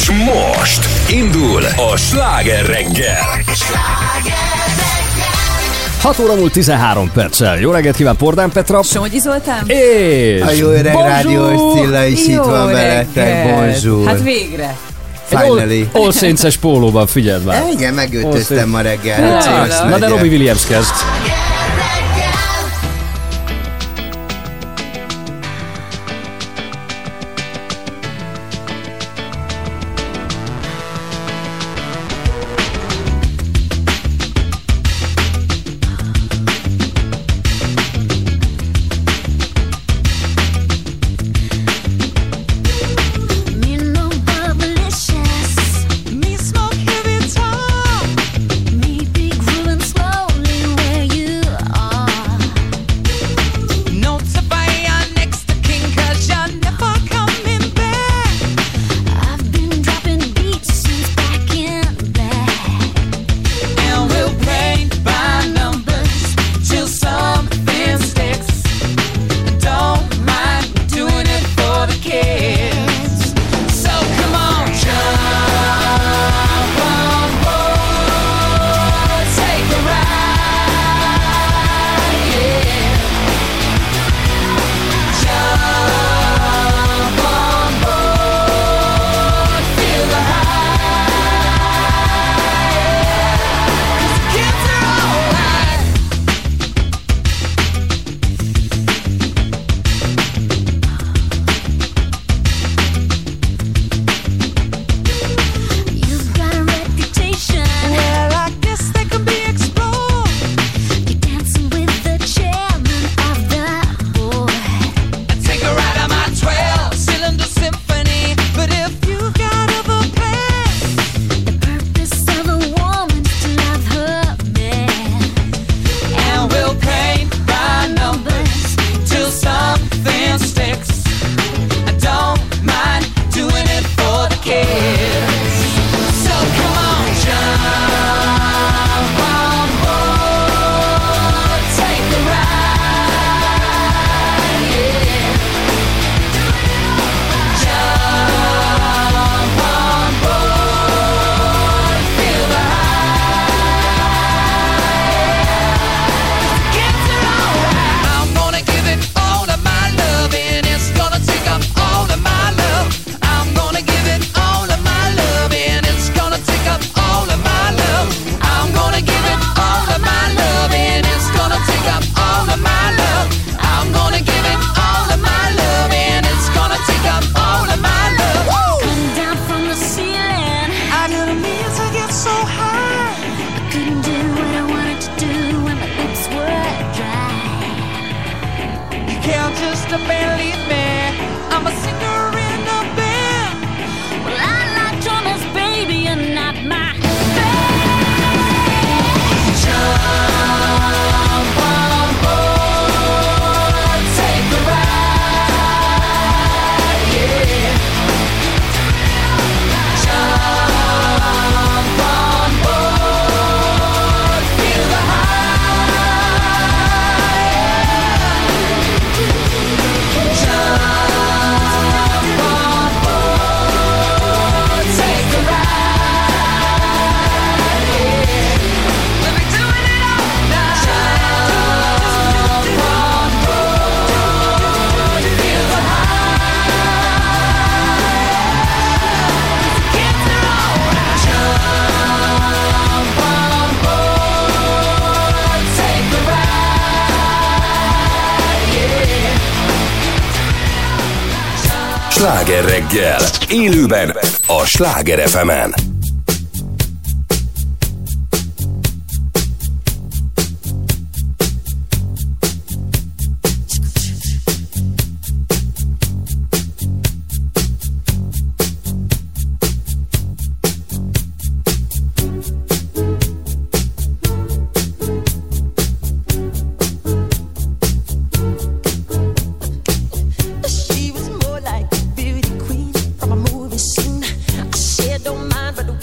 És most indul a Sláger reggel. 6 óra múlt 13 perccel. Jó reggelt kíván, Pordán Petra. Somogyi Zoltán. És... A jó öreg rádiós Cilla is itt van veletek. Bonjour. Hát végre. Finally. All Saints-es pólóban, figyeld már. Igen, megöltöztem ma reggel. Na de Robbie Williams kezd. Sláger reggel, élőben a Sláger FM-en. She was more like a beauty queen from a movie scene. I said, don't mind, but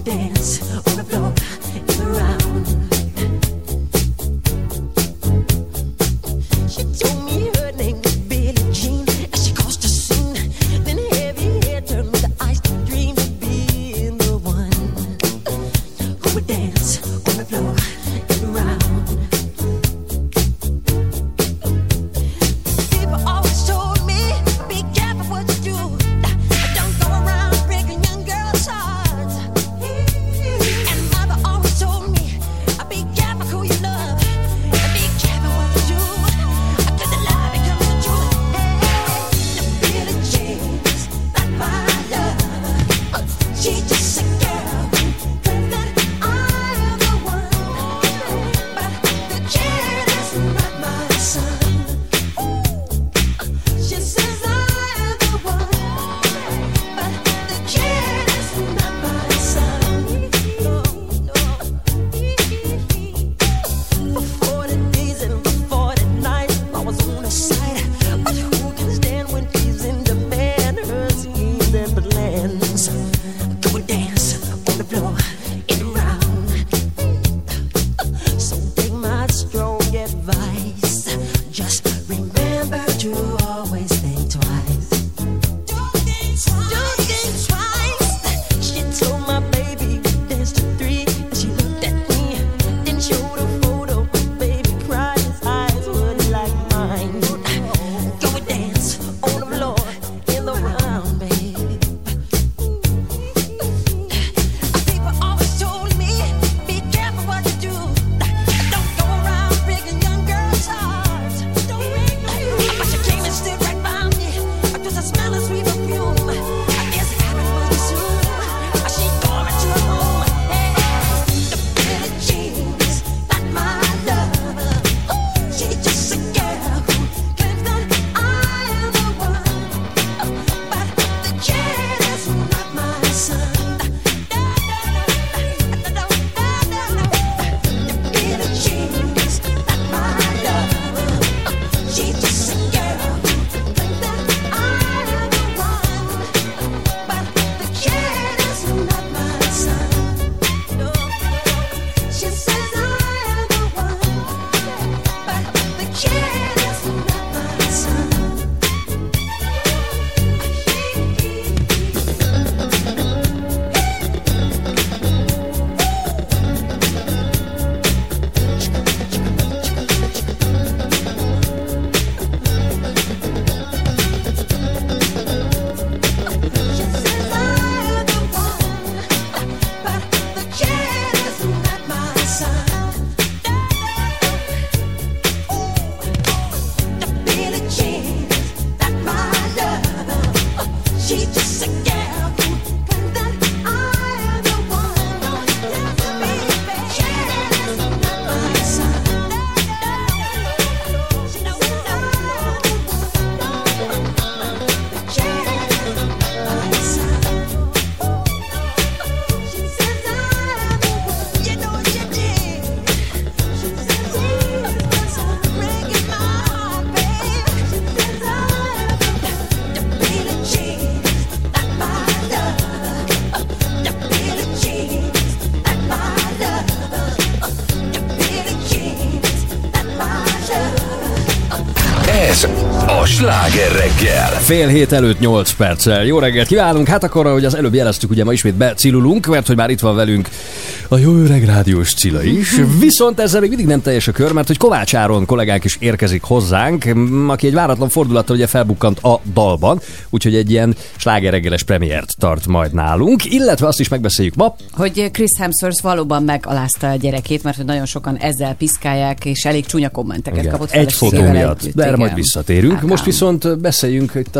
Ez a Sláger reggel. Fél hét előtt 8 perccel. Jó reggelt kívánunk. Hát akkor, ahogy az előbb jeleztük, ugye ma ismét becilulunk, mert hogy már itt van velünk a jó öreg rádiós Cilla is. Viszont ezzel még mindig nem teljes a kör, mert hogy Kovács Áron kollégánk is érkezik hozzánk, aki egy váratlan fordulattal ugye felbukkant a dalban, úgyhogy egy ilyen sláger reggeles premiért tart majd nálunk, illetve azt is megbeszéljük ma, hogy Chris Hemsworth valóban megalázta a gyerekét, mert hogy nagyon sokan ezzel piszkálják, és elég csúnya kommenteket kapott. Egy fotó miatt, de erre majd visszatérünk. Hát, most viszont beszéljünk itt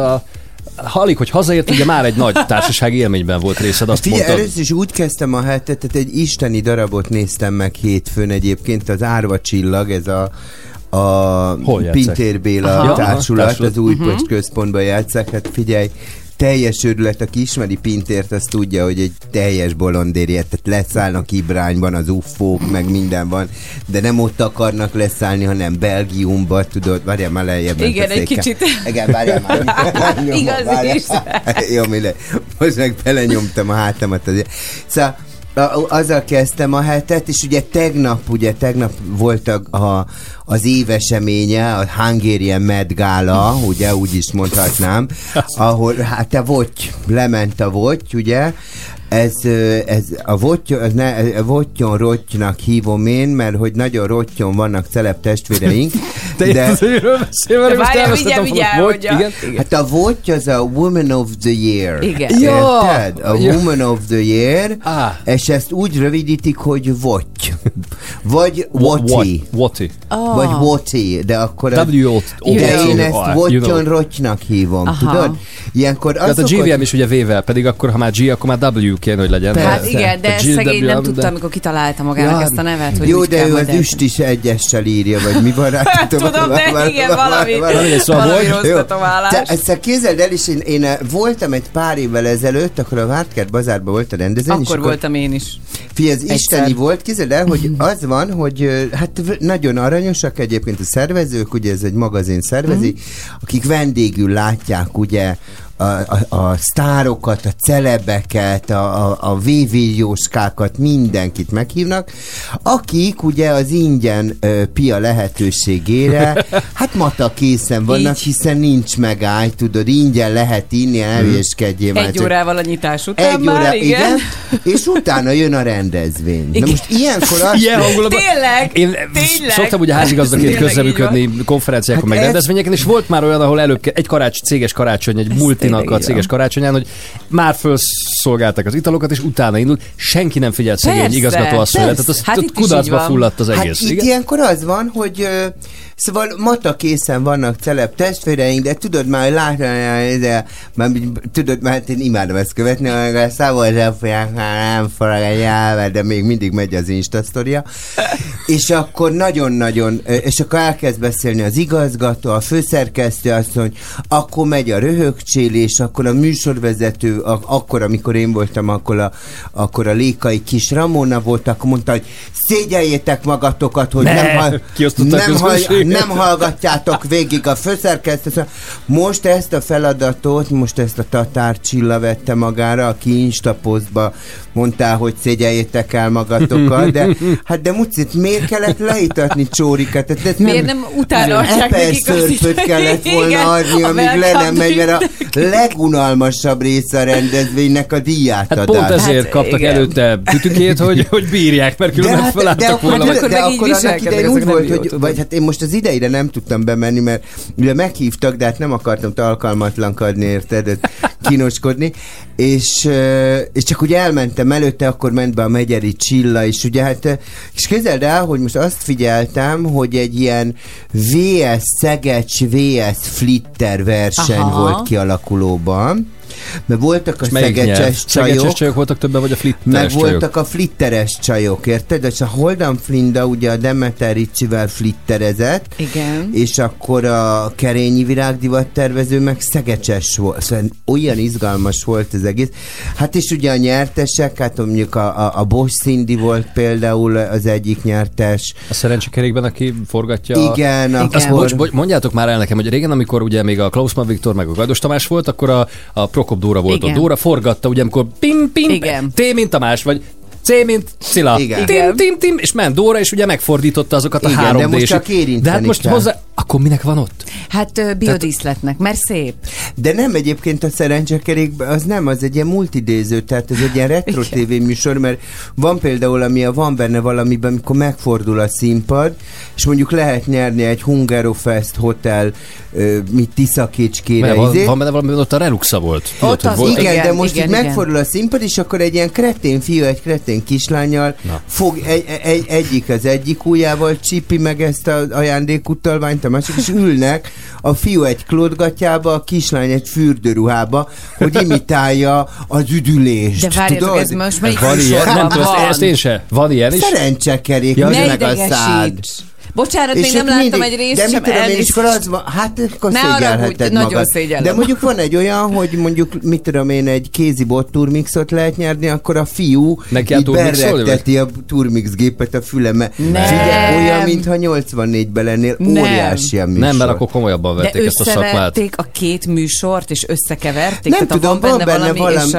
alig, hogy hazért, ugye már egy nagy társasági élményben volt részed, azt Figyelj, mondtad. először is úgy kezdtem a hetet, tehát egy isteni darabot néztem meg hétfőn egyébként, az Árva Csillag, ez a Pintér Béla társulat, az Újpest központban játsszák, hát figyelj, teljes őrület, aki ismeri Pintért, az tudja, hogy egy teljes bolondériet, tehát leszállnak Ibrányban, az uffók, meg minden van, de nem ott akarnak leszállni, hanem Belgiumban, tudod, várjál már lejjebb. Igen, egy kicsit. Igen, várjál már. Igaz is. Jó, most meg belenyomtam a hátamat azért. Szóval Azzal kezdtem a hetet, és ugye tegnap volt az éveseménye, a Hungarian Met Gala, ugye úgy is mondhatnám, ahol hát a lement a votty, ugye, ez a vottyon rottynak hívom én, mert hogy nagyon rottyon vannak celeb testvéreink. De hát a votty az a Woman of the Year. Igen. Érted? A Woman of the Year, és ezt úgy rövidítik, hogy votty. Vagy wotty. Vagy wotty, de akkor de én ezt vottyon rottynak hívom, tudod? Ilyenkor tehát a GVM is ugye V-vel, pedig akkor, ha már G, akkor már W kéne, hogy legyen. Hát igen, de szegény nem tudta, amikor kitalálta magának ezt a nevet, hogy jó, de ő az üst is egyessel írja, vagy mi van rá? Tudom, de igen, valami rossztatoválás. Ezt képzeld el, és én voltam egy pár évvel ezelőtt, akkor a Vártkert bazárban volt a rendezvény. Akkor voltam én is. Figyelj, ez isteni volt, képzeld el, hogy az van, hogy hát nagyon aranyosak egyébként a szervezők, ugye ez egy magazin szervezi, akik vendégül látják ugye a sztárokat, a celebeket, a VV-jóskákat, mindenkit meghívnak, akik ugye az ingyen pia lehetőségére, hát mata készen vannak, hiszen nincs megáll, tudod, ingyen lehet inni, elhülyeskedjél már. Egy órával a nyitás után már, igen. És utána jön a rendezvény. Igen. Na most ilyenkor azt... Tényleg? Én szoktam ugye házigazdaként közreműködni konferenciákon, meg rendezvényeken, és volt már olyan, ahol előbb egy céges karácsony, egy multinak a céges karácsonyán, hogy már felszolgálták az italokat, és utána indult, senki nem figyelt szegény igazgatóasszonyra, tehát az kudarcba fulladt az egész. Hát itt ilyenkor az van, hogy szóval mata készen vannak celeb testvéreink, de tudod már látni, de tudod már, én imádom ezt követni, a Szabolcs-Zsafják már nem forog egy nyelvet, de még mindig megy az Insta-sztoria. És akkor nagyon-nagyon, és akkor elkezd beszélni az igazgató, a főszerkesztő asszony, akkor megy a röhögcsélés, akkor a műsorvezető, akkor, amikor én voltam, akkor a Lékai kis Ramona volt, akkor mondta, hogy szégyeljétek magatokat, hogy nem hallgatjátok végig a főszerkesztőt. Most ezt a feladatot, ezt a Tatár Csilla vette magára, aki Instapostba mondta, hogy szégyeljétek el magatokat, de Mucit, miért kellett leítatni Csórikát? Miért nem utána adják végig az szörpöt kellett volna adni, amíg le nem megy, mert a legunalmasabb része a rendezvénynek a díjátadás. Hát pont ezért kaptak előtte tütükét, hogy bírják, mert különben felálltak volna. De akkor annak idején úgy volt, hogy vagy hát én most az idejére nem tudtam bemenni, mert ugye meghívtak, de hát nem akartam alkalmatlankodni, érted, kínoskodni, és csak úgy elmentem előtte, akkor ment be a Megyeri Csilla, és ugye hát, és képzeld el, hogy most azt figyeltem, hogy egy ilyen Szegecs VS Flitter verseny volt kialakulóban, mert voltak a szegecses csajok, voltak többen, vagy a flitteres meg voltak a flitteres csajok, érted? És a Holdan Flinda ugye a Demeter Ricsivel flitterezett, igen. És akkor a Kerényi Virágdivat tervező meg szegecses volt. Szóval olyan izgalmas volt az egész. Hát és ugye a nyertesek, hát mondjuk a Bosch Cindy volt például az egyik nyertes. A szerencsekerékben, aki forgatja. Igen. Mondjátok már el nekem, hogy régen, amikor ugye még a Klausmann Viktor meg a Gajdos Tamás volt, akkor a Prokop Dóra volt ott. Dóra forgatta, ugye amikor pim, T mint Tamás, vagy C mint Cilla. Tim, és ment Dóra, és ugye megfordította azokat a 3D-s. De most csak érinteni de hát most hozzá, akkor minek van ott? Hát biodíszletnek, mert szép. De nem egyébként a szerencsekerékben, az egy ilyen multidéző, tehát ez egy ilyen retro tévéműsor, mert van például, van benne valamiben, amikor megfordul a színpad, és mondjuk lehet nyerni egy Hungerofest Hotel Tiszakécskére. Van benne valami, ott a Reluxa volt. Igen, de most megfordul a színpad, és akkor egy ilyen kretén fiú, egy kretén kislánnyal fog egyik az egyik ujjával csípi meg ezt az ajándékutalványt, a másik, és ülnek a fiú egy klódgatyába, a kislány egy fürdőruhába, hogy imitálja az üdülést. De várjatok, ez most melyik van ilyen? Nem tudom, ezt én se. Van ilyen is? Szerencsekerék, meg a szád. Bocsánat, még nem láttam egy részt sem. De mit tudom én, is, akkor az van, hát akkor szégyelheted magad. Nagyon szégyellem. De mondjuk van egy olyan, hogy mondjuk, mit tudom én, egy kézi bot turmixot lehet nyerni, akkor a fiú így berregteti a turmix gépet a füleme. Figyelj, olyan, mintha 84-ben lennél, óriási a műsor. Nem, mert akkor komolyabban vették ezt a szakmát. De összevették a két műsort, és összekeverték? Nem tudom, van benne valami,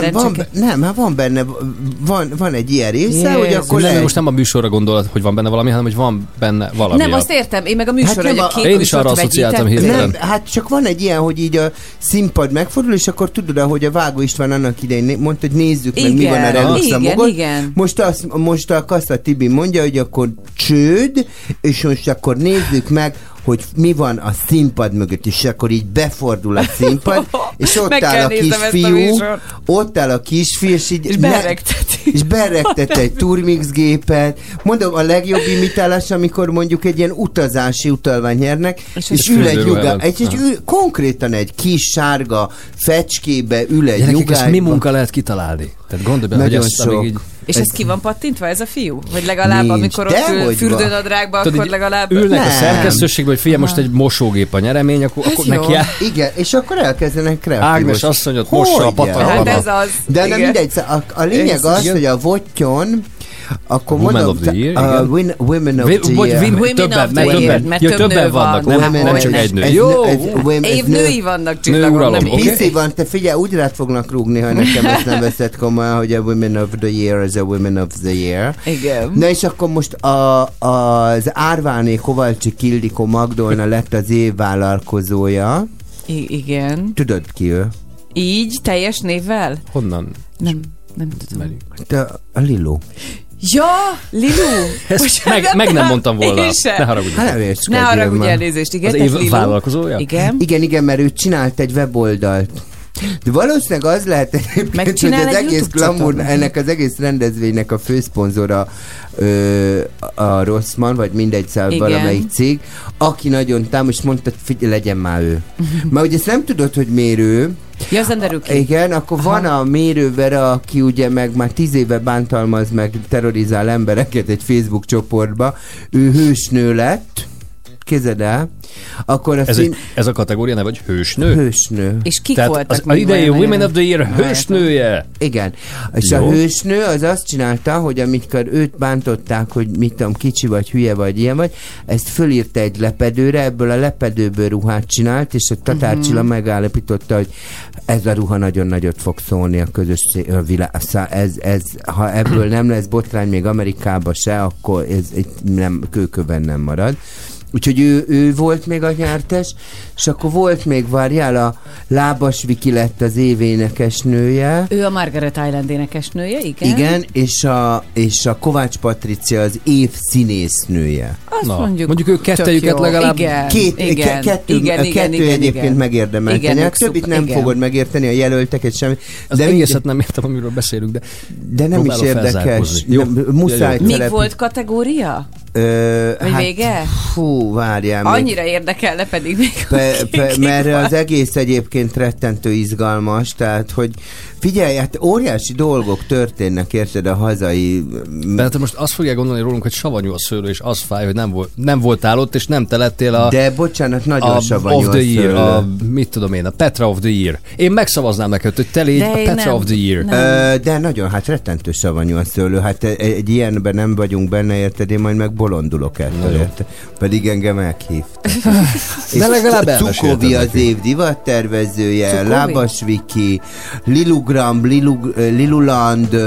van egy ilyen része, hogy akkor nem, most nem a műsorra gondolod, hogy van benne valami, hanem hogy van benne valami. Nem, azt értem, én meg a műsorra, hogy a két én is arra asszociáltam hirtelen. Hát csak van egy ilyen, hogy így a színpad megfordul, és akkor tudod, ahogy a Vágó István annak idején mondta, hogy nézzük meg, mi van a Reluxa mögött. Most a Kassa Tibi mondja, hogy akkor csőd, és most akkor nézzük meg, hogy mi van a színpad mögött, és akkor így befordul a színpad, és ott áll a kisfiú, és így és berregteti egy turmix gépet. Mondom, a legjobb imitálás, amikor mondjuk egy ilyen utazási utalvány nyernek, és ül egy nyugán, konkrétan egy kis sárga fecskébe ül egy nyugán. Ezt mi munka lehet kitalálni? Tehát gondolj bele, hogy ezt így... És ez ki van pattintva, ez a fiú? Vagy legalább, nincs. Amikor ott ül fürdőnadrágba, akkor legalább... Ülnek a szerkesztőségbe, hogy figyelj, most egy mosógép a nyeremény, akkor neki áll. Igen, és akkor elkezdenek kreatívos. Ágnes asszonyot mossa a patalában. Hát ez az. De nem mindegy, a lényeg az, hogy a Vottyon, akkor mondom, Women of the Year. Többen vannak, nem csak egy nő. Jó, évnői vannak, csillagom. Piszi van, te figyelj, úgy rád fognak rúgni, ha nekem ezt nem veszed komolyan, hogy a Women of the Year az a Women of the Year. Igen. Na és akkor most az Árváné Kovalcsi Ildikó Magdolna lett az év vállalkozója. Igen. Tudod ki ő? Így, teljes névvel? Honnan? Nem tudom. De a Lilo. Ja, Lilu! Ezt meg nem mondtam volna. Ne haragudj. Ne haragudj, elnézést. Igen, az év vállalkozója? Igen, mert ő csinált egy weboldalt. De valószínűleg az lehet egyébként, hogy az egész glamour, ennek az egész rendezvénynek a főszponzora a Rossmann, vagy mindegy, valamelyik cég, aki nagyon támos mondta, figyelj, legyen már ő. Mert ugye ezt nem tudod, hogy miért ő. Ja, az nem derül ki. Igen, akkor van a Mérő Vera, aki ugye meg már 10 éve bántalmaz, meg terrorizál embereket egy Facebook csoportba. Ő hősnő lett. Képzeld el. Akkor ez a kategória neve, vagy hősnő? Hősnő. És kik voltak? Az idei Women of the Year hősnője. Igen. És a hősnő az azt csinálta, hogy amikor őt bántották, hogy mit tudom, kicsi vagy, hülye vagy, ilyen vagy, ezt fölírta egy lepedőre, ebből a lepedőből ruhát csinált, és a Tatár Csilla megállapította, hogy ez a ruha nagyon nagyot fog szólni a közösség, a világ. Ha ebből nem lesz botrány még Amerikában se, akkor ez nem, kőkövben nem marad. Úgyhogy ő volt még a nyertes, és akkor volt még, várjál, a Lábas Viki lett az év énekesnője. Ő a Margaret Island énekesnője, igen. Igen, és a Kovács Patricia az év színésznője. Azt mondjuk ők kettejüket legalább... Kettő egyébként megérdemelteni. Többit nem fogod megérteni, a jelölteket semmi. Az egészet nem értem, amiről beszélünk, de nem is érdekes. Muszáj. Még volt kategória? Vagy vége? Fú, várjál még. Annyira érdekelne pedig még. Mert az egész egyébként rettentő izgalmas, tehát, hogy figyelj, hát óriási dolgok történnek, érted, a hazai... De te most azt fogják gondolni rólunk, hogy savanyú a szőlő, és az fáj, hogy nem voltál ott, és nem te lettél a... De bocsánat, nagyon savanyú a szőlő. Mit tudom én, a Petra of the Year. Én megszavaznám neked, hogy te légy a Petra of the Year. De nagyon, hát rettentő savanyú a szőlő. Hát egy ilyenben nem vagyunk benne, érted, én majd meg bolondulok ettől, érted. Pedig engem meghívtak. De legalább elmesélted. Cukovi az év divattervezője, Lábas Viki, Lilu Gram, Liluland,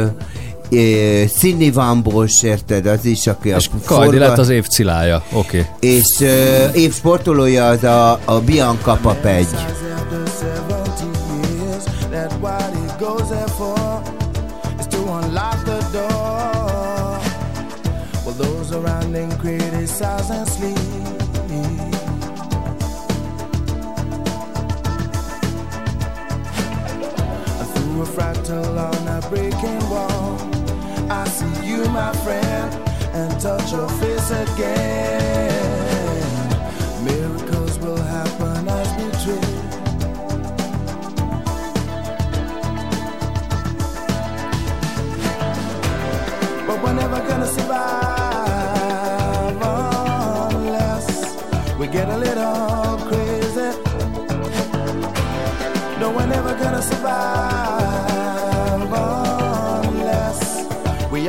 Színi Vambos, érted, az is, aki és Kajdi lett az év cilája, oké. És év sportolója az a Bianca Papegy. A fractal on a breaking wall. I see you, my friend, and touch your face again. Miracles will happen as we dream. But we're never gonna survive. Oh,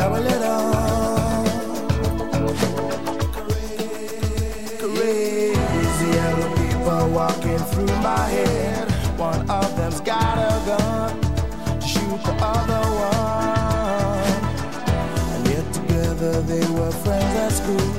have a little crazy yellow people walking through my head. One of them's got a gun to shoot the other one, and yet together they were friends at school.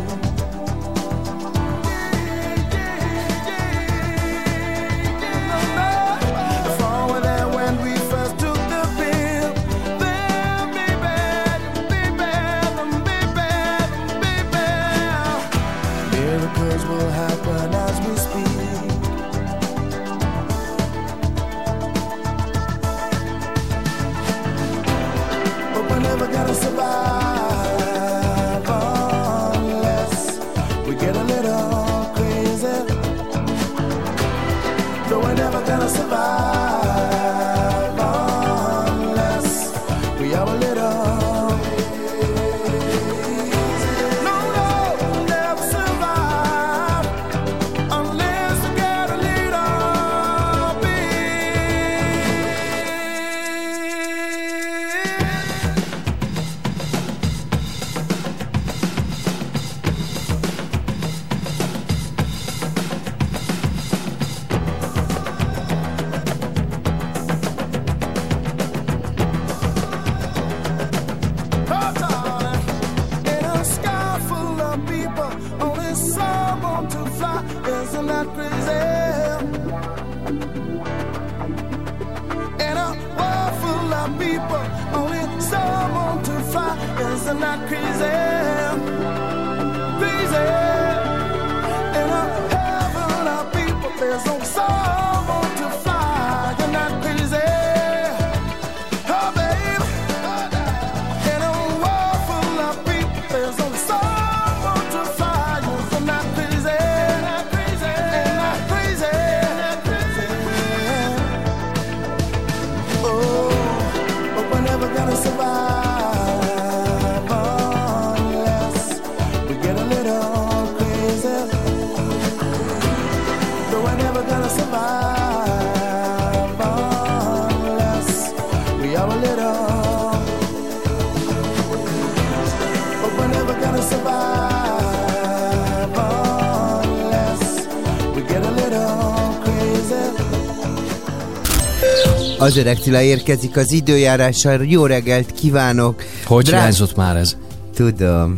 Az Öreg Cilla érkezik az időjárással. Jó reggelt kívánok! Hogy hiányzott már ez? Tudom.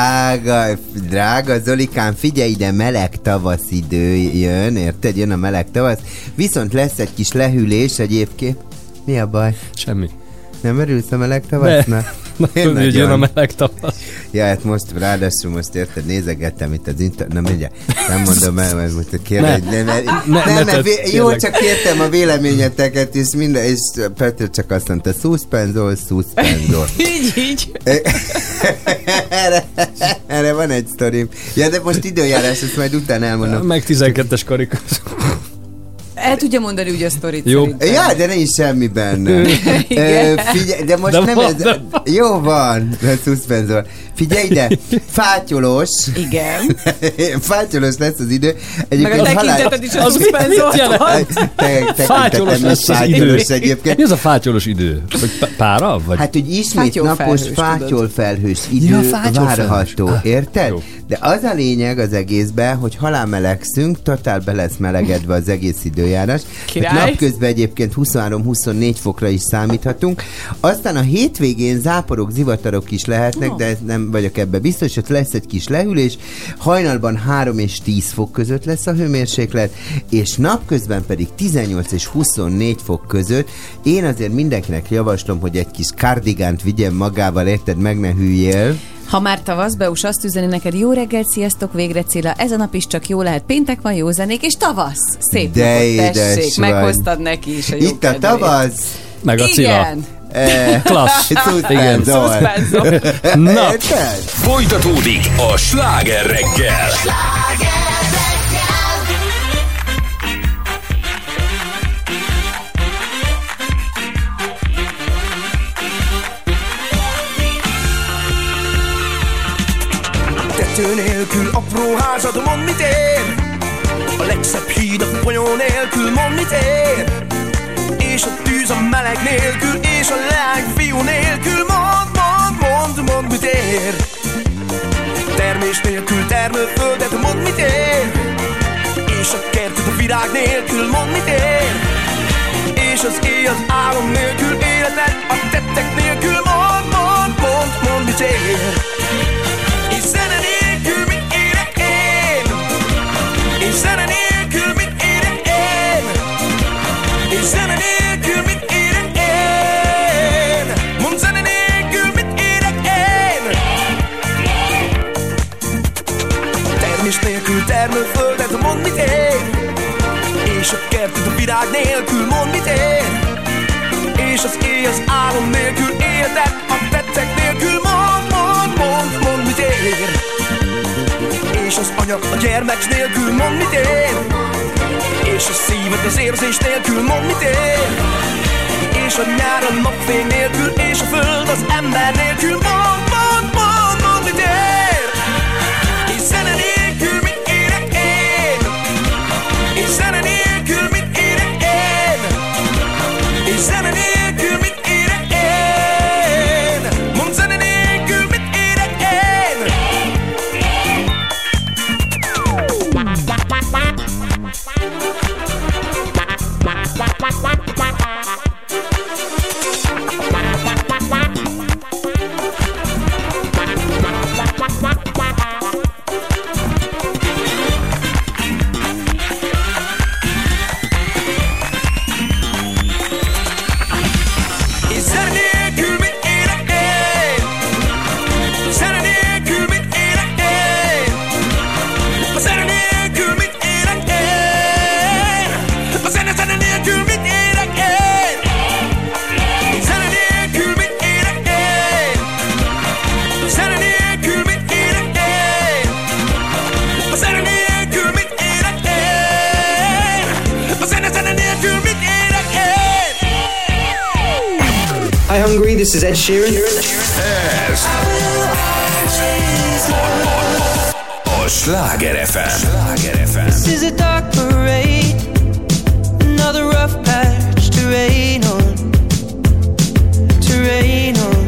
Drága Zolikám, figyelj ide, meleg tavasz idő jön, érted? Jön a meleg tavasz. Viszont lesz egy kis lehűlés egyébként. Mi a baj? Semmi. Nem örülsz a meleg tavasznak? Hogy jön a meleg tavasz. Ja, hát most ráadásul most érted, nézegettem itt az nem mindjárt, nem mondom el, mert most kérlek, jó, csak kértem a véleményeteket, és minden, és Petr csak azt mondta, szuszpenzol. Így. Erre van egy sztorim. Ja, de most időjárás, ezt majd utána elmondom. Meg 12-es karika. El tudja mondani úgy a sztorit. Jó. Ja, de nincs semmi benne. Figyelj, de most de nem ez... Jó van, szuszpenzor. Figyelj ide, fátyolós. Igen. Fátyolós lesz az idő. Meg a tekinteted is a szuszpenzortól. Fátyolós lesz az idő. Egyébként. Mi az a fátyolós idő? Pára? Vagy? Hát, hogy ismét napos fátyolfelhős idő várható. Érted? Jó. De az a lényeg az egészben, hogy halálmelegszünk, totál be lesz melegedve az egész időjárás. Napközben egyébként 23-24 fokra is számíthatunk. Aztán a hétvégén záporok, zivatarok is lehetnek, de nem vagyok ebbe biztos, hogy lesz egy kis lehűlés. Hajnalban 3 és 10 fok között lesz a hőmérséklet, és napközben pedig 18 és 24 fok között. Én azért mindenkinek javaslom, hogy egy kis kardigánt vigyen magával, érted, meg ne hűljél. Ha már tavasz, Beus azt üzeni neked, jó reggelt, sziasztok, végre Cilla, ez a nap is csak jó lehet, péntek van, jó zenék, és tavasz! Szép napot, tessék, meghoztad neki is a jó itt kedvét. A tavasz! Meg a Cilla. Klassz. Szuszpenzor. Na. Folytatódik a Sláger reggel. Tető nélkül apró házad, mondd mit ér? A legszebb híd a folyó nélkül, mondd mit ér? És a tűz a meleg nélkül, és a lány fiú nélkül, mondd mondd, mit ér. Termés nélkül termőföldet, mondd, mit ér. És a kertet a virág nélkül, mondd, mit ér. És az éj az álom nélkül, életed a tettek nélkül, mondd, mit ér. És zene nélkül mit érek én. És zene nélkül mit érek én. És zene nélkül mit érek én. Mondd, zene nélkül mit érek én. Termés nélkül termőföldet, mondd, mit ér. És a kertet a virág nélkül, mondd, mit ér. És az éj az álom nélkül, életed a tettek nélkül, mondd, mit ér. És az anya a gyermek nélkül, mondd, mit ér. És a szíved az érzés nélkül, mondd, mit ér. És a nyár a napfény nélkül, és a föld az ember nélkül, mondd, mit ér. És zene nélkül mit érek én. És zene nélkül mit érek én. És zene nélkül mit érek én. Mondd, zene nélkül mit érek én. Hi Hungary, this is Ed Sheeran. Ez a Sláger FM. This is a dark parade, another rough patch to rain on, to rain on.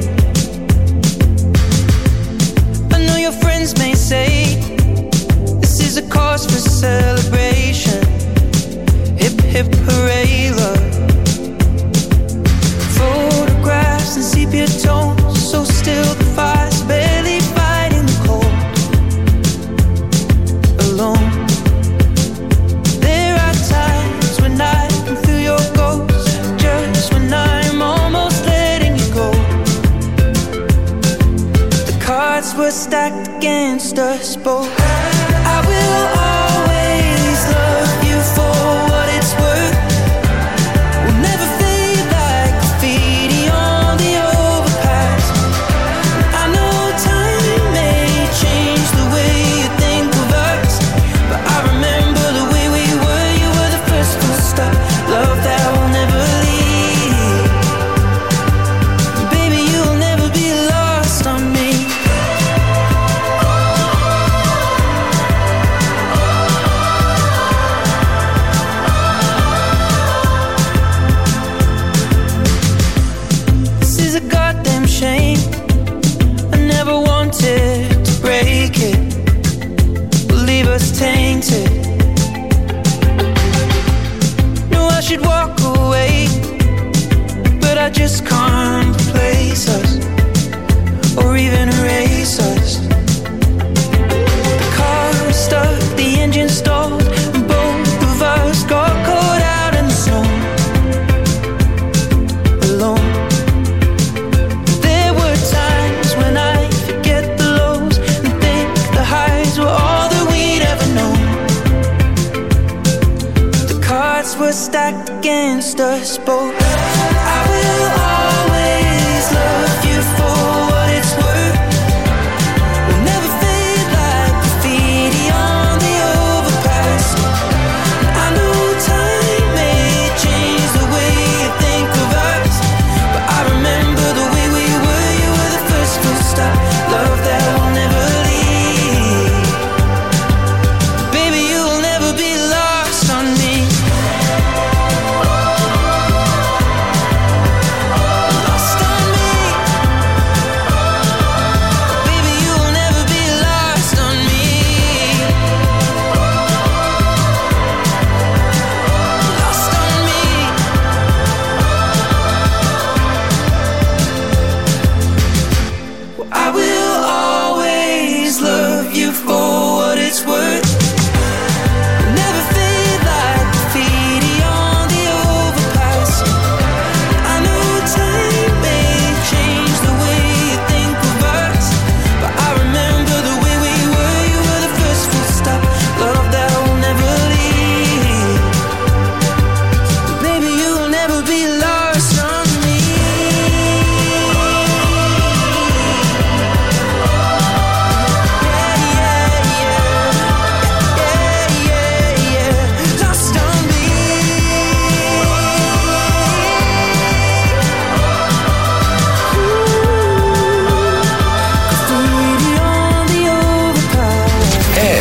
I know your friends may say this is a cause for celebration. Hip hip hooray, love. Photographs and sepia tones, so still the fire's barely fighting the cold. Alone, there are times when I can feel your ghost, just when I'm almost letting you go. The cards were stacked against us both. I will always love you for what it's worth. We'll never fade like graffiti on the overpass. I know time may change the way you think of us, but I remember the way we were. You were the first full stop, love that will never leave. Baby, you'll never be lost on me. This is a goddamn shame. I never wanted to break it, leave us tainted. No, I should walk away, but I just can't replace us or even erase us. The car was stuck, the engine stalled, and both of us got caught out in the snow. Alone, there were times when I forget the lows and think the highs were all that we'd ever known. The cards were stacked against us both. I will always love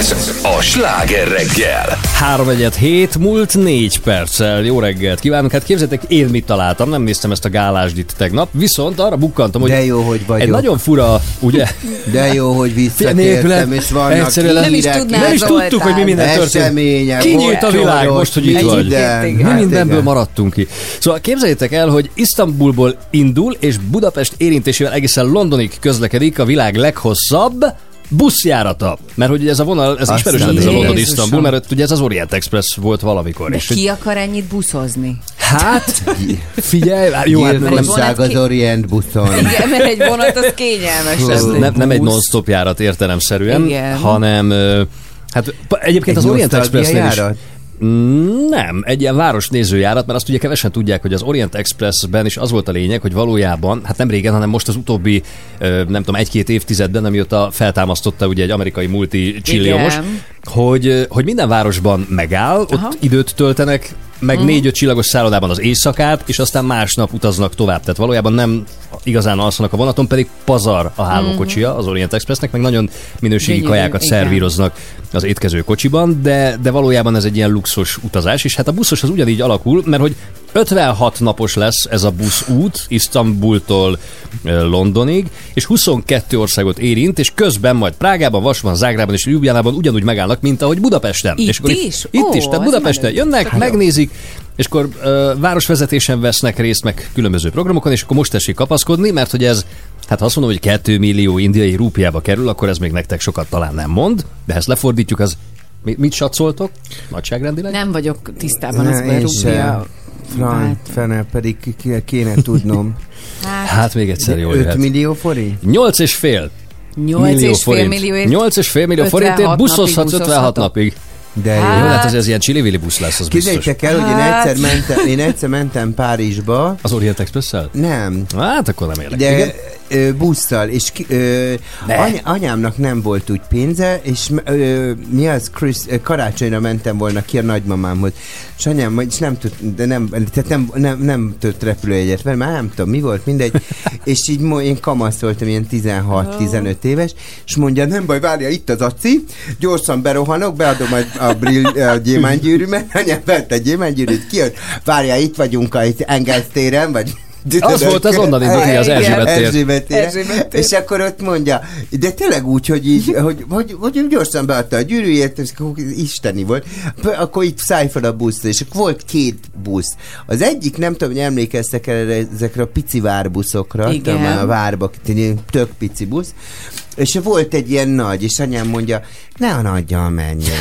Ez a Sláger reggel. 3-1-7 múlt 4 perccel. Jó reggelt kívánunk. Hát képzeljétek, én mit találtam, nem néztem ezt a gálásdit tegnap, viszont arra bukkantam, hogy de jó, hogy vagyok. Egy nagyon fura, ugye? De jó, hogy visszatértem, és vannak hírek. Nem is tudtuk, hogy mi minden történt. Kinyílt a világ most, hogy itt vagy. Mi mindenből maradtunk ki. Szóval képzeljétek el, hogy Isztambulból indul, és Budapest érintésével egészen Londonig közlekedik a világ leghosszabb buszjárata. Mert hogy ez a vonal, ez ismerős lett, ez a London-Isztambul, mert ugye ez az Orient Express volt valamikor. De és ki akar ennyit buszozni? Hát, figyelj, jó, hát nem az Orient buszon. Igen, mert egy vonat az kényelmes. Nem egy non-stop járat értelemszerűen, igen, hanem hát egyébként egy az Orient Expressnél is. Nem, egy ilyen városnézőjárat, mert azt ugye kevesen tudják, hogy az Orient Expressben is az volt a lényeg, hogy valójában, hát nem régen, hanem most az utóbbi, nem tudom, 1-2 évtizedben, amióta feltámasztotta ugye egy amerikai multi-csillagos, hogy minden városban megáll, ott időt töltenek, meg 4-5 csillagos szállodában az éjszakát, és aztán másnap utaznak tovább. Tehát valójában nem igazán alszanak a vonaton, pedig pazar a hálókocsia az Orient Expressnek, meg nagyon minőségi kajákat szervíroznak az étkező kocsiban, de valójában ez egy ilyen luxus utazás, és hát a buszos az ugyanígy alakul, mert hogy 56 napos lesz ez a buszút Isztambultól Londonig, és 22 országot érint, és közben majd Prágában, Varsóban, Zágrában és Ljubljanában ugyanúgy megállnak, mint ahogy Budapesten. Itt és akkor is? Itt is, tehát Budapesten jönnek, megnézik, és akkor városvezetésen vesznek részt, meg különböző programokon, és akkor most tessék kapaszkodni, mert hogy ez, hát ha azt mondom, hogy 2 millió indiai rúpiába kerül, akkor ez még nektek sokat talán nem mond, de ha ezt lefordítjuk, az mit satszoltok nagyságrendileg? Nem vagyok tisztában az rúpia. Fene, pedig kéne tudnom. Hát még egyszer jól jöhet. 5 millió forint? 8,5 millió forintért buszozhatsz 56 napig. De jó. Hát ez ilyen csili-vili busz lesz, az biztos. Képzeljétek el, hogy én egyszer mentem Párizsba. Az Orient Express-szel? Nem. Hát akkor nem érlek. De busszal, és anyámnak nem volt úgy pénze, és mi az, karácsonyra mentem volna ki a nagymamámhoz. És anyám, és nem tudott repülőjegyet venni, már nem tudom, mi volt, mindegy. És így én kamasz voltam, ilyen 16-15 éves, és mondja, nem baj, várja, itt az aci, gyorsan berohanok, beadom a gyémánygyűrűmet, anyám vett a gyémánygyűrűt, kijött, várja, itt vagyunk az Engels téren, vagy az volt az onnan indult, az Erzsébet tér. És akkor ott mondja, de tényleg úgy, hogy így, hogy gyorsan beadta a gyűrűjét, és isteni volt, akkor itt szállj fel a buszra, és akkor volt 2 busz. Az egyik, nem tudom, hogy emlékeztek el ezekre a pici várbuszokra, a várba, tök pici busz, és volt egy ilyen nagy, és anyám mondja, ne a nagyjal menjél.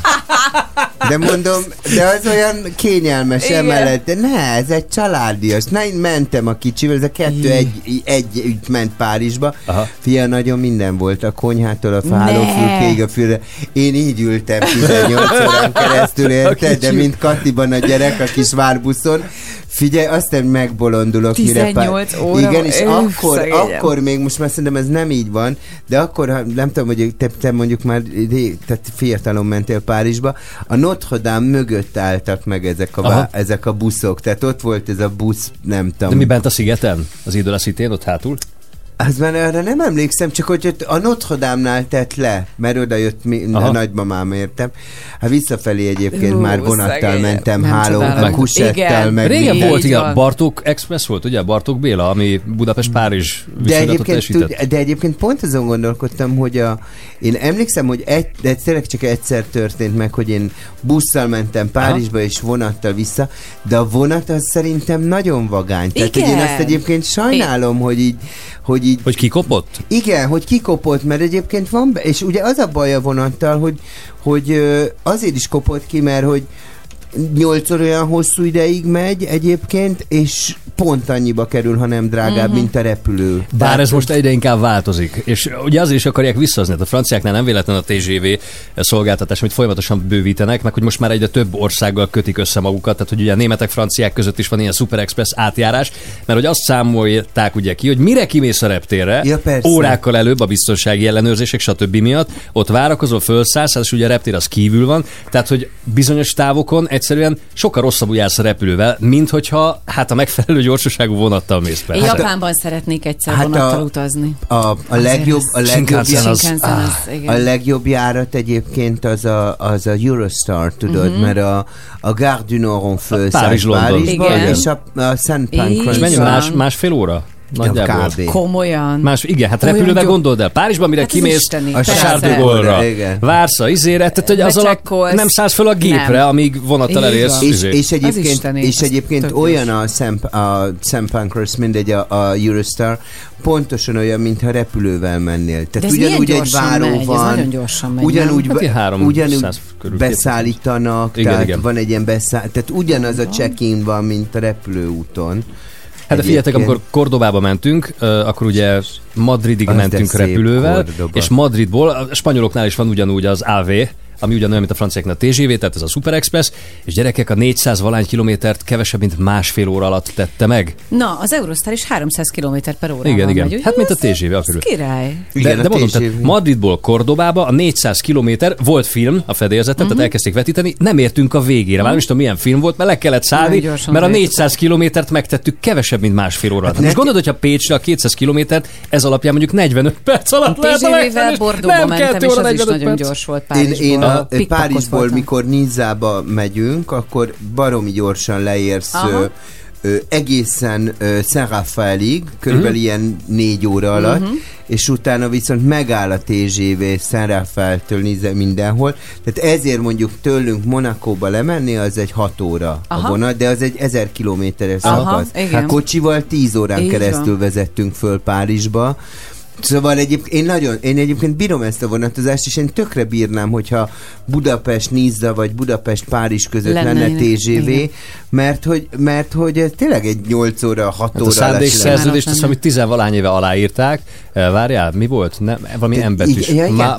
De mondom, de az olyan kényelmes emellett, de ne, ez egy családias. Na, én mentem a kicsivel, ez a 2 egy ment Párizsba. Fia, nagyon minden volt, a konyhától a hálófülkéig a fülre. Én így ültem 18 órán keresztül, érted? De mint Katiban a gyerek a kis várbuszon. Figyelj, aztán megbolondulok. 18 óra. Igen, és akkor még, most már szerintem ez nem így van, de akkor, nem tudom, hogy te mondjuk már tehát fiatalon mentél Párizsba, a Notre Dame mögött álltak meg ezek a buszok, tehát ott volt ez a busz, nem tudom. De mi bent a szigeten? Az Idő a Citén, ott hátul? Az már arra nem emlékszem, csak hogy a Notre Dame-nál tett le, mert oda jött a nagymamám, értem. Hát visszafelé egyébként már vonattal mentem, kusettel, meg régen volt, igen, Bartók Express volt, ugye, Bartók Béla, ami Budapest-Párizs viszonylatot teljesített. De egyébként pont azon gondolkodtam, hogy én emlékszem, hogy de tényleg csak egyszer történt meg, hogy én busszal mentem Párizsba, és vonattal vissza, de a vonat az szerintem nagyon vagány. Tehát, hogy én azt egyébként sajnálom, hogy kikopott? Igen, hogy kikopott, mert egyébként van, és ugye az a baj a vonattal, hogy azért is kopott ki, mert hogy 8 olyan hosszú ideig megy egyébként, és pont annyiba kerül, ha nem drágább, mint a repülő. Bár ez most egyre inkább változik. És ugye azért is akarják visszahozni. A franciáknál nem véletlen a TGV szolgáltatás, amit folyamatosan bővítenek, meg hogy most már egyre több országgal kötik össze magukat, tehát hogy ugye a németek, franciák között is van ilyen Super Express átjárás, mert hogy azt számolták ugye ki, hogy mire kimész a reptérre, órákkal előbb a biztonsági ellenőrzések, stb. Miatt, ott várakozol, fölszállsz, és ugye a reptér az kívül van, tehát hogy bizonyos távokon egyszerűen sokkal rosszabbul jársz a repülővel, mint hogyha hát a megfelelő gyorsaságú vonattal mész Én persze. Japánban szeretnék egyszer vonattal utazni. A legjobb, Shinkansen a legjobb járat egyébként az a Eurostar, tudod, mert a Gare du Nordon fölszáll Párizsba, és a Szent Pancras. És mennyi másfél óra? Nagyjából. Komolyan. Igen, hát repülővel gondold el. Párizsban, mire kimész a Charles de Gaulle-ra, vársz a izére, tehát hogy az alatt nem szállsz fel a gépre, amíg vonattal elérsz. És egyébként olyan a Szent Pancras, mindegy a Eurostar, pontosan olyan, mintha repülővel mennél. Tehát ugyanúgy egy váró van, ugyanúgy beszállítanak, tehát van egy ilyen tehát ugyanaz a check-in van, mint a repülőúton. Hát de figyeljetek, amikor Kordobába mentünk, akkor ugye Madridig mentünk repülővel, és Madridból, a spanyoloknál is van ugyanúgy az AV, ami ugyanolyan, mint a franciáknál a TGV, tehát ez a Super Express, és gyerekek a 400 valány kilométert kevesebb, mint másfél óra alatt tette meg. Na, az Eurostar is 300 km/h. Igen. Megy, hát mint a TGV a körül. Király. De mondom, tehát Madridból Kordobába a 400 kilométer, volt film a fedélzeten, tehát elkezdték vetíteni, nem értünk a végére. Már nem is tudom, milyen film volt, mert le kellett szállni, mert a 400 kilométert megtettük kevesebb, mint másfél óra alatt. Most gondolod, hogyha Pécsre a 200 kilométert, ez alapján mondjuk 45 perc alatt lehet a TGV-vel Bordóba mentem, és az is nagyon gyors volt Párizsból. Párizsból, mikor Nizába megyünk, akkor baromi gyorsan leérsz egészen Saint-Raphaelig, körülbelül ilyen 4 óra alatt, és utána viszont megáll a TGV Saint-Raphaeltől mindenhol. Tehát ezért mondjuk tőlünk Monacóba lemenni, az egy 6 óra a vonat, de az egy 1000 kilométeres szakasz. Hát kocsival 10 órán keresztül vezettünk föl Párizsba. Szóval én egyébként bírom ezt a vonatozást, és én tökre bírnám, hogyha Budapest-Nizza vagy Budapest-Párizs között lenne TGV, mert hogy ez tényleg egy 8 óra, 6 óra lesz. A szándékszerződést, azt amit 10-valány éve aláírták. Várjál, mi volt? Valami embetűs.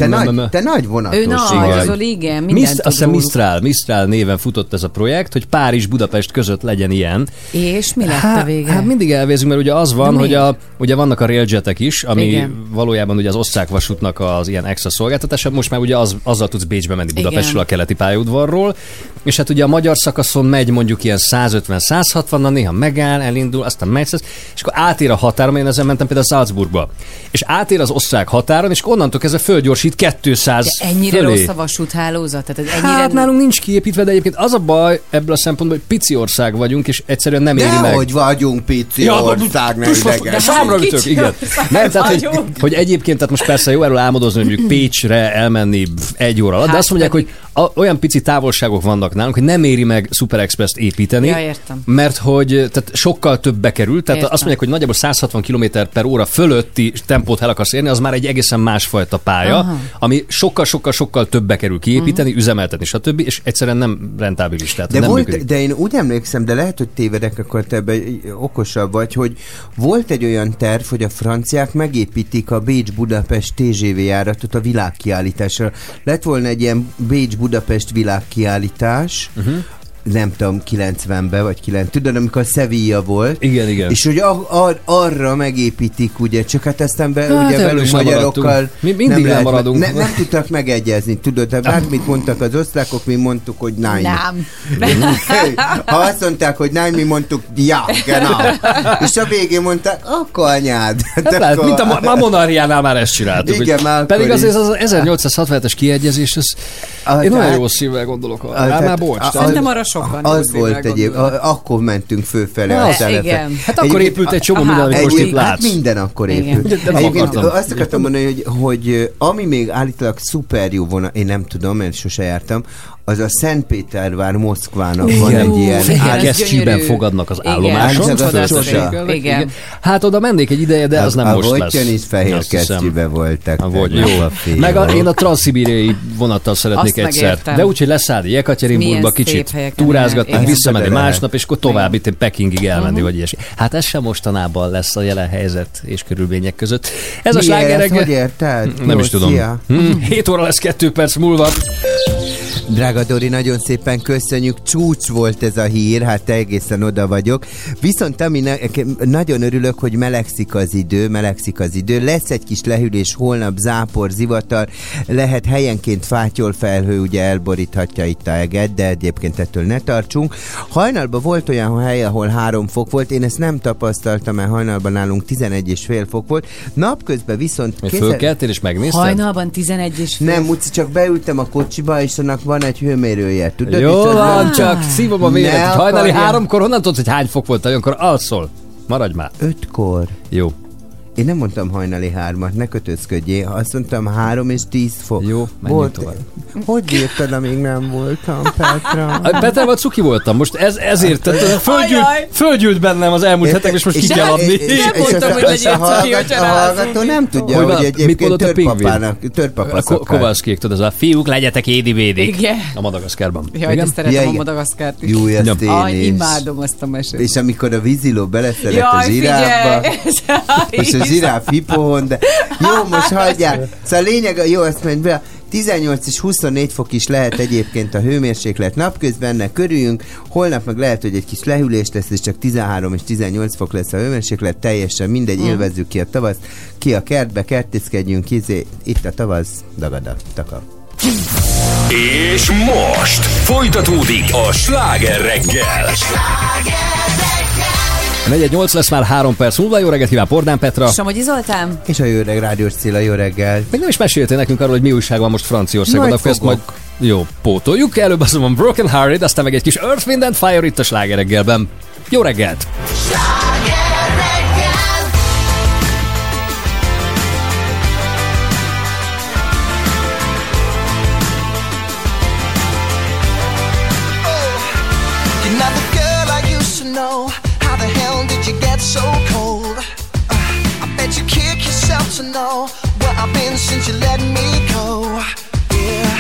Te nagy vonatos. Ő nagy, igen, mindent azt hiszem Mistral néven futott ez a projekt, hogy Párizs-Budapest között legyen ilyen. És mi lett a vége? Hát mindig elvézünk, mert ugye az van, hogy ugye vannak a railjetek is, ami valójában ugye az osztrák vasútnak az ilyen extra szolgáltatása. Most már ugye azzal tudsz Bécsbe menni Budapestről, a keleti pályaudvarról. És hát ugye a magyar szakaszon megy mondjuk ilyen 150-160-nal, néha megáll, elindul, aztán megy, és akkor átér a határon, én ezen mentem például Salzburgba. És átér az osztrák határon, és onnantól kezdve fölgyorsít 200 de ennyire fölé. rossz a vasúthálózat? Tehát ennyire... Hát nálunk nincs kiépítve, de egyébként az a baj ebből a szempontból, hogy pici ország vagyunk, és egyszerűen nem éri meg. Hogy vagyunk pici ország, nem idegen. De számra ütök, igen. Nem, tehát, hogy egyébként, tehát most persze jó erről álmodozni, hogy mondjuk Pécsre elmenni 1 óra alatt, de azt mondják, hogy olyan pici távolságok vannak nálunk, hogy nem éri meg Super Express-t építeni, mert hogy tehát sokkal többbe kerül, tehát azt mondják, hogy nagyjából 160 km/h fölötti tempót el akarsz érni, az már egy egészen másfajta pálya, ami sokkal többbe kerül kiépíteni, üzemeltetni, stb., és egyszerűen nem rentábilis. Tehát de én úgy emlékszem, de lehet, hogy tévedek, akkor te okosabb vagy, hogy volt egy olyan terv, hogy a franciák megépítik a Bécs-Budapest TGV járatot a világkiállításra. Lett volna egy ilyen Bécs-Budapest világkiállítás, nem tudom, 90-ben, vagy 90, tudod, amikor Sevilla volt. Igen. És hogy arra megépítik, ugye, csak hát aztán ugye velünk magyarokkal mi mindig nem maradunk. Nem tudtak megegyezni, tudod, hát bármit mondtak az osztrákok, mi mondtuk, hogy nein. Nem. Ha azt mondták, hogy nein, mi mondtuk, ja, genau. És a végén mondták, akkor anyád. Hát mint a monarchiánál már ezt csináltuk. Igen, már pedig azért az 1867-es kiegyezés, én nagyon jó szívvel gondolok arra. Már bocs. Szerintem arra az volt akkor mentünk fölfele a telepre. Hát akkor épült egy csomó minden, amit most itt látsz. Hát minden akkor épült. Egyébként azt akartam mondani, hogy ami még állítólag szuper jó vonat, én nem tudom, mert sose jártam, az a Szentpétervár Moszkvának van egy ilyen... Kesztyűben fogadnak az állomáson. Igen. Hát oda mennék egy ideje, de az nem most lesz. A is fehér kesztyűben voltak. Meg én a transzszibériai vonattal szeretnék egyszer. De úgy, hogy leszállni Jekaterinburgba, kicsit túrázgatni, visszamenni másnap, és akkor tovább itt Pekingig elmenni, vagy ilyesmi. Hát ez sem mostanában lesz a jelen helyzet és körülmények között. Ez a Sláger reggel... Hogy érted? Nem is tudom. 7 óra lesz 2 perc múlva. Drága Dori, nagyon szépen köszönjük, csúcs volt ez a hír, hát egészen oda vagyok. Viszont ami nagyon örülök, hogy melegszik az idő, lesz egy kis lehűlés, holnap zápor, zivatar, lehet helyenként fátyolfelhő, ugye elboríthatja itt a eget, de egyébként ettől ne tartsunk. Hajnalban volt olyan hely, ahol 3 fok volt, én ezt nem tapasztaltam, mert hajnalban nálunk 11,5 fok volt, napközben viszont... Fölkeltél és megnézted? Hajnalban 11,5. Nem, Muci, csak beültem a kocsiba, és annak van egy hőmérője. Tudod, jó van, csak szívom a véret. Hajnali 3-kor honnan tudod, hogy hány fok volt, olyankor alszol? Maradj már. 5-kor. Jó. Én nem mondtam hajnali 3-at, ne kötözködjél. Azt mondtam 3 és 10 fok. Jó, menjünk tovább. Hogy bírtad, amíg nem voltam, Petra? Petrával cuki voltam, most ezért fölgyűlt bennem az elmúlt hetek, és most ki kell adni. Nem mondtam, hogy legyél cuki, hogyha a hallgató nem tudja, hogy egyébként törpapának. Kovalszkék, tudod, ez a fiúk, legyetek édi-védik. Igen. A Madagaszkárban. Jaj, de szeretem a Madagaszkárt is. Jó, ezt én is. Imádom azt a mesét. És amikor a víziló beleszeret a zsiráfba, és a zsiráf hipohon, de jó, most hagyjál. Szóval a lényeg, jó, azt mondja be, 18 és 24 fok is lehet egyébként a hőmérséklet napközben, ennek körüljünk, holnap meg lehet, hogy egy kis lehűlés lesz, és csak 13 és 18 fok lesz a hőmérséklet, teljesen mindegy, élvezzük ki a tavaszt, ki a kertbe, kertészkedjünk, itt a tavasz, taka. És most folytatódik a Sláger reggel. 418 lesz már 3 perc múlva. Jó reggelt kíván Pordán Petra. Somogyi Zoltán. És a jó rádiós Cilla, jó reggel. Még nem is meséltél nekünk arról, hogy mi újság van most Franciaországban, akkor ezt majd jó, pótoljuk. Előbb azt mondom Broken Hearted, aztán meg egy kis Earth, Wind and Fire itt a Sláger reggelben. Jó reggelt! So cold. I bet you kick yourself to know where I've been since you let me go. Yeah,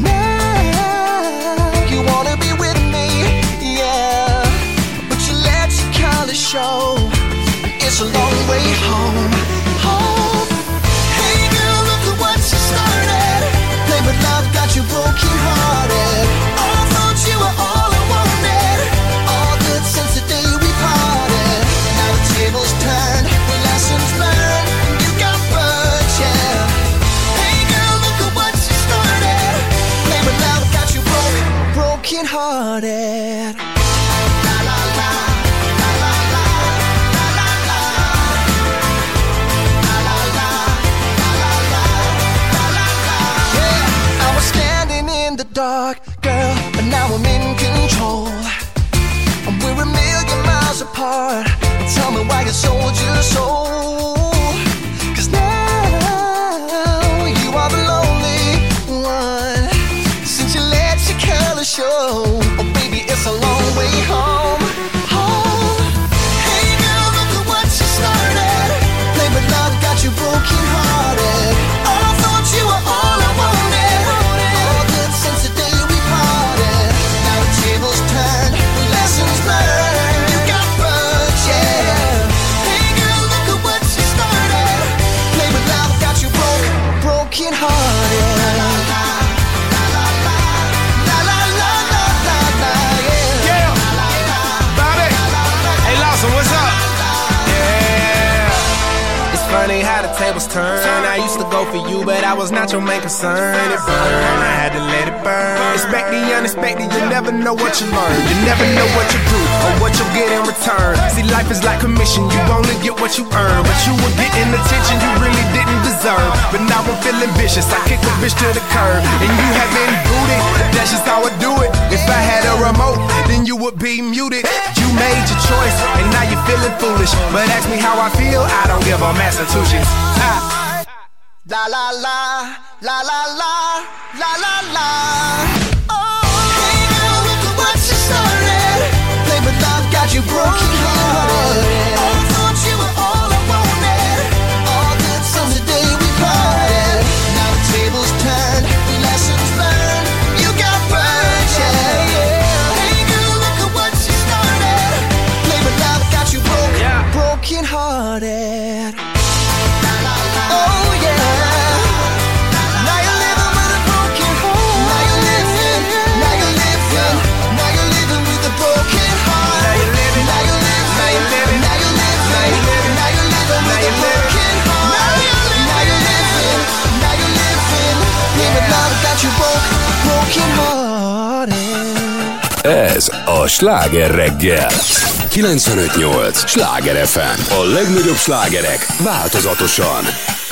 now you wanna be with me, yeah, but you let your colors show. It's a long way home. Home. Hey girl, look at what you started. Play with love, got you broken hearted. I thought you were all I wanted. All good since the day we parted. Tables turned, lessons learned, you got burned, yeah. Hey girl, look at what you started. Play with love, got you broken hearted. La la la, la la la, la la la, la la la, la la la, la la la. Yeah, I was standing in the dark, girl, but now I'm in control. We're a million miles apart. Tell me why you sold your soul. 'Cause now you are the lonely one. Since you let your color show. Oh baby, it's a long way home. Home. Hey girl, look at what you started. Play with love, got you broken hearted. I thought you were all I wanted. All good since the day we parted. Now the tables turned, lessons learned. You got burned, yeah. Hey girl, look at what you started. Play with love, got you broken hearted. La la la, la la la, la la la, la la, yeah. Yeah, Bobby. Hey Lawson, what's up? Yeah. It's funny how the tables turn. I used to go for you, but I was not your main concern. It burned, I had to let it burn. Expect the unexpected, you never know what you learn. You never know what you do or what you'll get in return. See, life is like commission, you only get what you earn. But you were getting attention you really didn't deserve. But now I'm feeling vicious, I kick a bitch to the curb. And you have been booted, that's just how I do it. If I had a remote, then you would be muted. You made your choice, and now you're feeling foolish. But ask me how I feel, I don't give a Massachusetts. La la la, la la la, la la la. Oh, hey girl, look at what you started. Play with love, got you broken hearted. I thought you were all I wanted. All good since the day we parted. Now the tables turned, lessons learned. You got burned, yeah. Hey girl, look at what you started. Play with love, got you broken hearted. Oh yeah. Now you're living with a broken heart. Now you're living. Ez a Sláger reggel. 95.8 Sláger FM. A legnagyobb slágerek változatosan.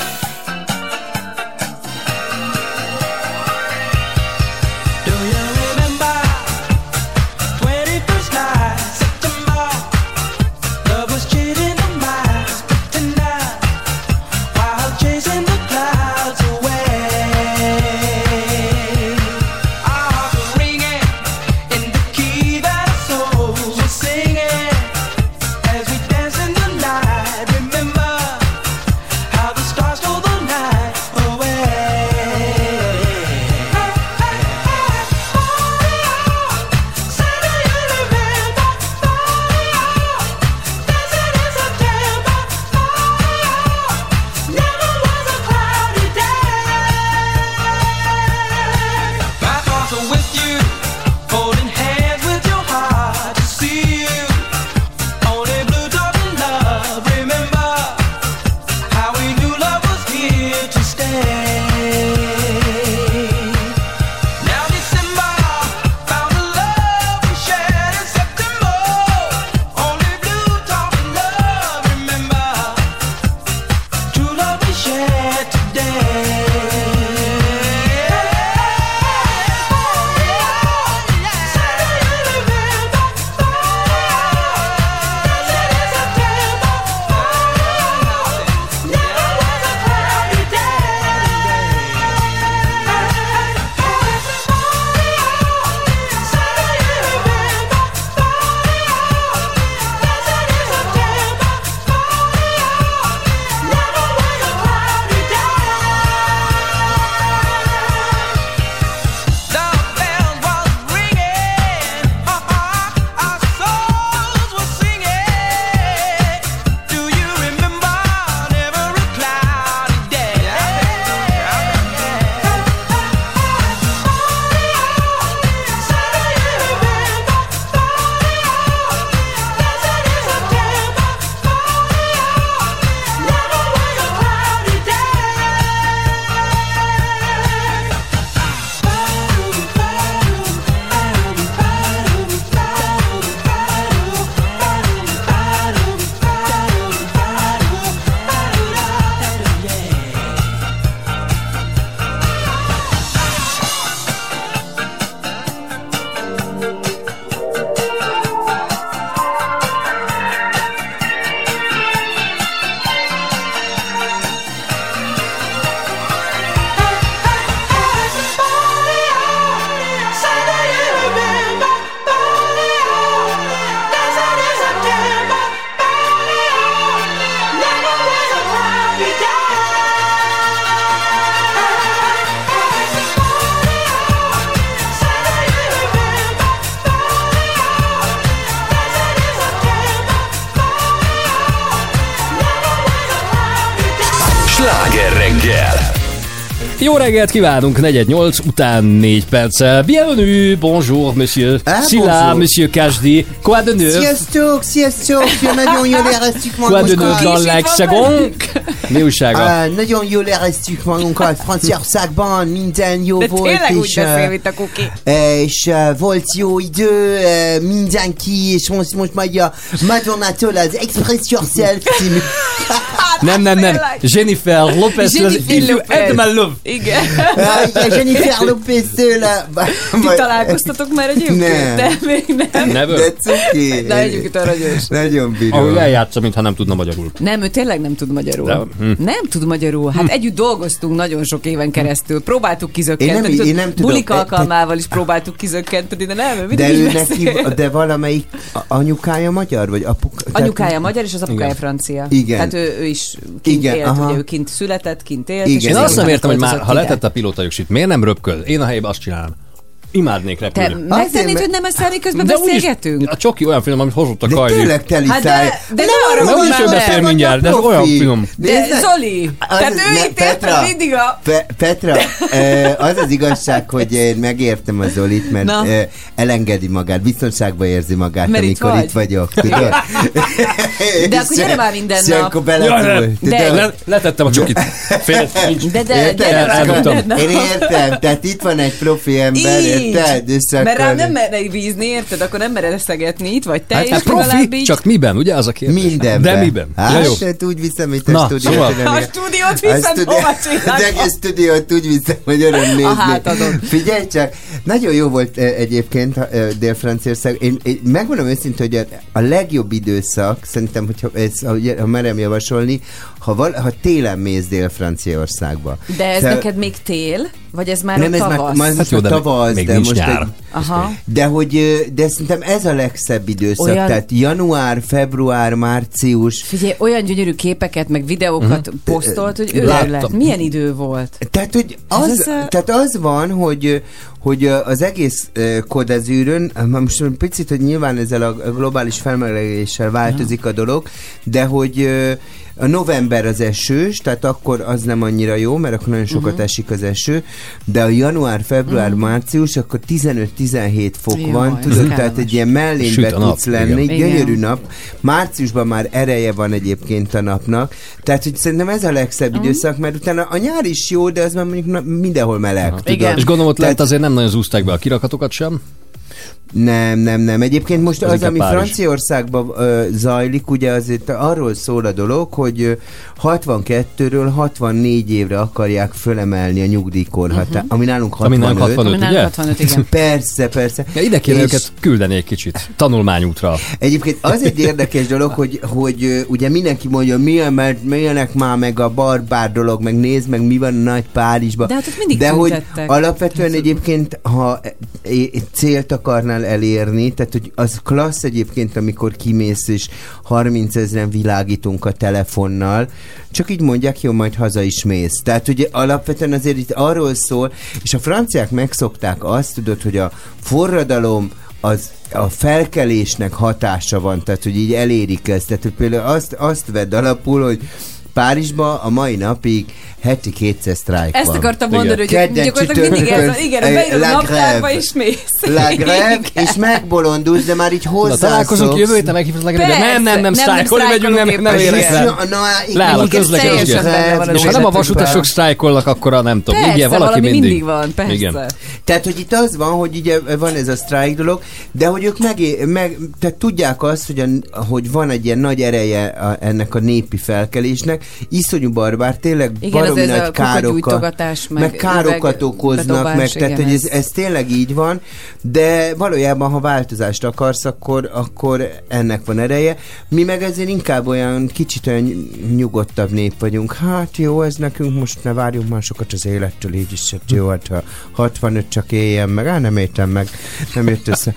Sláger reggel. Jó reggelt kívánunk, 4:08 után 4 perccel. Bienvenue, bonjour, monsieur. Szilá, monsieur Kasdi. Quoi de neuf? Sziasztok, sziasztok, nagyon jól éreztük Quoi de neuf dans l'hexagon? Mi újsága? Nagyon jól éreztük magunkat Franciaországban, minden jó de volt. Tényleg úgy beszél, mint a kuki. És volt jó idő, mindenki, és most majd a Madonnától az Express Yourself című. Nem. Jennifer Lopez. Edmund Love. Igen. Jennifer Lopez-től. Ti találkoztatok már egyébként? Nem. De még nem. Never. De cuki. De egyébként aranyos. Nagyon bíró. Ahogy eljátsza, mintha nem tudna magyarul. Nem, ő tényleg nem tud magyarul. Nem tud magyarul. Hát együtt dolgoztunk nagyon sok éven keresztül. Próbáltuk kizökkenteni. Én nem tudom. Bulik alkalmával is próbáltuk kizökkenteni, de nem, mindig de is ő beszél. de valamelyik anyukája magyar, vagy apuka? Anyukája magyar, és az apukája francia. Igen. Tehát ő is kint élt, ugye ő kint született, kint élt. Igen. Én azt nem értem, hogy már, ha ide. letette a pilótajogsit, miért nem röpköd? Én a helyben azt csinálom. Imádnék repülni. Te megtennéd, hogy nem eszel, miközben De úgyis- beszélgetünk? A csoki olyan film, amit hozott a De Kajli. tényleg teli Hát száj. de nem arra De mondom úgyis ő már beszél meg. mindjárt, de ez olyan film. De Zoli, tehát ő itt érted mindig a... Petra, az az igazság, hogy én megértem a Zolit, mert Na. elengedi magát, biztonságban érzi magát, Mert itt amikor vagy. itt vagyok, tudod? De akkor gyere már minden És nap. akkor beletúl, tudod? Letettem a csokit. Fél, nincs. De Érted? gyere már Eldobtam. minden nap. Én értem, tehát itt van egy profi ember, Így Mert rám nem merre bízni, érted? Akkor nem mered eszegetni itt, vagy te hát, is profi, így... csak miben, ugye az a kérdés? Mindenben. De miben? Hát úgy viszem, mint a stúdiót. Szóval. A stúdiót viszem, hova csinálom? Az egész stúdiót úgy viszem, hogy öröm nézni. A hátadon. Figyelj csak, nagyon jó volt egyébként Dél-Franciaország. Én megmondom őszintén, hogy a legjobb időszak, szerintem, ha merem javasolni, ha télen mész Dél-Franciaországba. De ez neked még tél? Vagy ez már nem, a tavasz? Ez már jó, tavasz, még de nincs most nyár. De szerintem ez a legszebb időszak. Tehát január, február, március. Figyelj, olyan gyönyörű képeket, meg videókat posztolt, hogy őrület. Milyen idő volt? Tehát, hogy az van, hogy az egész Côte d'Azurön, most egy picit, hogy nyilván ezzel a globális felmelegedéssel változik a dolog, de hogy a november az esős, tehát akkor az nem annyira jó, mert akkor nagyon sokat esik az eső, de a január, február, március, akkor 15-17 fok van, tudod, tehát egy ilyen mellénbe tudsz lenni, gyönyörű nap. Márciusban már ereje van egyébként a napnak, tehát hogy szerintem ez a legszebb időszak, mert utána a nyár is jó, de az már mondjuk mindenhol meleg, tudod. És gondolom, ott lent azért nem nagyon zúzták be a kirakatokat sem? Nem. Egyébként most az ami Franciaországban zajlik, ugye azért arról szól a dolog, hogy 62-ről 64 évre akarják fölemelni a nyugdíjkorhatárt, ami nálunk 65. Ugye? 65, igen. Persze. Ja, ide kéne őket küldeni egy kicsit, tanulmányútra. Egyébként az egy érdekes dolog, hogy ugye mindenki mondja, milyenek már meg a barbár dolog, meg nézd meg, mi van a nagy Párizsban. De hát ott mindig de hogy tüntettek. alapvetően egyébként, ha célt akarnál elérni, tehát hogy az klassz egyébként, amikor kimész és 30 000 világítunk a telefonnal, csak így mondják, jó, majd haza is mész. Tehát ugye alapvetően azért itt arról szól, és a franciák megszokták azt, tudod, hogy a forradalom az a felkelésnek hatása van, tehát hogy így elérik ezt. Tehát hogy például azt vedd alapul, hogy Párizsban a mai napig heti 200 sztrájk van. Ezt akartam mondani, hogy gyakorlatilag mindig ez van. Igen, beírod a naptárba és mész. La grève, és megbolondulsz, de már így hozzászoksz. Találkozunk jövő héten, meghívsz la grève. Nem, sztrájkolni megyünk, nem érek rá. Leáll a közlekedés. Ha nem a vasutasok sztrájkolnak, akkor nem tudom. Persze, valaki mindig van, persze. Tehát, hogy itt az van, hogy ugye van ez a sztrájk dolog, de hogy ők tehát tudják azt, hogy van egy ilyen nagy ereje ennek a népi felkelésnek, iszonyú barbár, tényleg baromi nagy károkat okoznak, meg tehát, hogy ez tényleg így van, de valójában, ha változást akarsz, akkor ennek van ereje. Mi meg ezért inkább olyan kicsit olyan nyugodtabb nép vagyunk. Hát jó, ez nekünk most ne várjunk már sokat az élettől, így is jó, hát ha 65 csak éljen meg, nem értem meg, nem ért össze.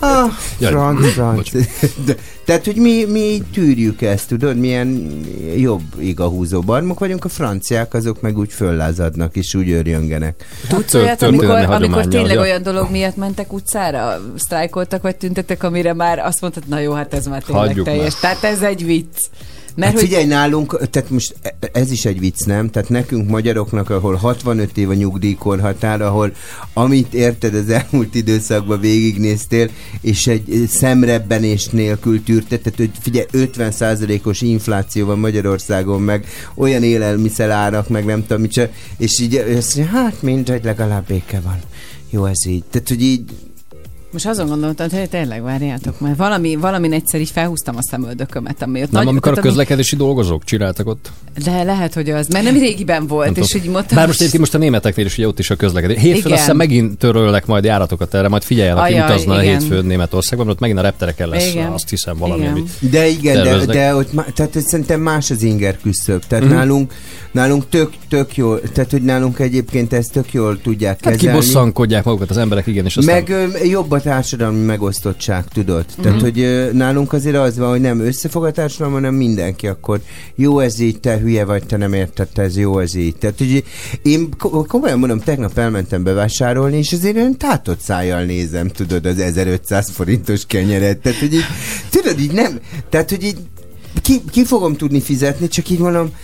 Franc. Tehát, hogy mi tűrjük ezt, tudod, milyen jobb igahúzó barmok vagyunk, a franciák azok meg úgy föllázadnak és úgy örjöngenek. Tudsz olyat, amikor tényleg olyan dolog miatt mentek utcára, sztrájkoltak vagy tüntettek, amire már azt mondtad, na jó, hát ez már tényleg hagyjuk teljes. Már. Tehát ez egy vicc. Mert hát figyelj, nálunk, tehát most ez is egy vicc, nem? Tehát nekünk magyaroknak, ahol 65 év a nyugdíjkorhatár, ahol amit érted az elmúlt időszakban végignéztél, és egy szemrebbenés nélkül tűrted, tehát hogy figyelj, 50%-os infláció van Magyarországon, meg olyan élelmiszer árak, meg nem tudom mit, és így azt mondja, hát mindegy, legalább béke van. Jó, ez így. Tehát, hogy így most azon gondoltam, hogy tényleg várjátok, mert valamin egyszer így felhúztam a szemöldökömet, ami ott nem, amikor a közlekedési dolgozók csináltak ott? De lehet, hogy az, mert nem régiben volt, nem és úgy mondtam. Bár most egyébként most a németeknél is ugye ott is a közlekedés. Hétfőn azt hiszem megint törölnek majd járatokat erre, majd figyeljenek, aki utazna a hétfőn Németországban, ott megint a reptereken lesz, azt hiszem valami, amit de igen, de ott tehát szerintem más az inger küszöb. Tehát nálunk tök jól, tehát hogy nálunk egyébként ezt tök jól tudják kezelni. Kibosszankodják magukat az emberek, igen, és aztán meg jobb a társadalmi megosztottság, tudod? Tehát, hogy nálunk azért az van, hogy nem összefog a társadalom, hanem mindenki akkor jó ez így, te hülye vagy, te nem érted, ez jó ez így. Tehát, hogy én komolyan mondom, tegnap elmentem bevásárolni, és azért olyan tátott szájjal nézem, tudod, az 1500 forintos kenyeret. Tehát, hogy így, tudod, így nem, tehát, hogy így ki fogom tudni fizetni, csak így mondom,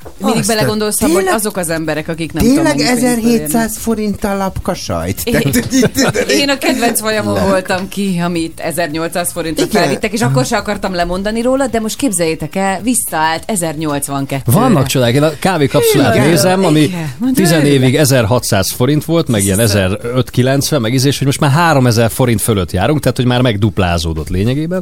Mindig belegondolsz, hogy azok az emberek, akik nem tudom. Tényleg 1700 forinttal lapka sajt? Én a kedvenc vajamon voltam ki, amit 1800 forintra felvittek, és akkor se akartam lemondani róla, de most képzeljétek el, visszaállt 1082. Vannak csodák, én a kávékapszulát nézem, ami 10 évig 1600 forint volt, meg ilyen 1590, meg ízés, hogy most már 3000 forint fölött járunk, tehát hogy már megduplázódott lényegében.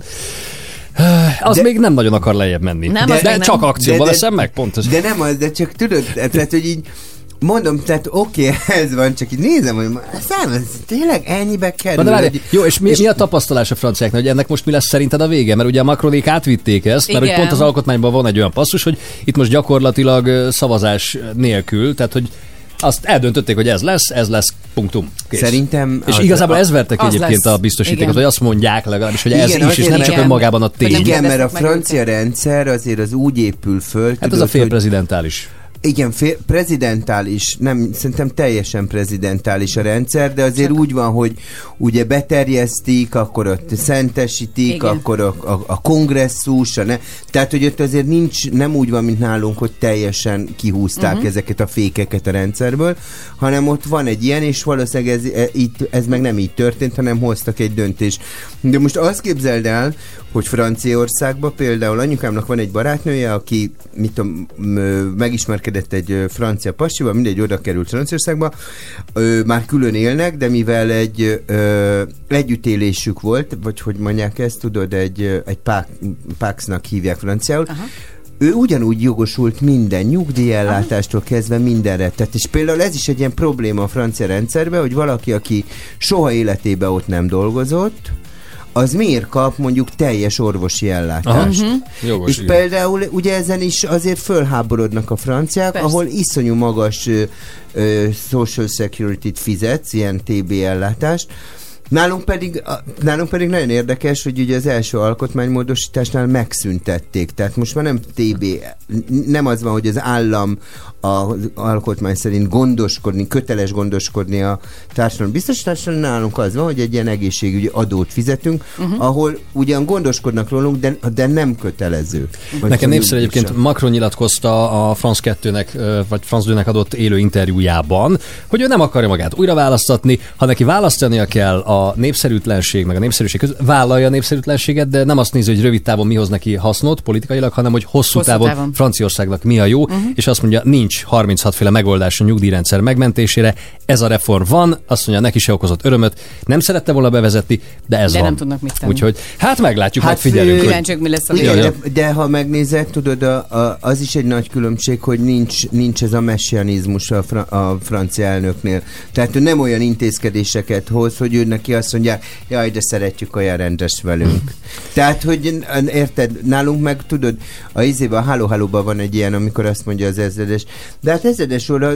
Az még nem nagyon akar lejjebb menni. Nem, de csak akcióban veszem meg, pontos. De nem az, de csak tudod, tehát, hogy így mondom, tehát oké, ez van, csak így nézem, hogy ez tényleg ennyibe kerül. Jó, és mi a tapasztalás a franciáknak, hogy ennek most mi lesz szerinted a vége? Mert ugye a Macronék átvitték ezt, mert hogy pont az alkotmányban van egy olyan passzus, hogy itt most gyakorlatilag szavazás nélkül, tehát hogy azt eldöntötték, hogy ez lesz, punktum. Kész. Szerintem... És igazából ez vertek egyébként a biztosítékot, hogy azt mondják legalábbis, hogy ez is, és nem csak önmagában a tény. Igen, mert a francia rendszer azért az úgy épül föl... Hát ez a félprezidentális. Igen, prezidentális, nem, szerintem teljesen prezidentális a rendszer, de azért úgy van, hogy ugye beterjesztik, akkor ott szentesítik, igen. Akkor a kongresszus, tehát, hogy ott azért nem úgy van, mint nálunk, hogy teljesen kihúzták ezeket a fékeket a rendszerből, hanem ott van egy ilyen, és valószínűleg ez meg nem így történt, hanem hoztak egy döntést. De most azt képzeld el, hogy Franciaországban például anyukámnak van egy barátnője, aki megismerkedett egy francia pasival, mindegy, oda került Franciaországba, már külön élnek, de mivel egy együttélésük volt, vagy hogy mondják ezt, tudod, egy Pax-nak hívják franciául, ő ugyanúgy jogosult minden nyugdíjellátástól kezdve mindenre. Tehát és például ez is egy ilyen probléma a francia rendszerben, hogy valaki, aki soha életében ott nem dolgozott, az miért kap mondjuk teljes orvosi ellátást. Jogos, és például ugye ezen is azért fölháborodnak a franciák, persze. Ahol iszonyú magas social security-t fizetsz, ilyen TB ellátást. Nálunk pedig nagyon érdekes, hogy ugye az első alkotmánymódosításnál megszüntették. Tehát most már nem TB, nem az van, hogy az állam az alkotmány szerint köteles gondoskodni a társadalom biztosításról, nálunk az van, hogy egy ilyen egészségügyi adót fizetünk, ahol ugyan gondoskodnak rólunk, de nem kötelező. Nekem népszerű egyébként Macron nyilatkozta a France 2-nek, vagy France 2-nek adott élő interjújában, hogy ő nem akarja magát újra választatni, ha neki választania kell a népszerűtlenség, meg a népszerűség között, vállalja a népszerűtlenséget, de nem azt nézi, hogy rövid távon mi hoz neki hasznot politikailag, hanem hogy hosszú távon Franciaországnak mi a jó, és azt mondja, nincs 36 féle megoldás a nyugdíjrendszer megmentésére, ez a reform van, azt mondja, neki se okozott örömöt, nem szerette volna bevezetni, de ez van. Nem tudnak mit tenni. Úgyhogy hát meglátjuk, megfigyelünk. Kíváncsiak, mi lesz a vége. De ha megnézed, tudod, az is egy nagy különbség, hogy nincs ez a messianizmus a francia elnöknél. Tehát ő nem olyan intézkedéseket hoz, hogy ő neki azt mondják, jaj, de szeretjük, olyan rendes velünk. Tehát, hogy érted, nálunk meg tudod, a Háló-Hálóban van egy ilyen, amikor azt mondja az ezredes, de hát ezredes úr,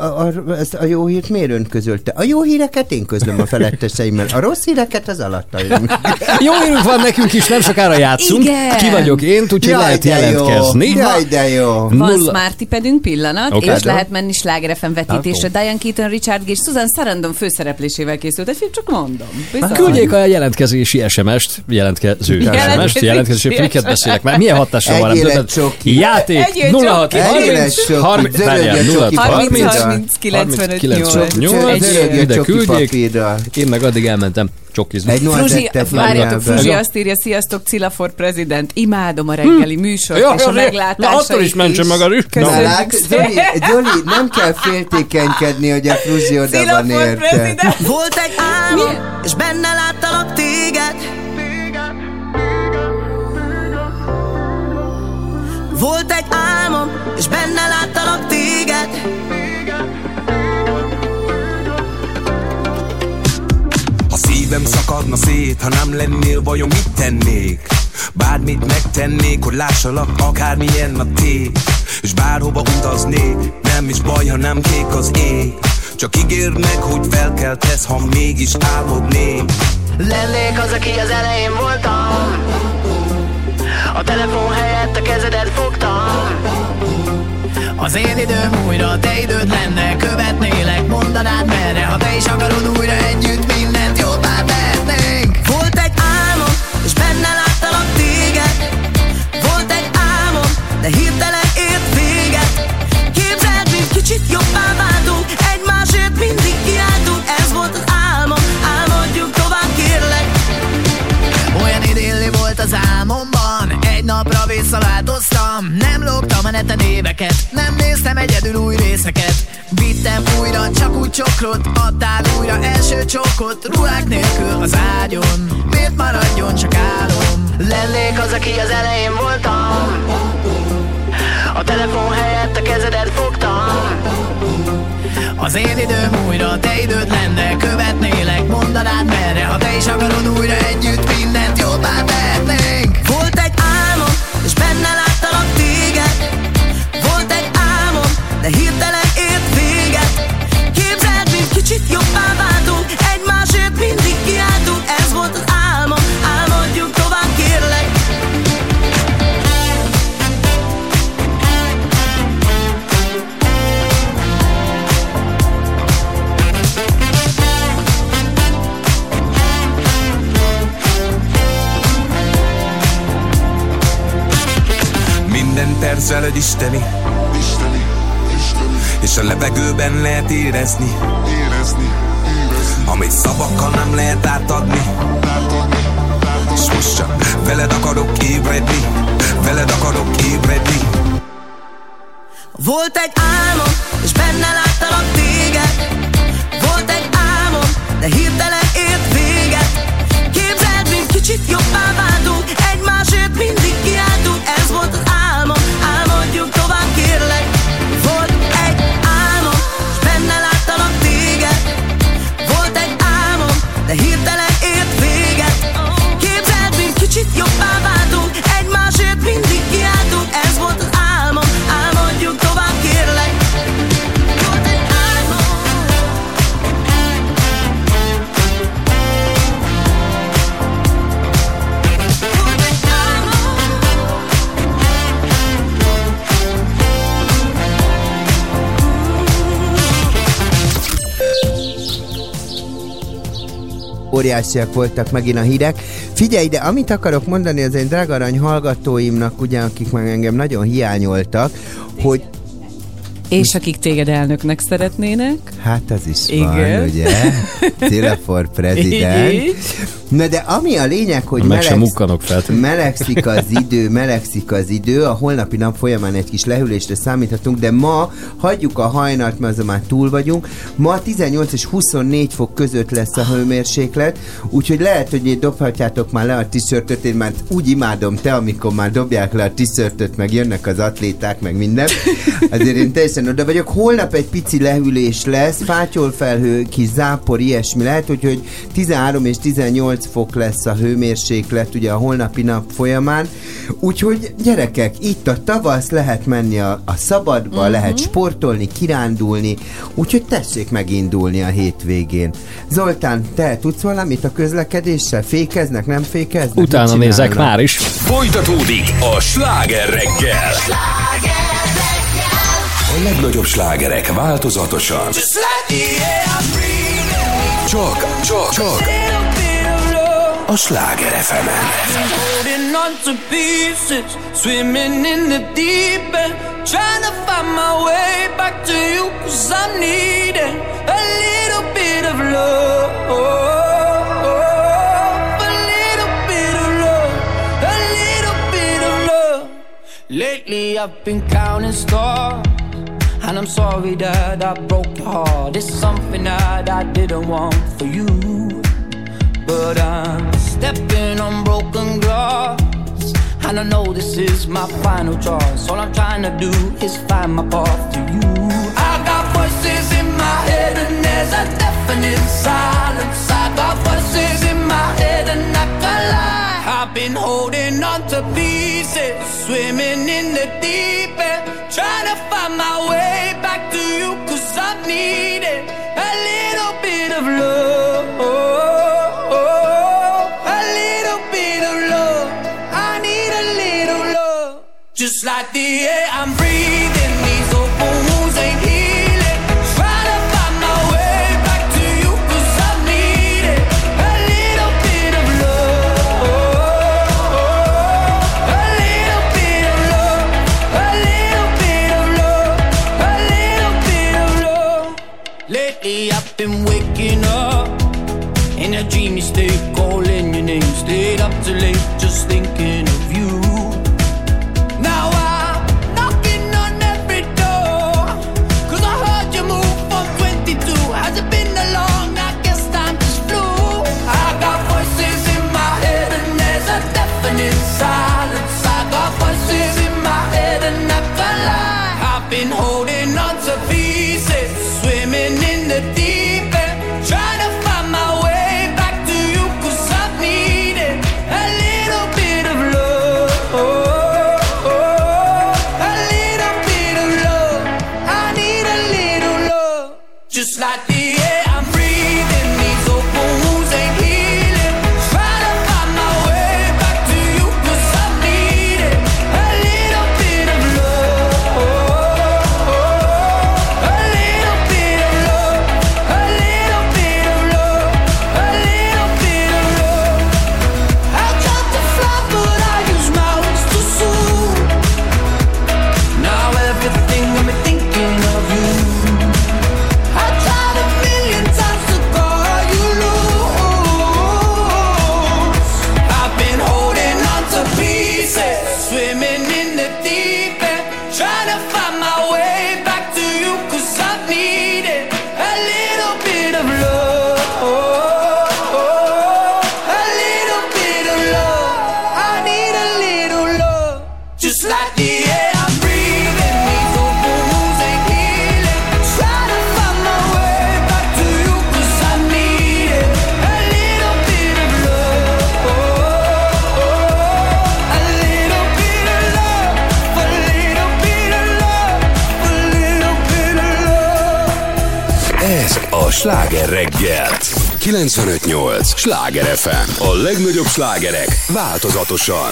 a jó hírt miért ön közölte? A jó híreket én közlöm a feletteseimmel, a rossz híreket az alattaim. Jó hírünk van nekünk is, nem sokára játszunk. Igen. Ki vagyok én, úgyhogy lehet jelentkezni. Jaj, de jó. Van Smarty-pedünk pillanat, és lehet menni Sláger FM vetítésre. Diane Keaton, Richard Gere és Susan Sarandon főszereplésével készült egy film, csak mondom. Küldjék a jelentkezési SMS-t, jelentkezési friket beszélek már. Milyen hatással van? Játék 06 30 95 ide küldjék. Én meg addig elmentem csokizni. Fruzsi azt írja, sziasztok, Cilla for President, imádom a reggeli műsort és a meglátásait. Na, attól is mentsen meg a rüst. Zoli, nem kell féltékenykedni, hogy a Fruzsi oda van érte. Volt egy álmom, és benne láttalak téged. Volt egy álmom, és benne láttalak téged. Ha szívem szakadna szét, ha nem lennél, vajon mit tennék? Bármit megtennék, hogy lássalak, akármilyen a tét. És bárhova utaznék, nem is baj, ha nem kék az ég. Csak ígérd meg, hogy felkeltesz, ha mégis álmodnék. Lennék az, aki az elején voltam. A telefon helyett a kezedet fogtam. Az én időm újra a te időd lenne. Követnélek, mondanád merre. Ha te is akarod újra együtt, mindent jobbá tehetnénk. Volt egy álmom, és benne láttalak téged. Volt egy álmom, de hirtelen ért véget. részeket. Vittem újra, csak úgy csokrot, adtál újra első csókot, ruhák nélkül az ágyon, miért maradjon csak álom? Lennék az, aki az elején voltam, a telefon helyett a kezedet fogtam. Az én időm újra, te időd lenne, követnélek, mondanád merre. Ha te is akarod újra együtt, mindent jobbá tehetnénk. Volt egy álmom, és benne láttalak téged. Volt egy álmom, de hirtelen ért véget. Képzeld, mint kicsit jobbá váltunk, egymásért mindig kiáltunk. Ez volt az álmom, álmodjunk tovább, kérlek. Minden terv veled isteni, és a levegőben lehet érezni, amit szavakkal nem lehet átadni. És most csak veled akarok ébredni, veled akarok ébredni. Volt egy álmom, és benne láttalak téged. Volt egy álmom, de hirtelen ért véget. Képzeld, mint kicsit jobbá váltunk, egymásért mindig kiáltunk. Ez volt az álmom, álmodjunk tovább, kérlek. Volt egy álmom, és benne láttalak téged. Volt egy álmom, de hirtelen ért véget. Képzeld, mint kicsit jobbá váltunk, egymásért mindig kiáltunk. Ez volt az álmom, álmodjunk tovább, kérlek. Volt egy álmom. Volt egy álmom. Óriásiak voltak megint a hírek. Figyelj, de amit akarok mondani az én drága arany hallgatóimnak, ugye, akik meg engem nagyon hiányoltak, hogy és akik téged elnöknek szeretnének. hát az is igen. van, ugye? Cilla for president. Na de ami a lényeg, hogy melegszik az idő, a holnapi nap folyamán egy kis lehűlésre számíthatunk, de ma hagyjuk a hajnalt, mert azon már túl vagyunk. Ma 18 és 24 fok között lesz a hőmérséklet, úgyhogy lehet, hogy dobhatjátok már le a t-shirtöt, én már úgy imádom te, amikor már dobják le a t-shirtöt, meg jönnek az atléták, meg minden. Azért én teljesen oda vagyok. Holnap egy pici lehűlés lesz, fátyolfelhő, kis zápor, ilyesmi lehet, úgyhogy 13 és 18 fok lesz a hőmérséklet ugye a holnapi nap folyamán. Úgyhogy gyerekek, itt a tavasz, lehet menni a szabadba, lehet sportolni, kirándulni, úgyhogy tessék megindulni a hétvégén. Zoltán, te tudsz valamit a közlekedéssel? Fékeznek, nem fékeznek? Utána nézek már is. Folytatódik a Sláger reggel. A legnagyobb slágerek változatosan. Csak a Sláger FM-en. Holding on to pieces, swimming in the deep end, trying to find my way back to you, 'cause I'm needing a little bit of love, a little bit of love, a little bit of love. Lately I've been counting stars, and I'm sorry that I broke your heart. It's something that I didn't want for you, but I'm stepping on broken glass, and I know this is my final choice. All I'm trying to do is find my path to you. I got voices in my head and there's a deafening silence. I got voices in my head and I can't lie. I've been holding on to pieces, swimming in the deep end, trying to find my way back to you, 'cause I'm needing a little bit of love. Just like the air I'm breathing, these open wounds ain't healing. Trying to find my way back to you, 'cause I need it. A little bit of love, a little bit of love, a little bit of love, a little bit of love. Lately I've been waking up in a dreamy state, calling your name, stayed up too late, just thinking of you. Now I'm knocking on every door, 'cause I air I'm breathing. These open wounds ain't healing. Trying to find my way back to you, 'cause I need it. A little bit of love, a little bit of love, a little bit of love, a little bit of love. I tried to fly but I use my wings too soon. Now everything got me thinking of you. I tried a million times to call you loose. I've been holding on to pieces, swimming in the deep end, trying to find my way back to you, 'cause I need it. A little bit of love, a little bit of love. I need a little love, just like the air I'm breathing. These open wounds ain't healing. Trying to find my way back to you, 'cause I need it. A little bit of love, a little bit of love, a little bit of love, a little bit of love. Ez a Sláger reggel. 95.8 Sláger FM. A legnagyobb slágerek változatosan.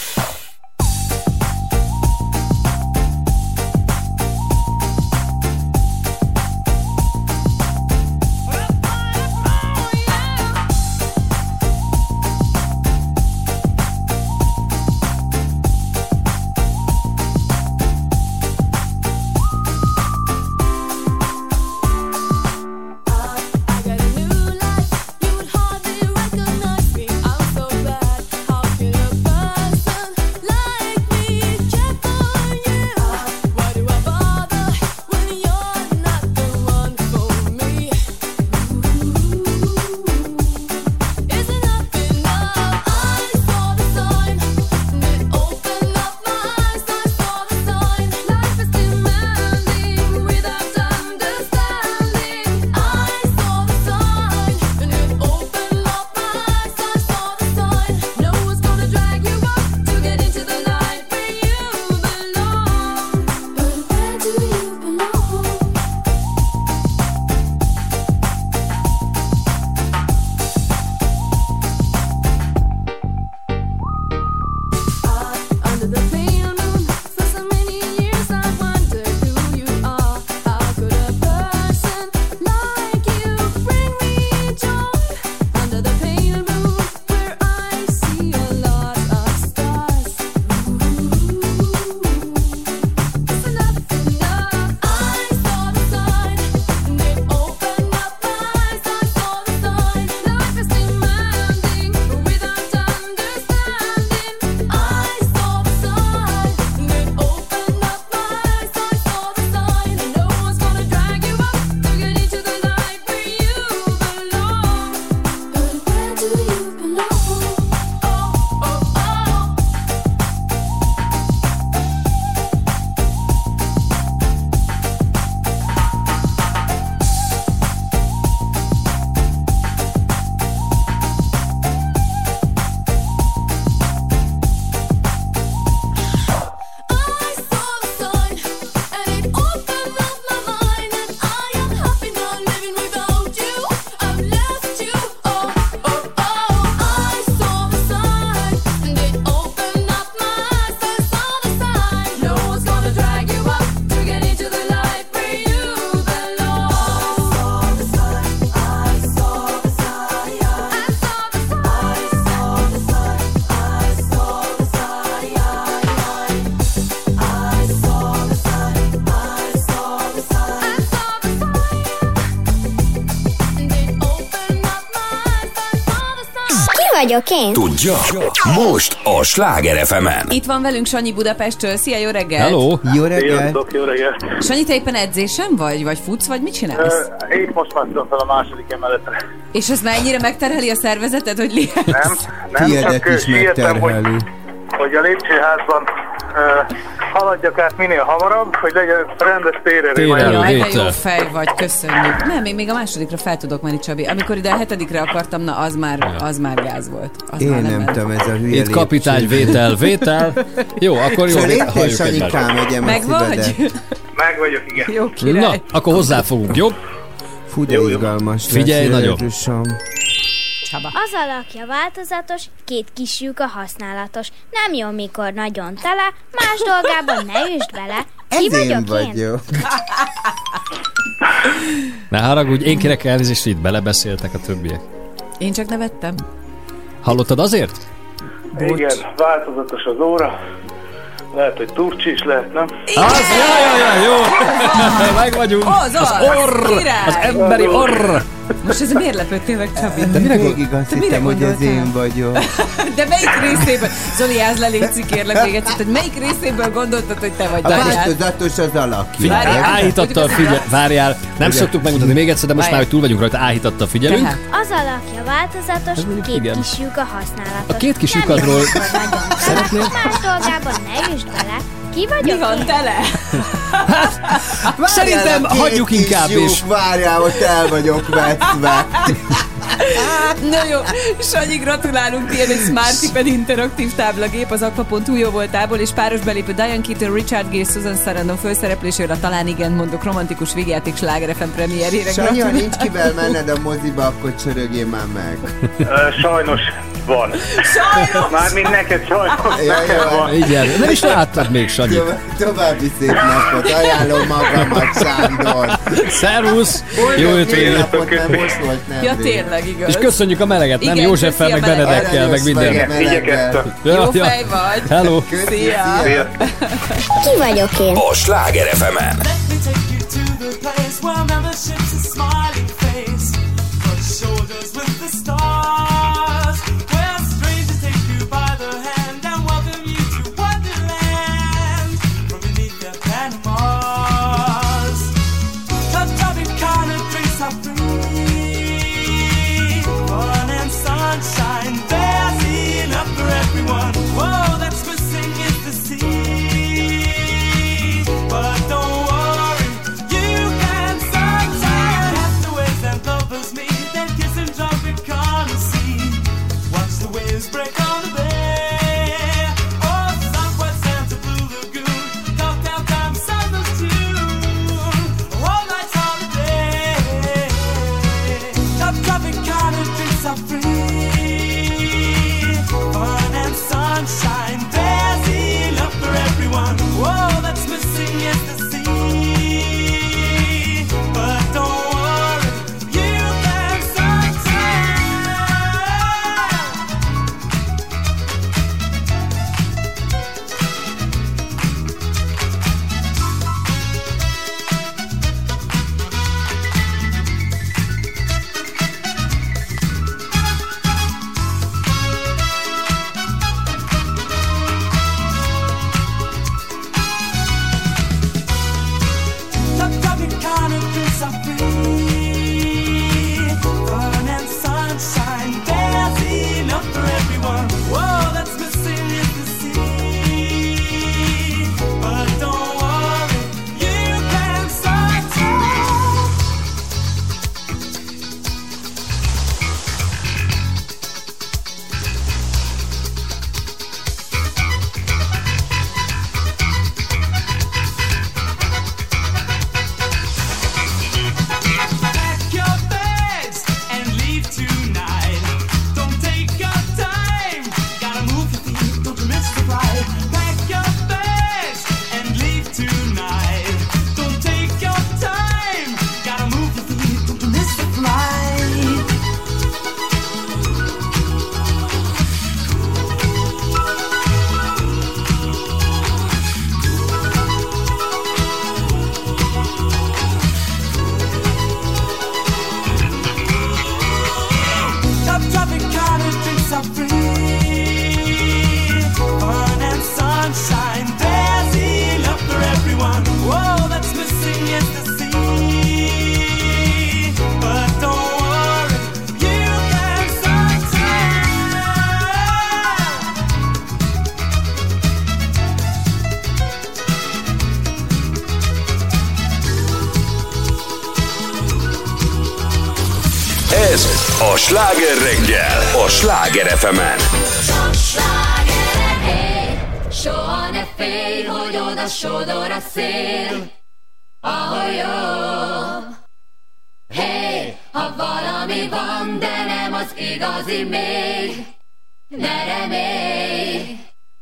vagyok én. Tudja? Most a Sláger FM-en. Itt van velünk Sanyi Budapestről. Szia, jó reggelt! Hello! Jó reggelt! Sziasztok, jó reggelt! Sanyi, te éppen edzésen vagy futsz, vagy mit csinálsz? Én most mászom fel a második emeletre. És ez mennyire megterheli a szervezeted, hogy lihetsz? Nem, csak siettem, hogy a lépcsőházban haladjak át minél hamarabb, hogy legyen rendes térerő. Jaj, de jó fej vagy, köszönjük. Nem, én még a másodikra fel tudok menni, Csabi. Amikor ide a hetedikre akartam, na az már gáz volt. Az én már nem tudom, ez a hülye itt kapitány, vétel. Jó, akkor jó. Léptél, Sanyikám, megyem a meg vagy? Meg vagyok, igen. Jó, király. Na, akkor hozzáfogunk, jó? Fú, de izgalmas. Figyelj nagyon. Csaba. Az alakja változatos, 2 kis lyuka használatos. Nem jó, mikor nagyon tele, más dolgában ne üsd bele. Ki vagyok én? Ne haragudj, én kérek elnézést, hogy itt belebeszéltek a többiek. Én csak nevettem. Hallottad azért? Igen, változatos az óra. Lehet, hogy turcsi is lehet, nem? Az, jó! Meg vagyunk! Az orr! Az emberi orr! Most ez miért lepődtél meg, Csabi? De végig azt hittem, hogy ez én vagyok. De melyik részéből? Zoli, állsz le, légy kérlek még egyszer, hogy melyik részéből gondoltad, hogy te vagy? Változatos az alakja. Áhítattal figyel, várjál, nem szoktuk megmutatni még egyszer, de most már, hogy túl vagyunk rajta, áhítattal figyelünk. Az alakja változatos, 2 kis lyuka használatos. A 2 kis lyukadról szeretnél? Más dolgában ne üsd bele. Ki vagyok? Mi van tele? Szerintem hagyjuk inkább is. Várjál, ott el vagyok vetve. Na jó, Sanyi, gratulálunk, ilyen egy Smartiped interaktív táblagép az Aqua.hu jó voltából, és páros belépő Diane Keaton, Richard Gere, Susan Sarandon főszerepléséről a Talán igen mondok romantikus vígjáték Sláger FM premierjére. Sanyi, ha nincs kivel menned a moziba, akkor csörögjél már meg. Sajnos van. Sajnos! Mármint neked sajnos nekem van. Igen, nem is láttad még, Sanyi. További szép napot, ajánlom magamat, Sándor. Szervusz! Jó ötvényt! Ja, tényleg, igaz. És köszönjük a meleget, igen, nem Józseffel, meg Benedekkel, meg minden. Igyekeztem. Jó fej vagy. Hello. Szia. Ki vagyok én? A Sláger FM-en. Ez a Sláger reggel, a Sláger FM-en. Soha ne félj, hogy oda sodor a szél, ahol jobb. Hey, ha valami van, de nem az igazi még, ne remélj.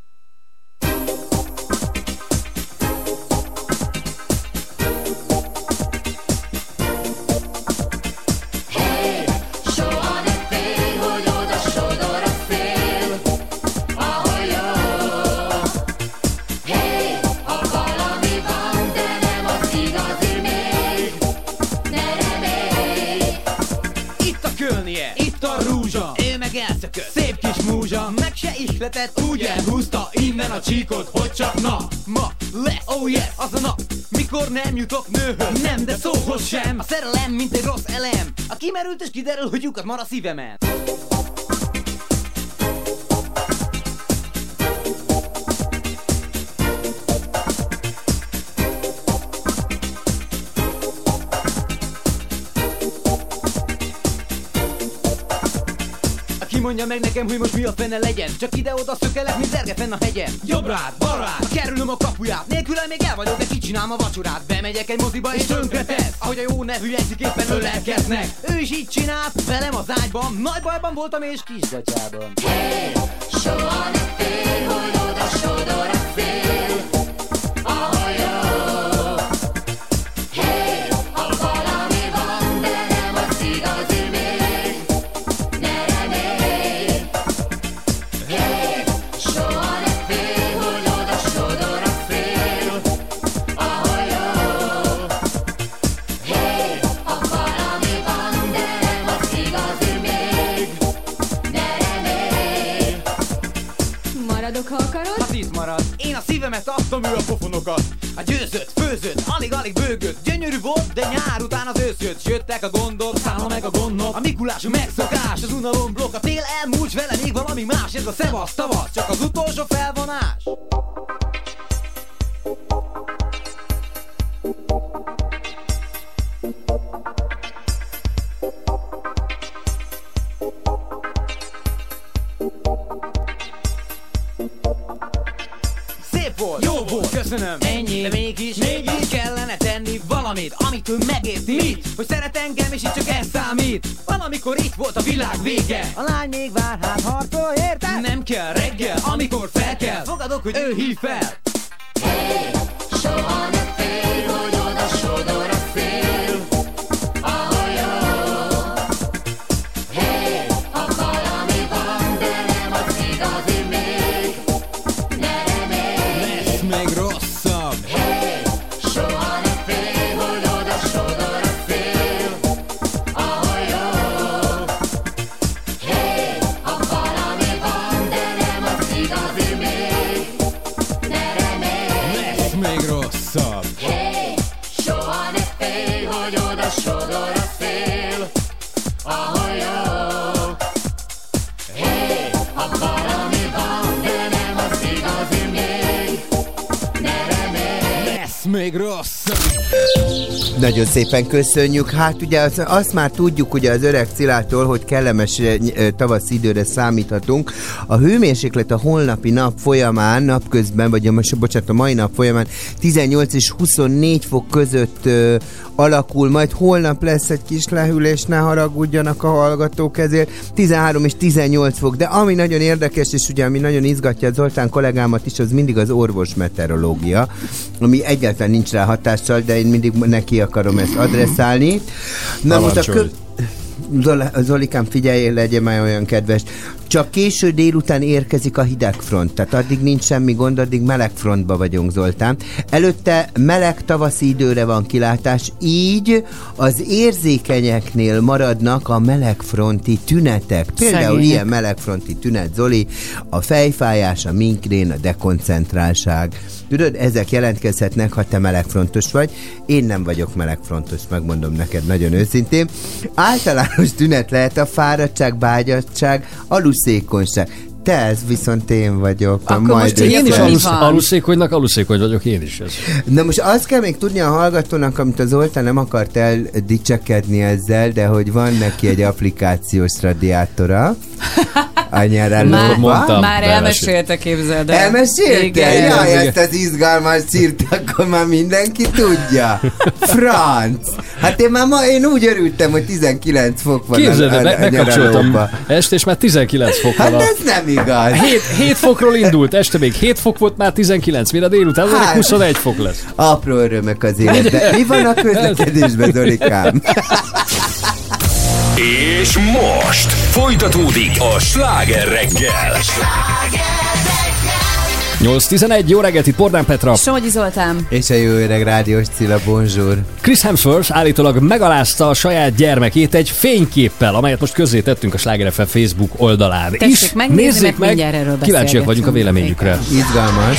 Hey, soha ne félj, hogy oda sodor a szél, ahol jó. Hey, ha valami van, de nem az igazi még, ne remélj. Itt a kölnie, itt a rúzsa, ő meg elszökött, szép kis múzsa, meg se ihletett, úgy elhúzta innen a csíkot, hogy csak ma lesz, oh yes, az a nap, mikor nem jutok nőhöz, nem, de szóhoz sem, a szerelem, mint egy rossz elem, a kimerült és kiderül, hogy lyukat mar a szívemen. Ki mondja meg nekem, hogy most mi a fene legyen? Csak ide-oda szökelek, mint zerge fenn a hegyen. Jobbrád, balrád, kerülöm a kapuját, nélküle még el vagyok, de kicsinálom a vacsorát. Bemegyek egy moziba és tönkretesz, ahogy a jó nevű jegyzik éppen ölelkeznek. Ő is így csinált, velem az ágyban, nagy bajban voltam és kisgatyában. Hey, soha ne félj, hogy oda sodor a szél, ahol jó. Hey, ha valami van, de nem az igazi még, ne remélj. Hey, soha ne félj, hogy oda sodor a szél, ahol jó. Hey, ha valami van, de nem az igazi még, ne remélj. Maradok, ha akarod? Hát itt marad, én a szívemet adtam, ő a pofonokat. A győzött, főzött, alig-alig bőgött. Gyönyörű volt, de nyár után az ősz jött. Jöttek a gondok, számla meg a gondok. A Mikulás a megszokás, az unalom blokk. A tél elmúlt, vele még valami más. Ez a szevasz, tavasz, csak az utolsó felvonás. Szép volt, jó volt, köszönöm, ennyi. De mégis kellene tenni valamit, amitől megérti. Mit? Hogy szeret engem és itt csak ez számít. Valamikor itt volt a világ vége. A lány még vár, hát harcol, érted? Nem kell reggel, amikor fel kell. Fogadok, hogy ő hív fel. Hey, soha ne félj, hogy oda sodor a szél, ahol jó. Hey, ha valami van, de nem az igazi még, ne remélj. Lesz még rosszabb. Hey, soha ne félj, hogy oda sodor a szél, ahol jó. Hey, ha valami van, de nem az igazi még, ne remélj. Lesz még rosszabb. Hey, soha ne félj, hogy oda sodor a szél, ahol jó. Hey, ha valami van, de nem az igazi még, ne remélj. Lesz még rosszabb. Nagyon szépen köszönjük. Hát ugye azt már tudjuk ugye az öreg Cilától, hogy kellemes tavaszi időre számíthatunk. A hőmérséklet a holnapi nap folyamán, napközben, vagy a mai nap folyamán 18 és 24 fok között alakul, majd holnap lesz egy kis lehűlés, ne haragudjanak a hallgatók ezért, 13 és 18 fok, de ami nagyon érdekes, és ugye ami nagyon izgatja Zoltán kollégámat is, az mindig az orvos meteorológia, ami egyáltalán nincs rá hatással, de én mindig neki akarom ezt adresszálni. Na most Zolikám, figyelj, legyen már olyan kedves. Csak késő délután érkezik a hidegfront, tehát addig nincs semmi gond, addig melegfrontba vagyunk, Zoltán. Előtte meleg tavaszi időre van kilátás, így az érzékenyeknél maradnak a melegfronti tünetek. Például szegények. Ilyen melegfronti tünet, Zoli, a fejfájás, a minkrén, a dekoncentráltság. Tudod, ezek jelentkezhetnek, ha te melegfrontos vagy. Én nem vagyok melegfrontos, megmondom neked nagyon őszintén. Általános tünet lehet a fáradtság, bágyadtság, aluszékonyság. te, ez viszont én vagyok. Akkor most én is aluszékonynak aluszékony vagyok, én is ez. Na most azt kell még tudni a hallgatónak, amit az Zoltán nem akart eldicsekedni ezzel, de hogy van neki egy applikációs radiátora. Már elmesélte, képzeld el. Elmesélte? Jaj, ezt az izgalmas szírt, akkor már mindenki tudja. Franc! Hát én úgy örültem, hogy 19 fok van. Képzeld el, megkapcsoltam este, és már 19 fok van. Hát ez nem igaz. 7 fokról indult, este még 7 fok volt, már 19, mire délután 21 fok lesz. Apró örömök az életben. Mi van a közlekedésben, Zolikám? És most folytatódik a Sláger reggel. 8-11, jó reggelt, itt Pordán Petra. Somogyi Zoltán. És a jó öreg rádiós Cilla, bonjour. Chris Hemsworth állítólag megalázta a saját gyermekét egy fényképpel, amelyet most közzétettünk a Sláger FM Facebook oldalán. Tessék megnézni, mert mindjárt erről beszélgetünk. Kíváncsiak vagyunk a véleményükre. Izgalmas.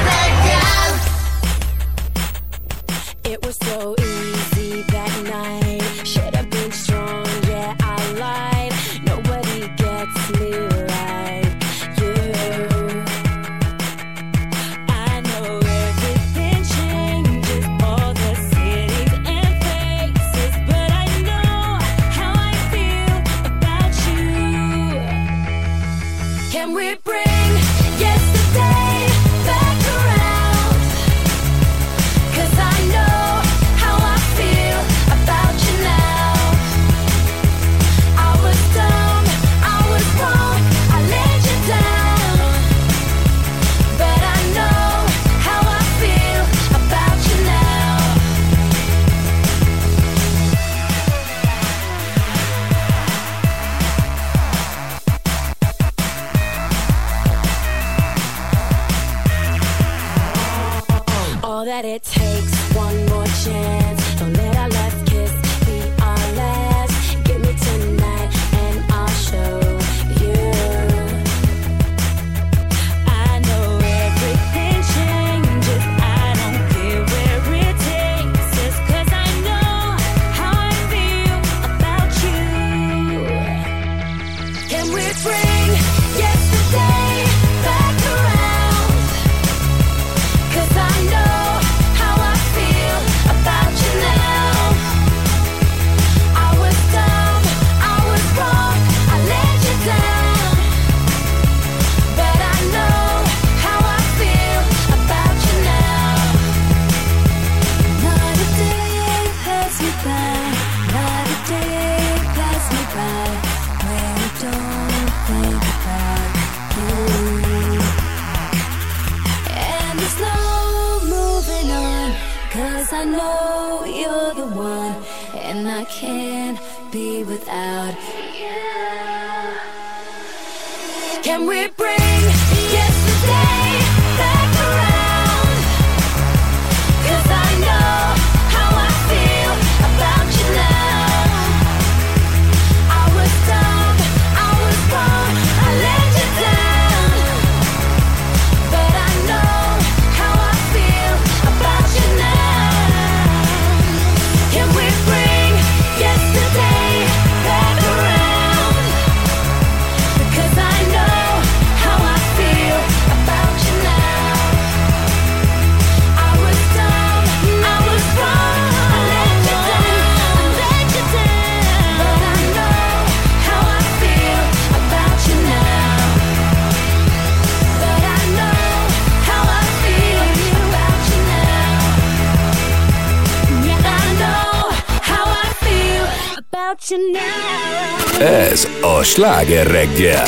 Ez a Sláger reggel.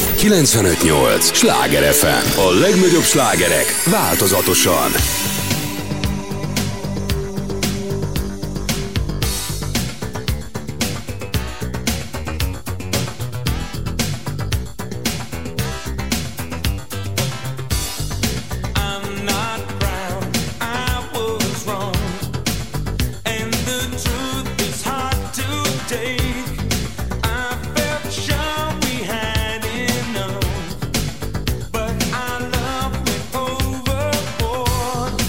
95.8 Sláger FM. A legnagyobb slágerek változatosan. But I love went overboard.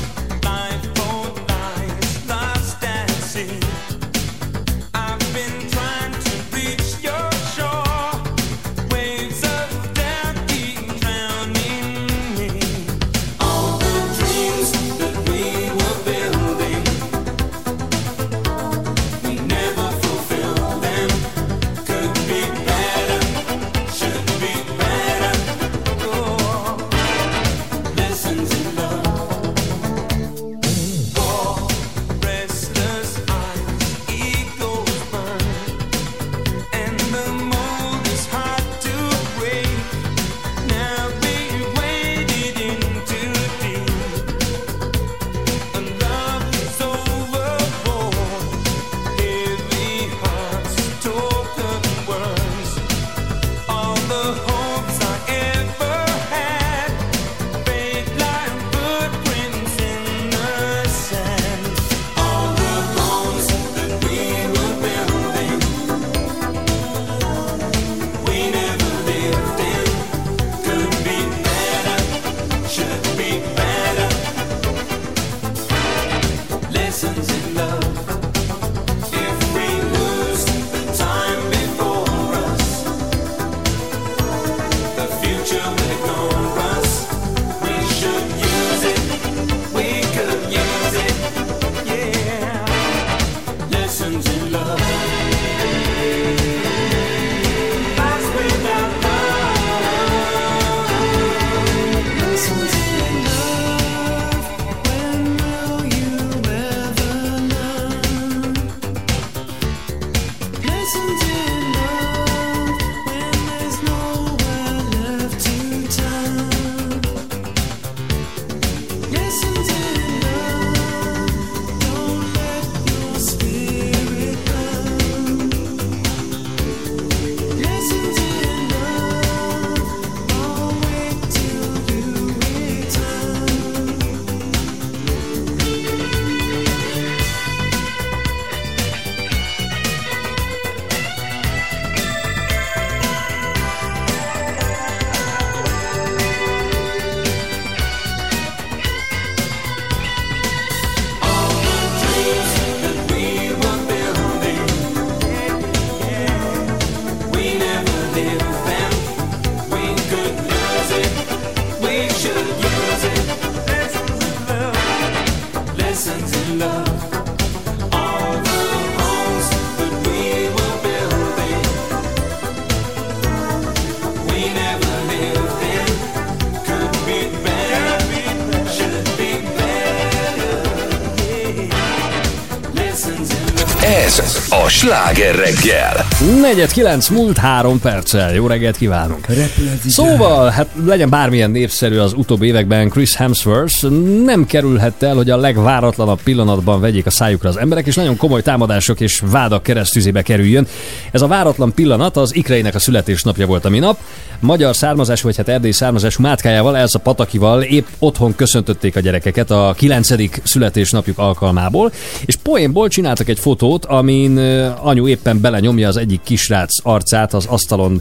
Ez a Sláger reggel. 4:09 múlt 3 perccel. Jó reggelt kívánunk. Szóval, hát legyen bármilyen népszerű az utóbbi években Chris Hemsworth, nem kerülhette el, hogy a legváratlanabb pillanatban vegyék a szájukra az emberek, és nagyon komoly támadások és vádak keresztüzébe kerüljön. Ez a váratlan pillanat az ikreinek a születésnapja volt a minap. Magyar származású, vagy hát erdélyi származású Mátkájával, Elsa Patakival épp otthon köszöntötték a gyerekeket a 9. születésnapjuk alkalmából, és poénból csináltak egy fotót, amin anyu éppen belenyomja az egyik kisrác arcát az asztalon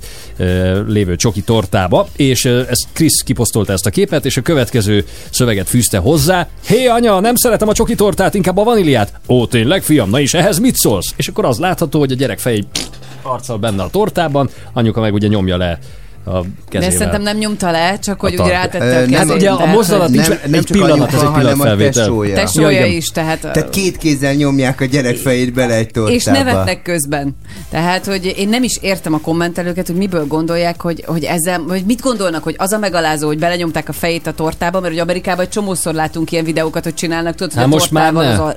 lévő csoki tortába, és ezt Chris kiposztolta ezt a képet, és a következő szöveget fűzte hozzá: Hé anya, nem szeretem a csoki tortát, inkább a vaníliát. Ó, tényleg fiam, na és ehhez mit szólsz? És akkor az látható, hogy a gyerek fej arccal benne a tortában, anyuka meg ugye nyomja le a kezével. De szerintem nem nyomta le, csak hogy ugye rátette a kezét. Hát ugye a mozzanat nincs, egy pillanat, ez egy pillanatfelvétel. Tesója is, tehát... Tehát két kézzel nyomják a gyerek fejét bele egy tortába. És nevetnek közben. Tehát, hogy én nem is értem a kommentelőket, hogy miből gondolják, hogy ezzel, vagy mit gondolnak, hogy az a megalázó, hogy belenyomták a fejét a tortába, mert hogy Amerikában egy csomószor látunk ilyen videókat, hogy csinálnak, tudod, hogy a tortával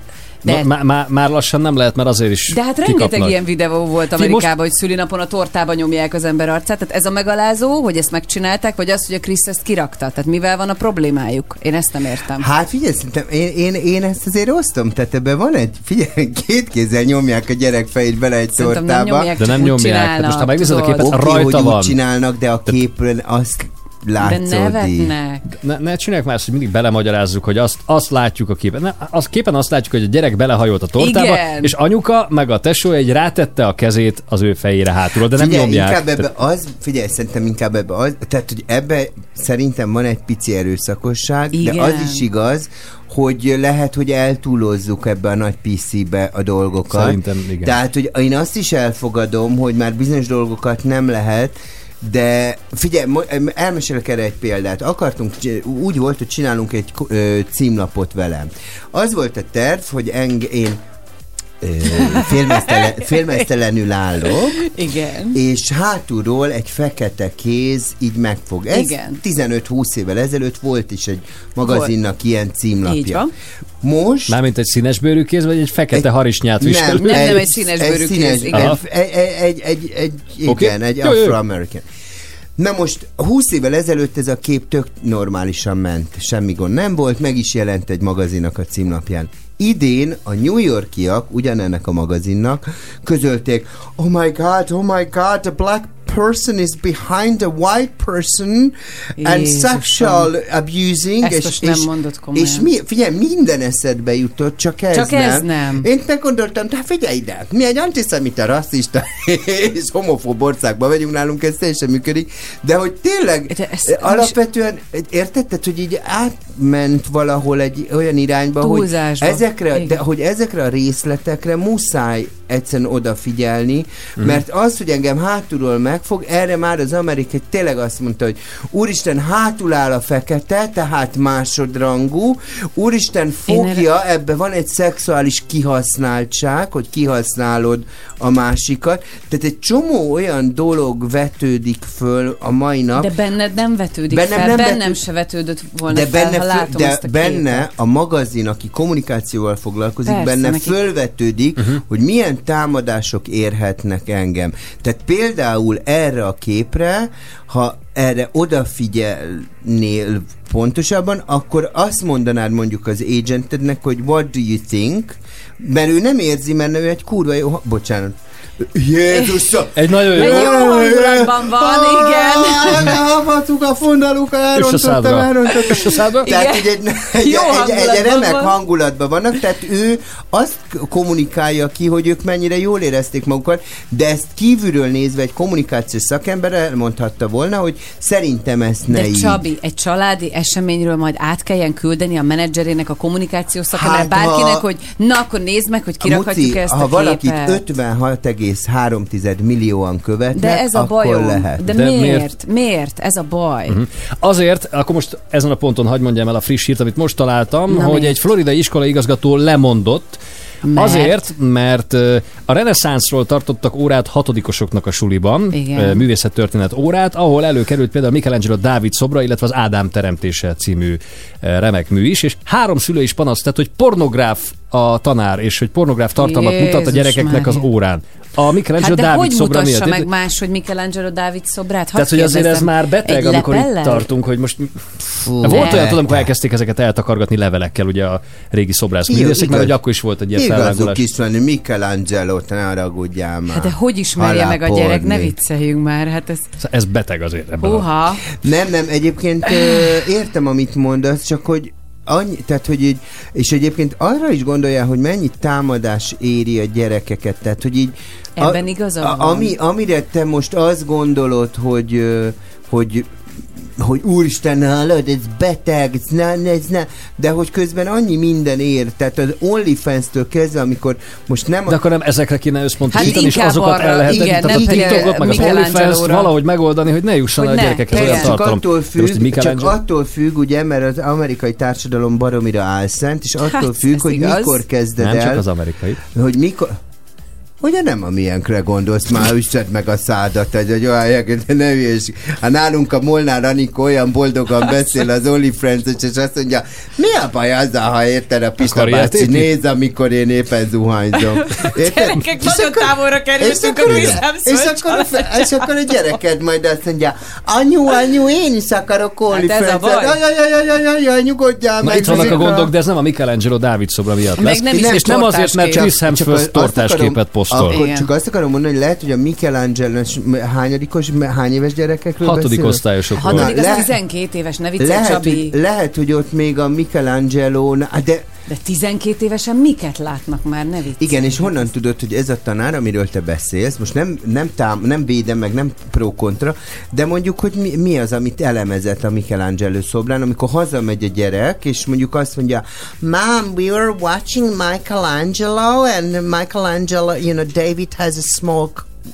már lassan nem lehet, mert azért is de hát kikapnak. rengeteg ilyen videó volt Amerikában, hogy szülinapon a tortába nyomják az ember arcát. Tehát ez a megalázó, hogy ezt megcsinálták, vagy az, hogy a Krisz ezt kirakta? Tehát mivel van a problémájuk? Én ezt nem értem. Hát figyelj, szerintem én ezt azért osztom. Tehát ebben van egy, figyelj, két kézzel nyomják a gyerek fejét bele egy tortába. Nem nyomják, de nem nyomják. Hát most ha megnézed a képet, rajta van. Úgy csinálnak, de a képről azt látszódik. De nevetnek. Ne csinálják már, hogy mindig belemagyarázzuk, hogy azt látjuk a képen. Képen azt látjuk, hogy a gyerek belehajolt a tortába, igen. És anyuka meg a tesó egy rátette a kezét az ő fejére hátulról, de nem nyomják. Szerintem inkább ebbe az, tehát hogy ebbe szerintem van egy pici erőszakosság, igen. De az is igaz, hogy lehet, hogy eltúlozzuk ebbe a nagy PC-be a dolgokat. Szerintem igen. Tehát, hogy én azt is elfogadom, hogy már bizonyos dolgokat nem lehet, de figyelj, elmesélek erre egy példát. Úgy volt, hogy csinálunk egy címlapot velem. Az volt a terv, hogy én félmeztelenül állok, igen. És hátulról egy fekete kéz így megfog. Ez 15-20 évvel ezelőtt volt is egy magazinnak ilyen címlapja. Így van. Most... Mármint egy színesbőrű kéz, vagy egy fekete harisnyát viselő? Nem egy színesbőrű kéz. Igen. Egy Afro-American. Na most 20 évvel ezelőtt ez a kép tök normálisan ment. Semmi gond nem volt, meg is jelent egy magazinnak a címlapján. Idén a New Yorkiak ugyanennek a magazinnak közölték: Oh my God, a black person is behind a white person and sexual abusing. Ezt nem mondott komolyan. És figyelj, minden eszedbe jutott, csak ez nem. Én meggondoltam, hát figyelj ide, mi egy antiszemita, rasszista és homofób országban vagyunk, nálunk ez teljesen működik, de hogy tényleg alapvetően értetted, hogy így átment valahol egy olyan irányba, hogy ezekre a részletekre muszáj egyszerűen odafigyelni, mert az, hogy engem hátulról megfog, erre már az Amerikai tényleg azt mondta, hogy úristen, hátul áll a fekete, tehát másodrangú, úristen, fogja, ebbe van egy szexuális kihasználtság, hogy kihasználod a másikat, tehát egy csomó olyan dolog vetődik föl a mai nap. De benned nem vetődik fel, bennem se vetődött volna de fel, ha látom ezt a benne a magazin, aki kommunikációval foglalkozik, persze, benne fölvetődik, hogy milyen milyen támadások érhetnek engem. Tehát például erre a képre, ha erre odafigyelnél pontosabban, akkor azt mondanád mondjuk az agentednek, hogy what do you think? Mert ő nem érzi, mert ő egy kurva jó... Bocsánat. Jézusom! Egy nagyon jó... Egy jó hangulatban van, igen. Elhagytuk a fondalukat, elrontottam. És a szádra? Tehát egy remek hangulatban vannak, tehát ő azt kommunikálja ki, hogy ők mennyire jól érezték magukat, de ezt kívülről nézve egy kommunikációs szakember elmondhatta volna, hogy szerintem ezt ne de így. Csabi, egy családi eseményről majd át kelljen küldeni a menedzserének, a kommunikációs szakember bárkinek, hogy na akkor nézd meg, hogy kirakhatjuk ezt a képet. Ha valakit 56,3 millióan követnek, de ez a akkor bajom. lehet. De miért? Miért? Ez a baj. Azért, akkor most ezen a ponton hadd mondjam el a friss hírt, amit most találtam, hogy egy floridai iskolai igazgató lemondott, azért, mert a reneszánszról tartottak órát hatodikosoknak a suliban, művészettörténet órát, ahol előkerült például Michelangelo Dávid szobra, illetve az Ádám teremtése című remek mű is, és 3 szülő is panaszt tett, hogy pornográf a tanár, és hogy pornográf tartalmat mutat a gyerekeknek az órán. A Michelangelo Dávid szobra miatt. Hogy mutassa meg más, hogy Michelangelo Dávid szobrát? Tehát, hogy azért ez már beteg, amikor itt tartunk, hogy most... Volt olyan, tudom, amikor elkezdték ezeket eltakargatni levelekkel, ugye a régi szobrászművészek, mert hogy akkor is volt egy ilyen fellángolás. Igazuk is van, Michelangelo-t ne haragudjál már. Hát de hogy ismerje meg a gyerek? Ne vicceljünk már. Hát ez beteg azért ebben. Nem, egyébként értem, amit mondasz, csak hogy annyi, tehát, hogy így, és egyébként arra is gondoljál, hogy mennyi támadás éri a gyerekeket, tehát, hogy így ebben igaza van. Amire te most azt gondolod, hogy úristen, hallod, ez beteg, ez ne, de hogy közben annyi minden ér, tehát az OnlyFans-től kezdve, amikor most nem... De akkor nem ezekre kéne összpontosítani, és azokat el lehet, tehát a TikTokot, meg az OnlyFans-t valahogy megoldani, hogy ne jusson a gyerekekhez olyan tartalom. Csak attól függ, ugye, mert az amerikai társadalom baromira álszent, és attól függ, hogy mikor kezded el... Nem csak az amerikai. Hogy mikor... Ugye nem a milyenkre gondolsz, már üssed meg a szádat, hogy olyan helyeket, ne hülyes. Hát nálunk a Molnár Anikó olyan boldogan beszél az OnlyFans-es, és azt mondja, mi a baj azzal, ha érted a Pista bácsi, nézd, amikor én éppen zuhanyzom. Gyerekek, nagyon távolra kerültünk a és akkor a gyereked majd azt mondja, anyu, én is akarok OnlyFans-et. Hát ez a baj. Jaj, nyugodjál meg. Itt vannak a gondok, de ez nem a Michelangelo Dávid szobra miatt lesz. És nem azért, mert Chris Hemsworth tortásképet posztol. Akkor csak azt akarom mondani, hogy lehet, hogy a Michelangelo-s hány éves gyerekekről 6. osztályosokról. 6. az 12 éves, ne viccelj, Csabi. Lehet, hogy ott még a Michelangelo, de 12 évesen miket látnak már, ne viccelj. Igen, és honnan tudod, hogy ez a tanár, amiről te beszélsz, most nem védem, meg nem pro-kontra, de mondjuk, hogy mi az, amit elemezett a Michelangelo szobrán, amikor hazamegy a gyerek, és mondjuk azt mondja, Mom, we were watching Michelangelo, and Michelangelo, David has a small...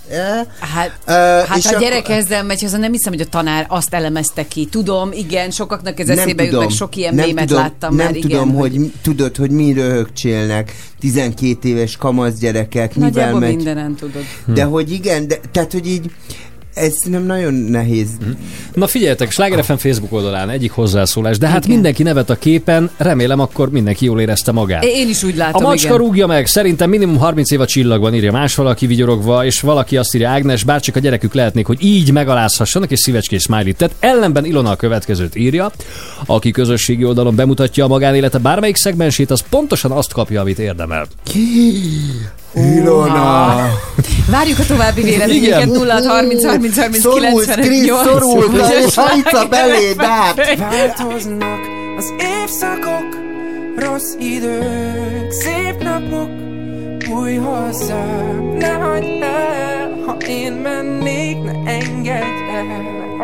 Hát a gyerek ezzel megy, azon nem hiszem, hogy a tanár azt elemezte ki. Tudom, igen, sokaknak ez eszébe jut, meg sok ilyen mémet láttam már. Nem tudom, hogy tudod, hogy mi röhögcsélnek 12 éves kamasz gyerekek, mivel megy. Mindenen tudod. De hogy igen, tehát hogy így ez nem nagyon nehéz. Na figyeljetek, Sláger FM Facebook oldalán egyik hozzászólás, de hát mindenki nevet a képen, remélem akkor mindenki jól érezte magát. Én is úgy látom, a macska rúgja meg, szerintem minimum 30 év a csillagban, írja más valaki vigyorogva, és valaki azt írja, Ágnes, bárcsak a gyerekük lehetnék, hogy így megalázhassanak, és szívecskés smiley tett. Ellenben Ilona a következőt írja, aki közösségi oldalon bemutatja a magánélete bármelyik szegmensét, az pontosan azt kapja, amit érdemel. Ilona! Várjuk a további véleményeket 0630 szorulsz, hajca beléd át! Változnak az évszakok, rossz idők, szép napok, új hozzám, ne hagyd el, ha én mennék, ne engedj el.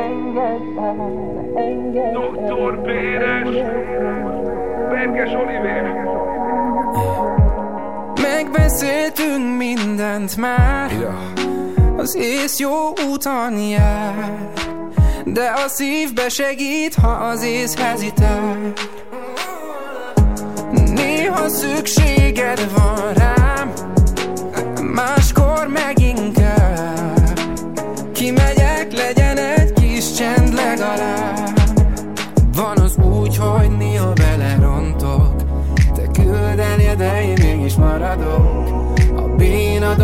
Doktor Péres, Berges Olivér. Megbeszéltünk mindent már, az ész jó úton jár, de a szívbe segít, ha az ész hezitál. Néha szükséged van rám, máskor meg inkább kimegyek, legyen egy kis csend legalább. Van az úgy, hogy néha belerontok, te küldenél, de én mégis maradok. A béna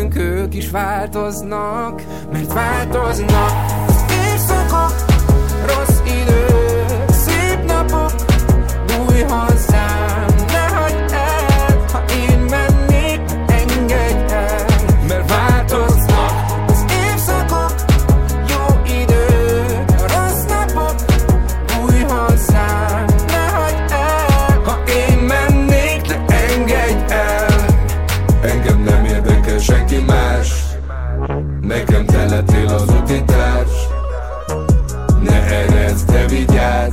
velünk ők is változnak, mert változnak az évszakok, rossz idők, szép napok, bújj hozzám, ne hagyd el, ha én mennék, engedj el, mert változnak az évszakok, jó idők, rossz napok, bújj hozzám, ne hagyd el, ha én mennék, de engedj el. Engem nem érdekel senki más, nekem te lettél az utitárs. Ne erezd, te vigyázz,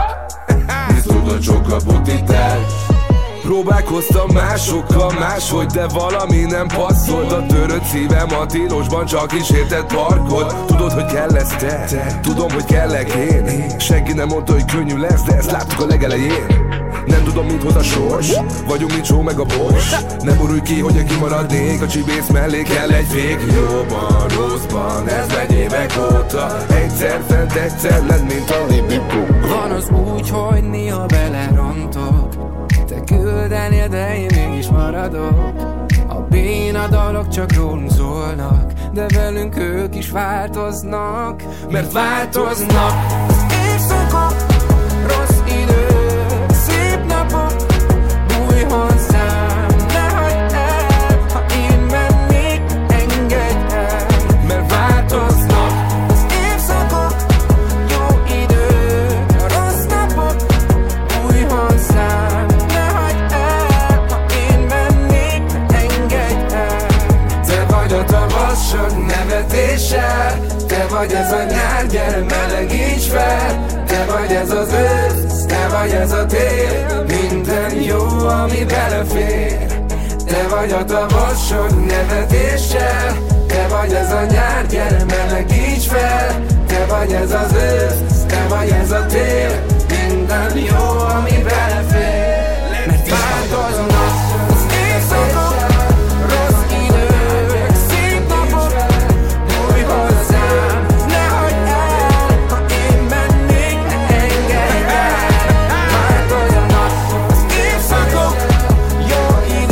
hisz tudod sok a butitás. Próbálkoztam másokkal máshogy, de valami nem passzolt. A törött szívem a tilosban csak is érted parkod. Tudod, hogy kell lesz te, tudom, hogy kellek én. Senki nem mondta, hogy könnyű lesz, de ezt láttuk a legelején. Nem tudom, mit hoz a sors, vagyunk, mint só meg a bors. Ne borulj ki, hogy kimaradnék, a csibész mellé kell egy fék. Jóban, rosszban, ez megy évek óta. Egyszer fent, egyszer lent, mint a libipó. Van az úgy, hogy néha belerontok, te küldenél, de én mégis maradok. A béna dalok csak rólunk szólnak, de velünk ők is változnak, mert változnak az évszakok, rossz idők, szép napok, bújj hozzám, ne hagyd el, ha én mennék, engedj el, mert változnak az évszakok, jó idők, rossz napok, bújj hozzám, ne hagyd el, ha én mennék, engedj el. Te vagy a tavasz sok nevetéssel, te vagy ez a nyár, gyere melegíts fel. Te vagy ez az ősz, te vagy ez a tél, minden jó, ami belefér. Te vagy a tavasz sok nevetéssel, te vagy ez a nyár, gyere melegíts fel. Te vagy ez az ősz, te vagy ez a tél, minden jó, ami belefér. Mert változnak az évszakok, rossz idők, szép napok, bújj hozzám, ne hagyd el, ha én mennék, ne engedj el. Változnak az évszakok, jó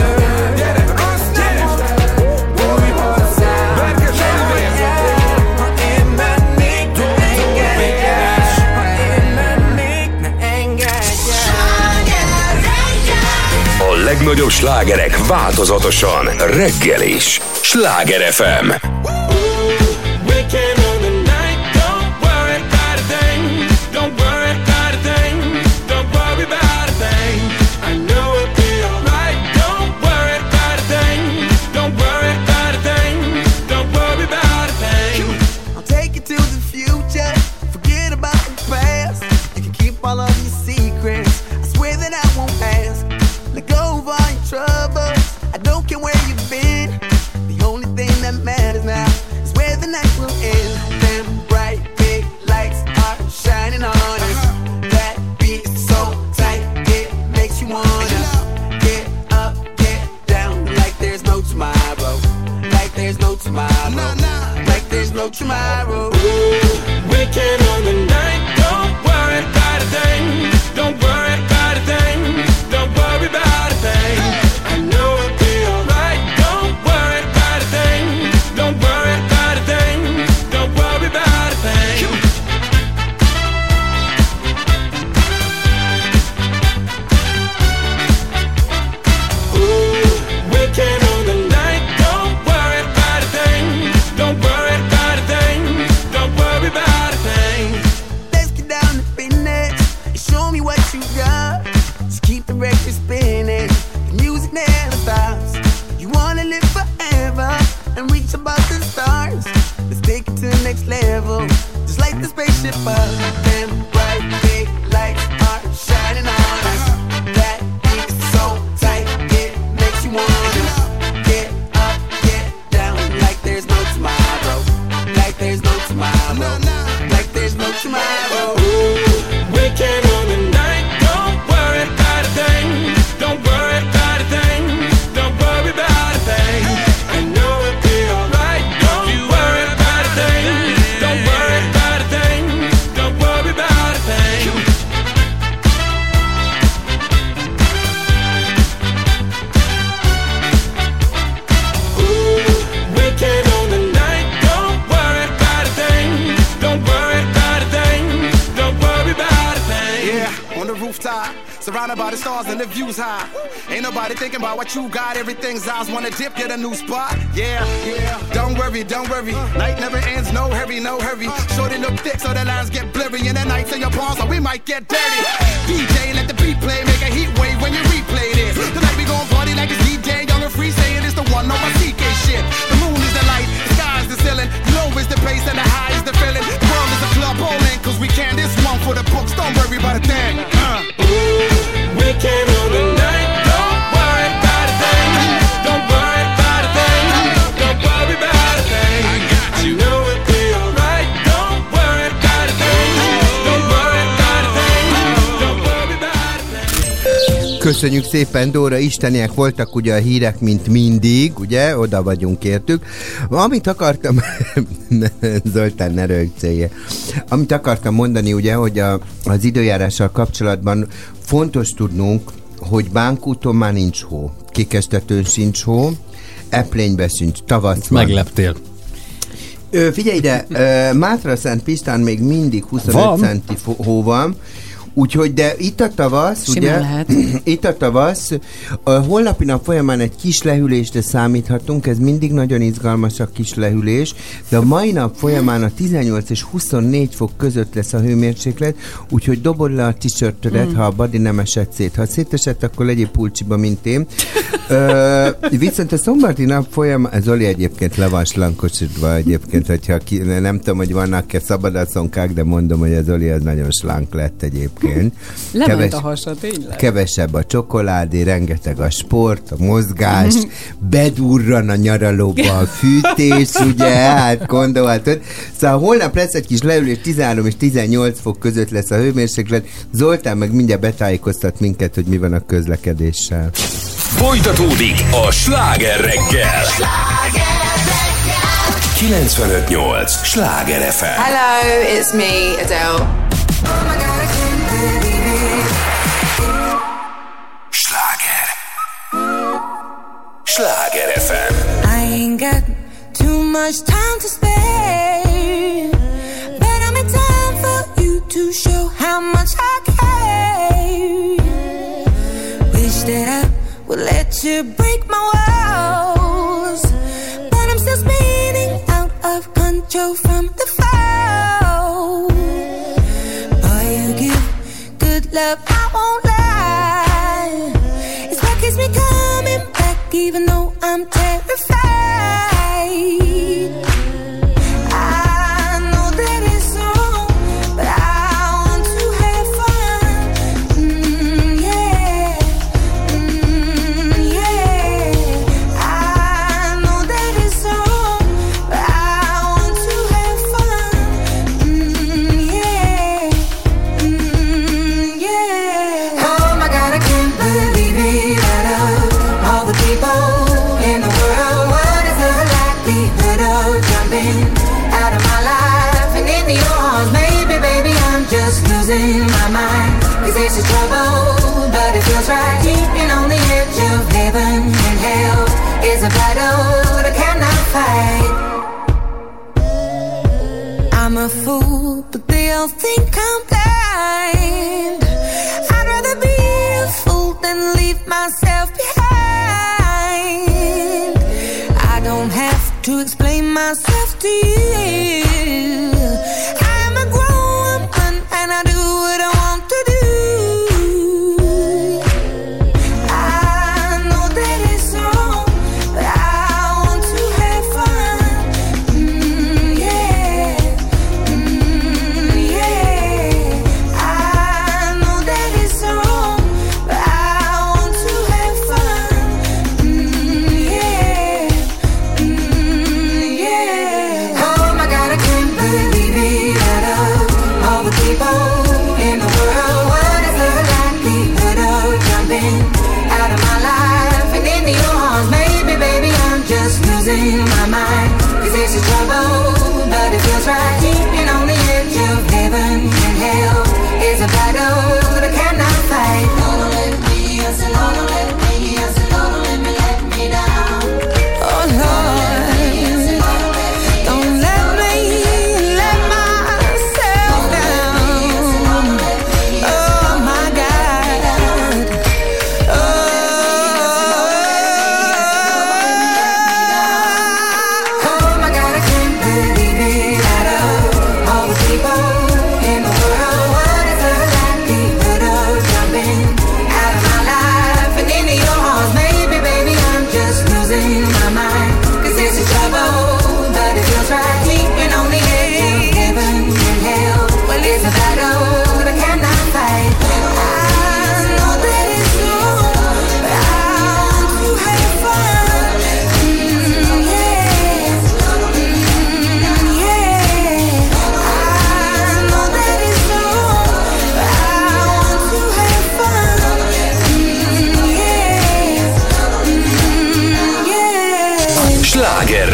idők, rossz napok, bújj hozzám, ne hagyd el, ha én mennék, ne engedj el. Ha én mennék, ne engedj el. A legnagyobb slágerek változatosan reggel is. Sláger FM. Weekend of the night, don't worry about a thing. Don't worry about a thing. Don't worry about a thing. I know it'll be alright. Don't worry about a thing. Don't worry about a thing. Don't worry about a thing. I'll take you to the future. Forget about the past. You can keep all of your secrets. I swear that I won't ask. Let go of all your troubles. I don't care where you've been. The only thing that matters now is where the night will end. Them bright big lights are shining on us. That beat is so tight, it makes you wanna get up, get down, like there's no tomorrow. Like there's no tomorrow. Like there's no tomorrow. Weekend of the night, don't worry about a thing. Don't worry about a thing. Don't worry about a thing. I know it'll be alright. Don't worry about a thing. Don't worry about a thing. Don't worry about a thing. Weekend of the night, don't worry about a thing. Don't worry about a thing. Don't worry about a thing. Let's get down to business and show me what you got. Just keep the record spinning. The music never stops. You wanna live forever and reach above the stars. Let's take it to the next level. Just like the spaceship up. Them bright big lights are shining on us. That beat is so tight, it makes you wanna get up, get down, like there's no tomorrow. Like there's no tomorrow. Like there's no tomorrow. Weekend of the night, don't worry about a thing. Don't worry about a thing. Don't worry about a thing. I know it'll be alright. Don't worry about a thing. Don't worry about a thing. Don't worry about a surrounded by the stars and the views high. Ain't nobody thinking about what you got, everything's ours. Wanna dip, get a new spot. Yeah, don't worry, night never ends, no hurry, shorty look thick so the lines get blurry, and the nights in your palms so we might get dirty. DJ, let the beat play, make a heat wave when you replay this. Tonight we gon' party like it's DJ, young and free, saying it's the one on my CK shit. The moon is the light, the sky is the ceiling, the low is the bass and the high is the feeling. The world is a club bowling, cause we can this one for the books, don't worry about a thing. We came on the night, don't worry about a thing. Don't worry about a thing. Don't worry about a thing. I know it'll be alright. Don't worry about a thing. Don't worry about a thing. Don't worry about a thing. Köszönjük szépen, Dóra, isteniek voltak ugye a hírek, mint mindig, ugye, oda vagyunk értük. Amit akartam, Zoltán, ne rögcélje. Amit akartam mondani, ugye, hogy az időjárással kapcsolatban fontos tudnunk, hogy Bánkúton már nincs hó, Kikestetőn sincs hó, Eplényben sincs, tavasz van. Megleptél. Figyelj ide, Mátra-Szent Pistán még mindig 25 centi hó van, úgyhogy, de itt a tavasz, simán ugye? Lehet. Itt a tavasz, a holnapi nap folyamán egy kis lehűlésre számíthatunk, ez mindig nagyon izgalmas a kis lehűlés, de a mai nap folyamán a 18 és 24 fok között lesz a hőmérséklet, úgyhogy dobod le a t-shirtödet, ha a badi nem esett szét. Ha szétesett, akkor legyél pulcsiba, mint én. Viszont a szombati nap folyamán, Zoli egyébként le van slankosítva egyébként, hogyha nem tudom, hogy vannak-e szabadasszonkák, de mondom, hogy a Zoli az nagyon slank lett egyébként. Lement a hasa, tényleg. Kevesebb a csokoládé, rengeteg a sport, a mozgás, bedurran a nyaralóba a fűtés, ugye, hát gondolhatod. Szóval holnap lesz egy kis leülés, 13 és 18 fok között lesz a hőmérséklet. Zoltán meg mindjárt betájékoztat minket, hogy mi van a közlekedéssel. Folytatódik a Sláger reggel. 95.8 Sláger FM. Hello, it's me, Adele. Sláger FM. I ain't got too much time to spare, but I'm in time for you to show how much I care. Wish that I would let you break my walls, but I'm still spinning out of control from the fall. Boy, you give good love, I won't lie. It's what keeps me coming back, even though I'm terrified. I know that it's wrong, but I want to have fun. Yeah, yeah. I know that it's wrong, but I want to have fun. Yeah, yeah. Oh my God, I can't believe it. Out of all the people in the world, what is the likelihood of jumping out of my life and into yours? Maybe, baby, I'm just losing my mind. 'Cause this is trouble, but it feels right. Keeping on the edge of heaven and hell is a battle that I cannot fight. I'm a fool, but they all think I'm blind. I'd rather be a fool than leave myself behind. I don't have to explain myself to you. I'm a grown woman and I do what I want to do. I know that it's wrong, but I want to have fun. Yeah, yeah. I know that it's wrong, but I want to have fun. Yeah, yeah. Oh my God, I can't believe it.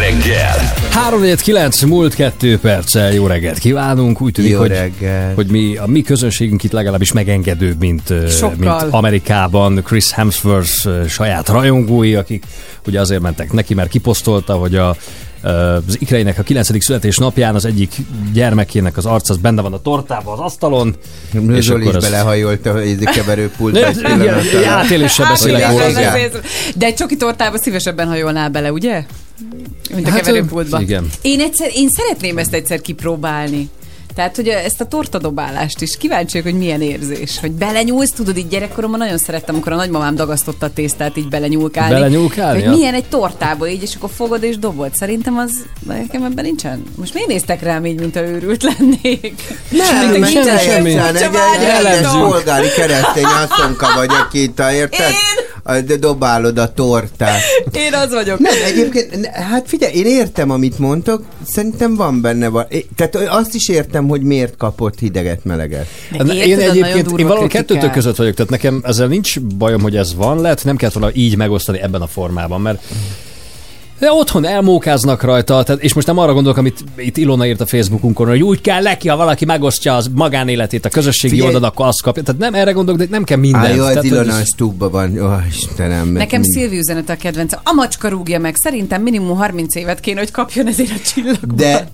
reggel. 3:49 múlt 2 perccel. Jó reggelt kívánunk. Úgy tűnik, hogy a mi közönségünk itt legalábbis megengedőbb, mint Amerikában Chris Hemsworth saját rajongói, akik ugye azért mentek neki, mert kiposztolta, hogy az ikreinek a 9. születésnapján az egyik gyermekének az arca az benne van a tortában az asztalon. És Zoli is belehajolt a keverőpultba. Átéléssel beszélek róla. De egy csoki tortába szívesebben hajolnál bele, ugye? Mint a keverőpultba. Igen. Én szeretném ezt egyszer kipróbálni. Tehát, hogy ezt a tortadobálást is kíváncsi vagyok, hogy milyen érzés. Hogy belenyúlsz, tudod, így gyerekkoromban nagyon szerettem, amikor a nagymamám dagasztotta a tésztát, így belenyúlkálni. Belenyúlkálni? Hogy milyen egy tortából így, és akkor fogod és dobod. Szerintem az, nekem ebben nincsen. Most miért néztek rám így, mint a őrült lennék? Nem, semmi. Egy polgári keresztény asszonka vagy, akit érted? De dobálod a tortát. Én az vagyok. Nem, egyébként, hát figyelj, én értem, amit mondtok, szerintem van benne tehát azt is értem, hogy miért kapott hideget, meleget. Én egyébként, én valahol kettőtök között vagyok, tehát nekem ezzel nincs bajom, hogy ez van, lehet, nem kellett volna így megosztani ebben a formában, mert de otthon elmókáznak rajta, tehát, és most nem arra gondolok, amit itt Ilona írt a Facebookunkon, hogy úgy kell neki, ha valaki megosztja az magánéletét a közösségi oldalon, akkor azt kapja. Tehát nem erre gondolok, de nem kell mindent. Jó, az Ilona a stúbban van. Ó, Istenem. Nekem Szilvi üzenet a kedvencem. A macska rúgja meg. Szerintem minimum 30 évet kéne, hogy kapjon ezért a csillagban.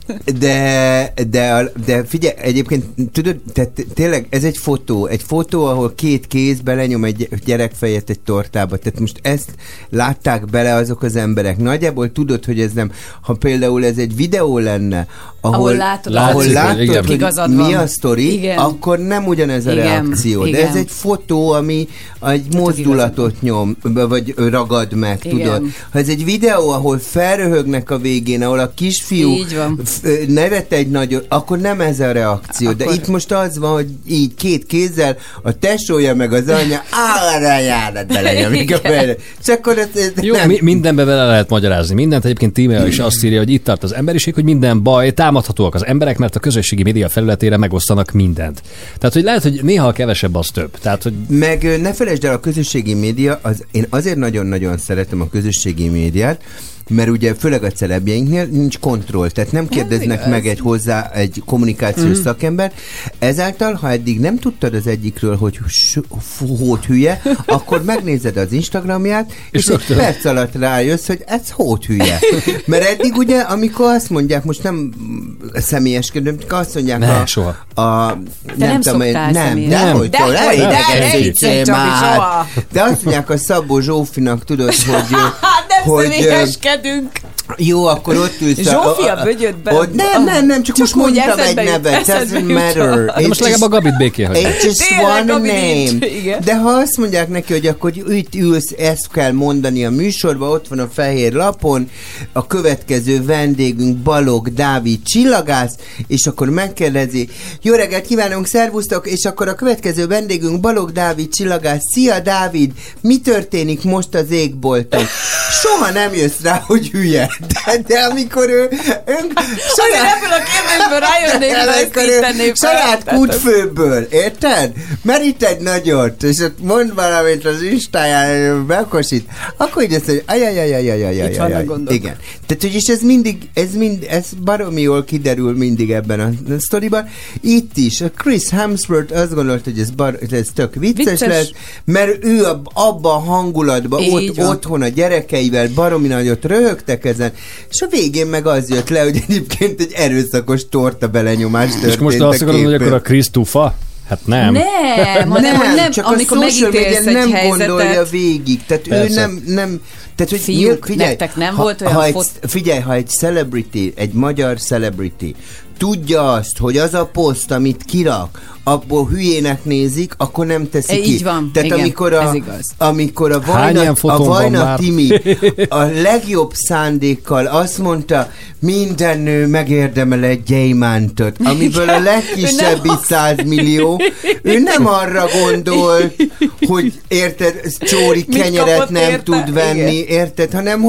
De figyelj, egyébként tudod, tényleg ez egy fotó, ahol két kéz belenyom egy gyerekfejet egy tortába. Tehát most ezt látták bele azok az emberek. Nagyjából tudod, hogy ez nem, ha például ez egy videó lenne, ahol látod, hogy mi a sztori, akkor nem ugyanez a reakció. De ez egy fotó, ami egy mozdulatot nyom, vagy ragad meg, tudod. Ha ez egy videó, ahol felröhögnek a végén, ahol a kisfiú nevet egy nagyot, akkor nem ez a reakció. De itt most az van, hogy így két kézzel a tesója meg az anyja járat belenyomik a fejre. És akkor jó, mindenbe vele lehet magyarázni. Mindent. Egyébként Tímea is azt írja, hogy itt tart az emberiség, hogy minden baj, támadhatóak az emberek, mert a közösségi média felületére megosztanak mindent. Tehát, hogy lehet, hogy néha a kevesebb az több. Tehát, hogy... Meg ne felejtsd el, a közösségi média, én azért nagyon-nagyon szeretem a közösségi médiát, mert ugye főleg a celebjeinknél nincs kontroll, tehát nem kérdeznek meg egy kommunikációs szakember. Ezáltal, ha eddig nem tudtad az egyikről, hogy hülye, akkor megnézed az Instagramját, és egy perc alatt rájössz, hogy ez hülye. Mert eddig ugye, amikor azt mondják, most nem személyeskedőm, azt mondják nem szoktál de azt mondják a Szabó Zsófinak, tudod, hogy jó, akkor ott ülsz. Zsófi a bögyödben. Nem, csak most mondtam egy nevet. Doesn't matter. De most legalább a Gabit békén hagyja. It's just one name. De ha azt mondják neki, hogy akkor itt ülsz, ezt kell mondani a műsorban, ott van a fehér lapon, a következő vendégünk Balogh Dávid csillagász, és akkor megkérdezi, jó reggelt kívánunk, szervusztok, és akkor a következő vendégünk Balogh Dávid csillagász. Szia Dávid, mi történik most az égbolton? Soha nem jössz rá, hogy hülye. De amikor ő ebből a kérdésből rájönnék, saját kútfőből, érted? Merít egy nagyot, és ott mond valamit az Instáján, megkosít, akkor így azt mondja, ajajajajajajajajajaj. Igen. Tehát, hogy és ez baromi jól kiderül mindig ebben a sztoriban. Itt is, a Chris Hemsworth azt gondolt, hogy ez tök vicces lesz, mert ő abban a hangulatban, otthon a gyerekeivel baromi nagyot röhögtek ezen, és a végén meg az jött le, hogy egyébként egy erőszakos torta belenyomás történt. És most azt akarom, hogy akkor a Chris tufa? Hát nem. Nem, csak amikor a social media nem gondolja végig. Tehát persze. Ő nem tehát, hogy fiúk, figyelj, nektek nem volt olyan figyelj, ha egy celebrity, egy magyar celebrity tudja azt, hogy az a poszt, amit kirak, abból hülyének nézik, akkor nem teszi ki. Így van, tehát igen, amikor a Vajna Timi a legjobb szándékkal azt mondta, minden nő megérdemel egy gyémántot, amiből a legkisebb 100 millió, ő nem arra gondol, hogy érted, csóri kenyeret nem tud venni, érted, hanem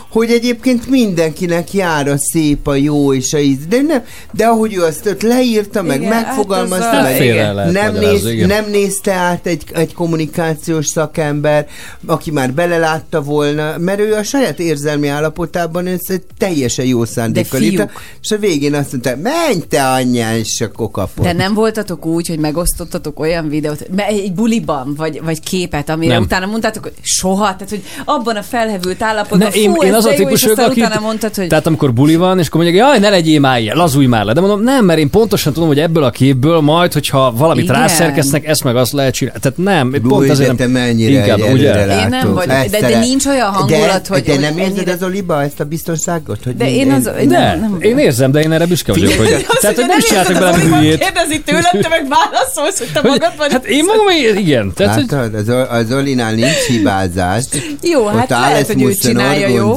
hogy egyébként mindenkinek jár a szép, a jó és a íz, de ahogy ő azt ott leírta, meg Igen, megfogalmazta, hát meg nem nézte át egy kommunikációs szakember, aki már belelátta volna, mert ő a saját érzelmi állapotában egy teljesen jó szándékkal írta, és a végén azt mondta, menj te anyján, és akkor kapott. De nem voltatok úgy, hogy megosztottatok olyan videót, egy buliban, vagy képet, amire nem. Utána mondtátok, hogy soha, tehát hogy abban a felhevült állapotban, én az a típus vagyok, aki utána mondtad, hogy... Tehát amikor buli van, és akkor mondják, jaj, ne legyél már ilyen, lazulj már le. De mondom, nem, mert én pontosan tudom, hogy ebből a képből majd, hogyha valamit Igen. rászerkesznek, ezt meg azt lehet csinálni. Tehát nem, pont azért te mennyire inkább, ugye? Én nem vagy, de nincs olyan hangulat, hogy... De nem érzed az Oliba ezt a biztonságot? Hogy de én érzem, de én erre büszke vagyok, hogy... Tehát, hogy nem is csináltak belem hülyét. Kérdezi tőled, te meg válaszolsz, hogy te magad vagy. Hát én magam, igen. Látod, az Olinál nincs hibázás. Jó, hát lehet, hogy ő csinálja jó.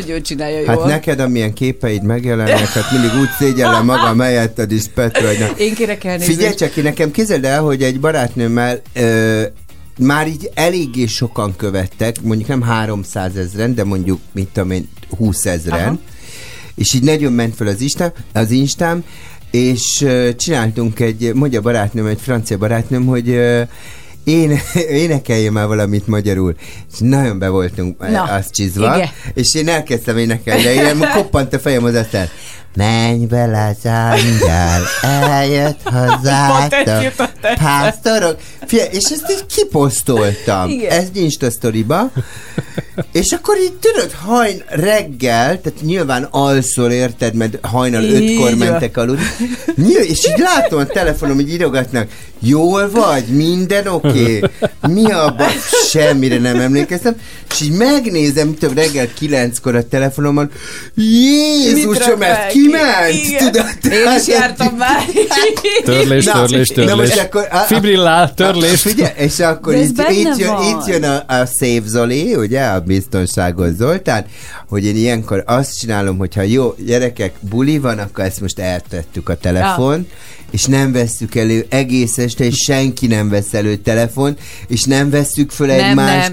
Hát neked, amilyen képeid megjelennek, hát mindig úgy szégyellem magam helyetted is, Petra. Én kérek elnézést. Figyelj csak, nekem képzeld el, hogy egy barátnőmmel már így eléggé sokan követtek, mondjuk nem 300 000, de mondjuk, mit tudom én, 20 000, és így nagyon ment fel az Instám, és csináltunk mondja barátnőm, egy francia barátnőm, hogy énekelje már valamit magyarul. És nagyon be voltunk azt csizva, igen. És én elkezdtem énekelni, de én koppant a fejem az aztán. Menj bele az angyal, eljött hozzátok, pásztorok. Figyelj, és ezt így kiposztoltam. Ez Insta sztoriba. És akkor így tudod, reggel, tehát nyilván alszol, érted, mert hajnal 5-kor mentek aludni. És így látom a telefonom, hogy írogatnak, jól vagy, minden oké? Mi abban? Semmire nem emlékeztem. És így megnézem, több reggel 9-kor a telefonomon, Jézusom, ez kiment? Tudod? Én is jártam már. Törlés. Fibrillál, törlés. Figyelj, és akkor itt jön a Szép Zoli, ugye, a biztonságos Zoltán, hogy én ilyenkor azt csinálom, hogyha jó, gyerekek, buli van, akkor ezt most eltettük a telefont, és nem vesszük elő egész este, és senki nem vesz elő telefont, és nem vesszük föl egymást,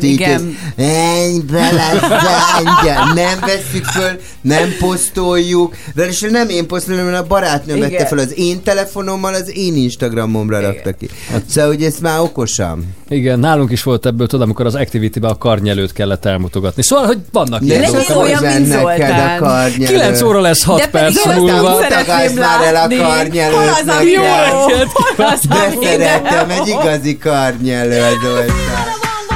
nem vesszük föl, nem posztoljuk, de nem én posztolom, hanem a barátnőm vette fel az én telefonommal, az én Instagramomra rakta ki. Szóval, hogy ezt már okosan. Igen, nálunk is volt ebből, tudod, amikor az Activity-ben a karnyelőt kellett elmutogatni. Szóval, hogy vannak ilyen dolgok. Olyan, mint Zoltán. 9 óra lesz 6 perc múlva. Mutogass már el a karnyelőt. Jó reggelt! De szerettem, egy igazi karnyelő a Zoltán.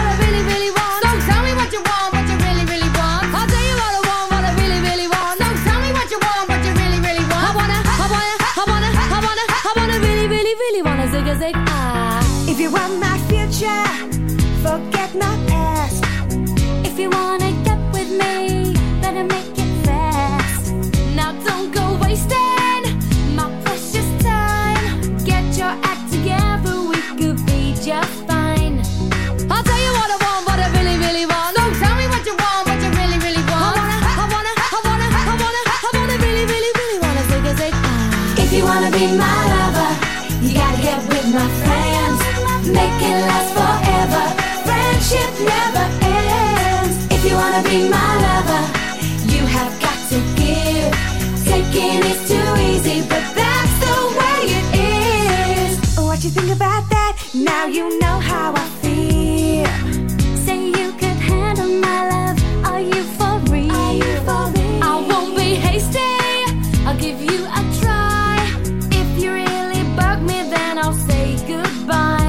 If you want my future, forget my past. If you wanna get with me, better make it fast. Now don't go wasting my precious time. Get your act together, we could be just fine. I'll tell you what I want, what I really, really want. So tell me what you want, what you really, really want. I wanna really, really, really wanna zig. If you wanna be my lover, you gotta get with my friends. Make it last forever. Friendship never ends. If you wanna be my lover, you have got to give. Taking is too easy, but that's the way it is. What you think about that? Now you know how I feel. Say you could handle my love. Are you for real? I won't be hasty. I'll give you a try. If you really bug me, then I'll say goodbye.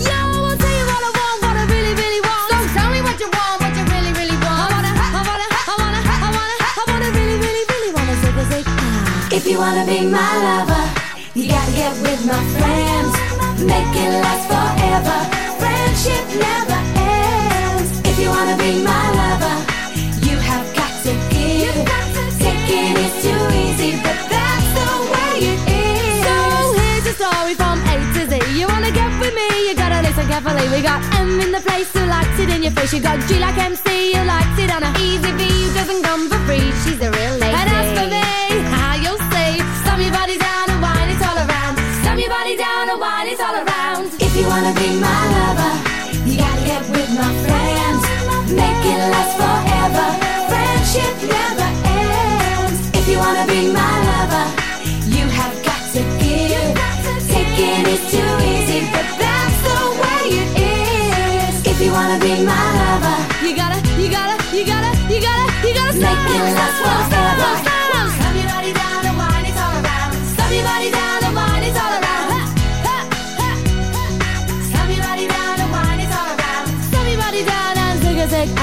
If you wanna be my lover, you gotta get with my friends. Make it last forever. Friendship never ends. If you wanna be my lover, you have got to give. Taking is too easy, but that's the way it is. So here's the story from A to Z. You wanna get with me, you gotta listen carefully. We got M in the place who likes it in your face. You got G like MC who likes it on a easy V who doesn't come for free. She's a real lady. And as for me, how you'll say, stomp your body down and wine it all around. Stomp your body down and wine it all around. If you wanna be my lover, you gotta get with my friends. Make it last forever. Friendship never be my lover, you gotta make it last forever. Stop your body down and wine, it's all around. Stop your body down and wine, it's all around. Stop your body down and wine, it's all around. Stop your body down and zig ah.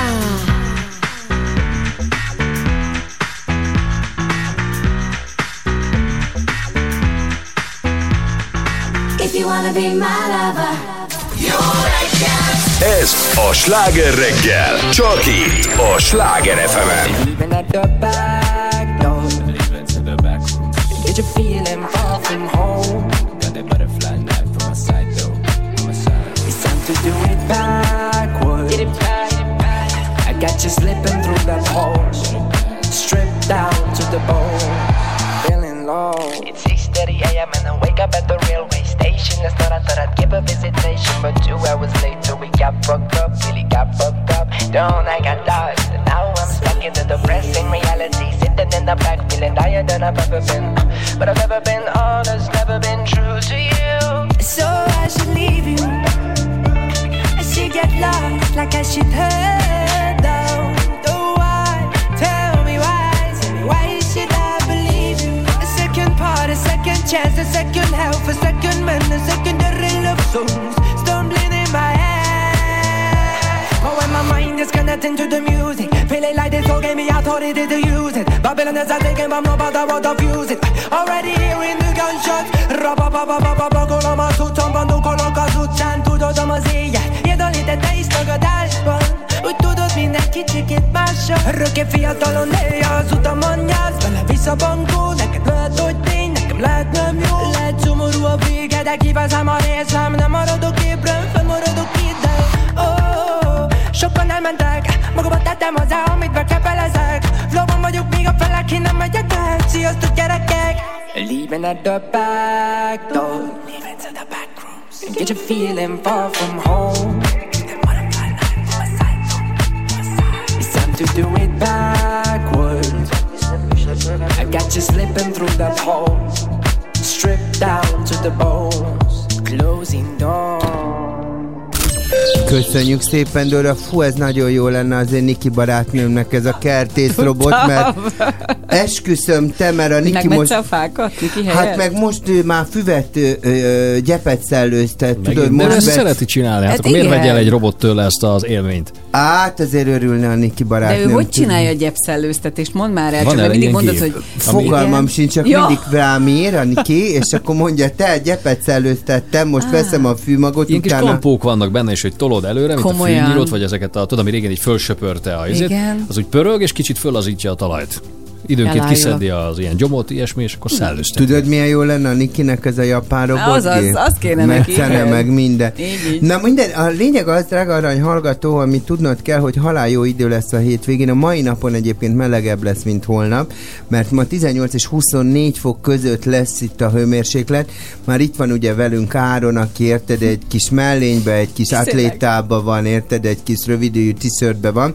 If you wanna be my lover. Jó reggelt! Ez a Sláger reggel, csak itt a Sláger FM-en. Even at the back door, get you feeling far from home. Got that butterfly knife on my side though. It's time to do it backwards. Get it back. I got you slipping through that hole. Stripped down to the bone. Feeling low. It's 6:30 a.m. and I wake up at the railway station. I thought I'd give a visitation, but 2 hours later we got fucked up, really got fucked up. Don't I got lost, and now I'm stuck in the depressing reality. Sitting in the back, feeling higher than I've ever been. But I've never been honest, never been true to you. So I should leave you. I should get lost like I should hurt though. Oh why? Tell me why. Tell me why should I believe you? A second part, a second chance, a second help, a second man, a secondary love songs stumbling in my head. But when my mind is connecting to the music, feeling like this all gave me authority to use it. Babylon is a taking bomb, no matter what I fuse it. Already hearing the gunshots. Rababababababa, kolama szutszom, bandókolok az utcán. Tudod, az éjjel, jedolített te is tagadásban. Úgy tudod, minden kicsikét mással. Örökké fiatalon élj az utamon, nyász vele vissza bankó. Neked lehet, hogy tény, nekem lehet nem jó. Lehet szomorú a vége, de kiveszem a részem. Nem maradok ébren, fennmaradok ide. Sokan elmentek, magamat tettem hozzá, amit bekepelezek. Flowban vagyok, még a felek, én nem megyek el. Sziasztok gyerekek! Leaving at the back door, leaving to the back rooms, and get you feeling far from home. It's time to do it backwards. I got you slipping through that hole, stripped down to the bones, closing doors. Köszönjük szépen, Dóra. Fú, ez nagyon jó lenne azért Niki barátnőmnek ez a kertészrobot, mert esküszöm te, mert a Niki most... a fákat, Niki helyett? Hát meg most ő már füvet, gyepet szellőztet, tudod, most ezt szereti csinálni, hát akkor miért vegyél egy robot tőle ezt az élményt? Hát azért örülne a Niki barátnőm. De ő hogy csinálja a gyepszellőztetést? Mondd már el, csak mindig mondod, hogy... Fogalmam sincs, csak mindig rám ír a Niki, és akkor mondja, te gyepet szellőztettem, most veszem a fűmagot, ilyen utána... kis klampók vannak benne, és hogy tolod előre, mint a fűnyírót, vagy ezeket a, tudom, ami régen így fölsöpörte a izét, az úgy pörög, és kicsit fölazítja a talajt. Időnként kiszedi az ilyen gyomot, ilyesmi, és akkor szellőzteti. Tudod, milyen jó lenne a Nikinek ez a japán robotgép? Az kéne meg neki. Meg meg minden. Így. Na minden, a lényeg az, drága arany hallgató, amit tudnod kell, hogy halál jó idő lesz a hétvégén. A mai napon egyébként melegebb lesz, mint holnap, mert ma 18 és 24 fok között lesz itt a hőmérséklet. Már itt van ugye velünk Áron, aki érted, egy kis mellénybe, egy kis atlétába van, érted, egy kis rövidüljű t-shirtbe van.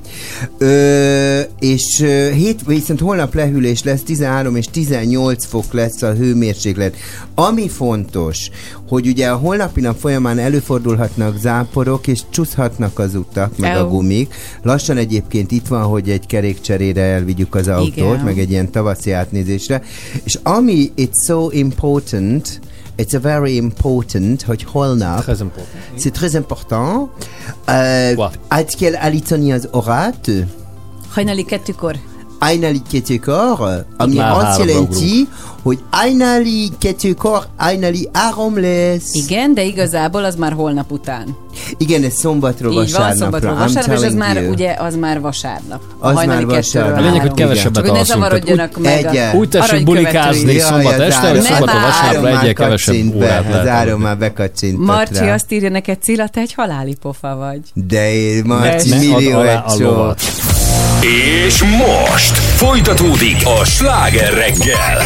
És viszont holnap lehűlés lesz, 13 és 18 fok lesz a hőmérséklet. Ami fontos, hogy ugye a holnapi nap folyamán előfordulhatnak záporok, és csúszhatnak az utak, meg a gumik. Lassan egyébként itt van, hogy egy kerékcserére elvigyük az autót, igen, meg egy ilyen tavaszi átnézésre. És ami it's so important, it's a very important, hogy holnap, c'est très important, át kell állítani az órát. Hajnali 2-kor. Hajnali 2-kor, ami azt jelenti, hogy hajnali 2-kor, hajnali 3 lesz. Igen, de igazából az már holnap után. Igen, ez szombatról vasárnapra. Így van, szombatról vasárnapra, és az már, ugye, az már vasárnap. Az már vasárnap. A lényeg, hogy kevesebbet alszunk. Hogy ne zavarodjanak meg úgy tessék bulikázni szombat este, hogy szombatról vasárnapra egyel kevesebb órát lehet. Az Áron már bekacsintott rá. Marci azt írja neked, Cilla, te egy haláli pofa vagy. De én, Marci, millió egy szó. És most folytatódik a Sláger reggel.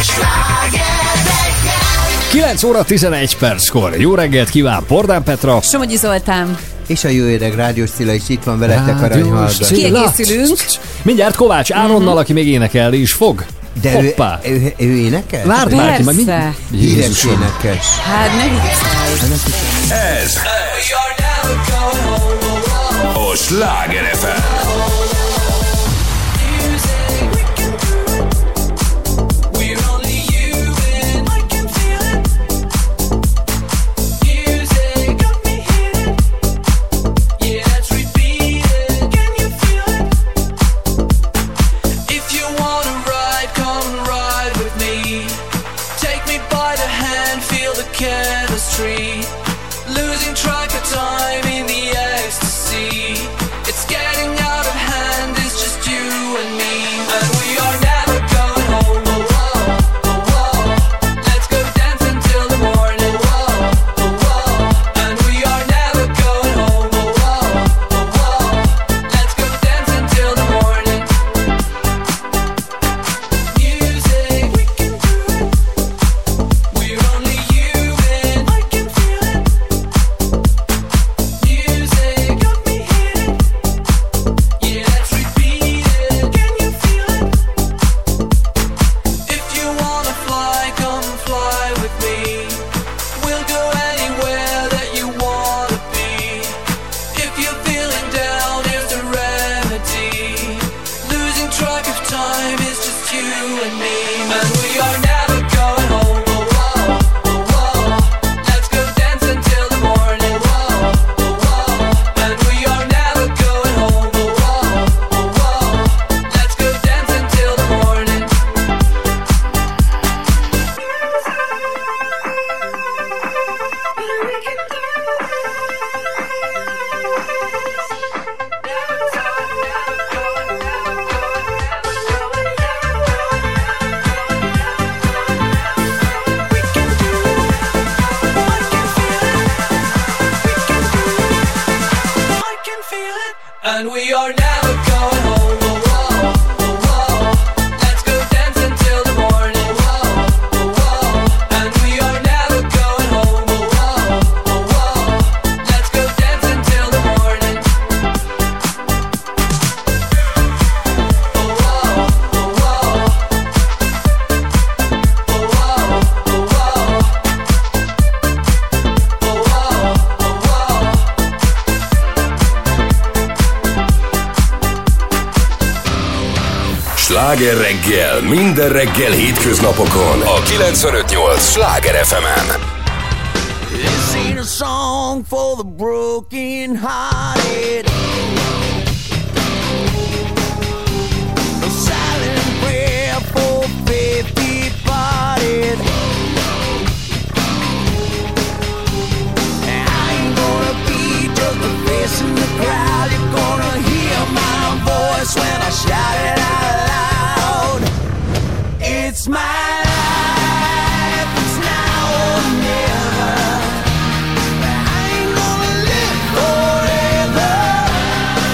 9 óra 11 perckor. Jó reggelt kíván Pordán Petra, Somogyi Zoltán és a jó öreg Rádiós Cilla is itt van veletek, aranyhallgató. Kiegészülünk. Mindjárt Kovács Áronnal, aki még énekelni is fog. De ő énekel? Várd már ki, majd híres énekes. Hát ne viccelj. Ez a Sláger FM. Losing track of time in the ecstasy. It's getting out of hand, it's just you and me. And we are never going home. Oh, oh, oh, oh. Let's go dance until the morning. Oh, oh, oh. And we are never going home. Oh, oh, oh, oh. Let's go dance until the morning. Music, we can do it. We're only human. I can feel it. Music got me hitting. Yeah, let's repeat it. Can you feel it? If you wanna fly, come fly with me. We'll go anywhere that you wanna be. If you're feeling down, here's the remedy. Losing track of time is just you and me. And we are never going home. Oh, oh, oh, oh. Let's go dance until the morning. Oh, oh, oh. And we are never going home. Oh, oh, oh. Let's go dance until the morning. I can feel it. And we are never going home. Oh, oh, oh, oh. Let's go dance until the morning. Oh, oh, oh. And we are never going home. Oh, oh, oh, oh. Let's go dance until the morning. Sláger reggel, minden reggel hétköznapokon a 95.8 Sláger FM-en. This ain't a song for the broken hearted. A silent prayer for faith departed. I ain't gonna be just a face in the crowd. You're gonna hear my voice when I shout it out loud. It's my life, it's now or never. I ain't gonna live forever.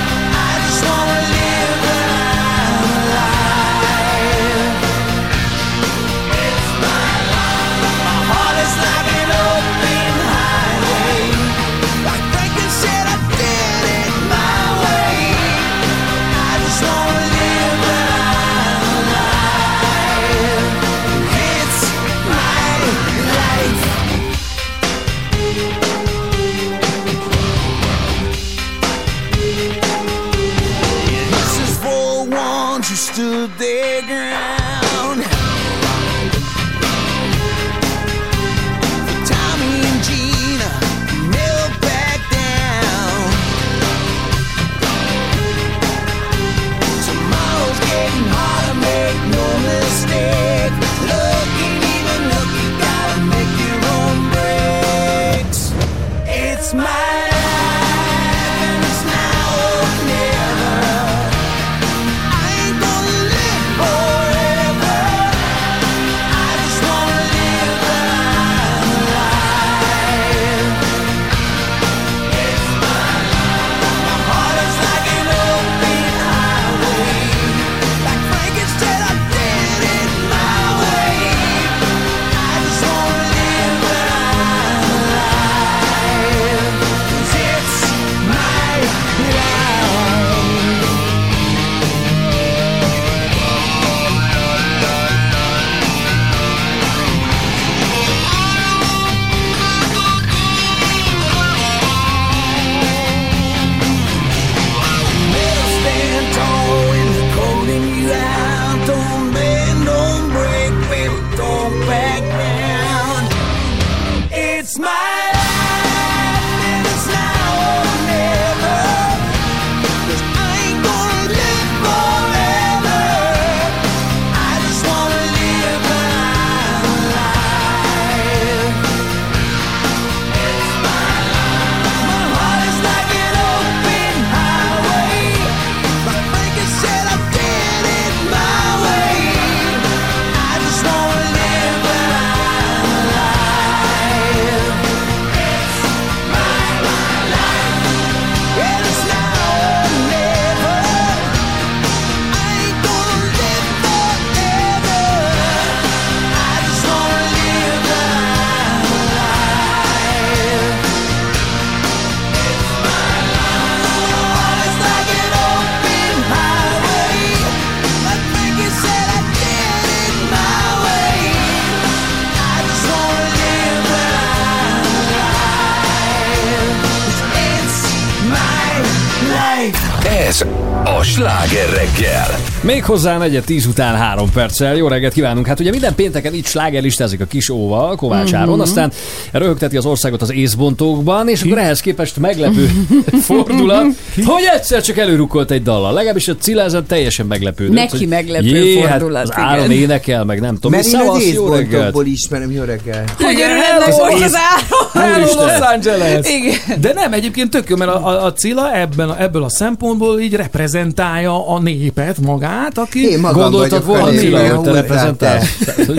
a Sláger reggel. Méghozzá 9:10 után 3 perccel. Jó reggelt kívánunk. Hát ugye minden pénteken itt slágerlistázik a kis Óva, Kovács Áron, aztán röhögteti az országot az észbontókban, és akkor ehhez képest meglepő fordulat, hogy egyszer csak előrukkolt egy dallal. Legalábbis a Cilla ezen teljesen meglepődött. Neki meglepő fordulat. Hát az Áron énekel, meg nem tudom. Mert én az jó reggelt. észbontokból ismerem, jó reggelt. Hogy örülhetnek most az Áron. Los Angeles. Igen. De nem, egyébként tök jó, mert a Cilla ebből a szempontból így reprezentálja a népet magát, aki... Én magam gondoltad volna, Cilla, hogy te reprezentálsz?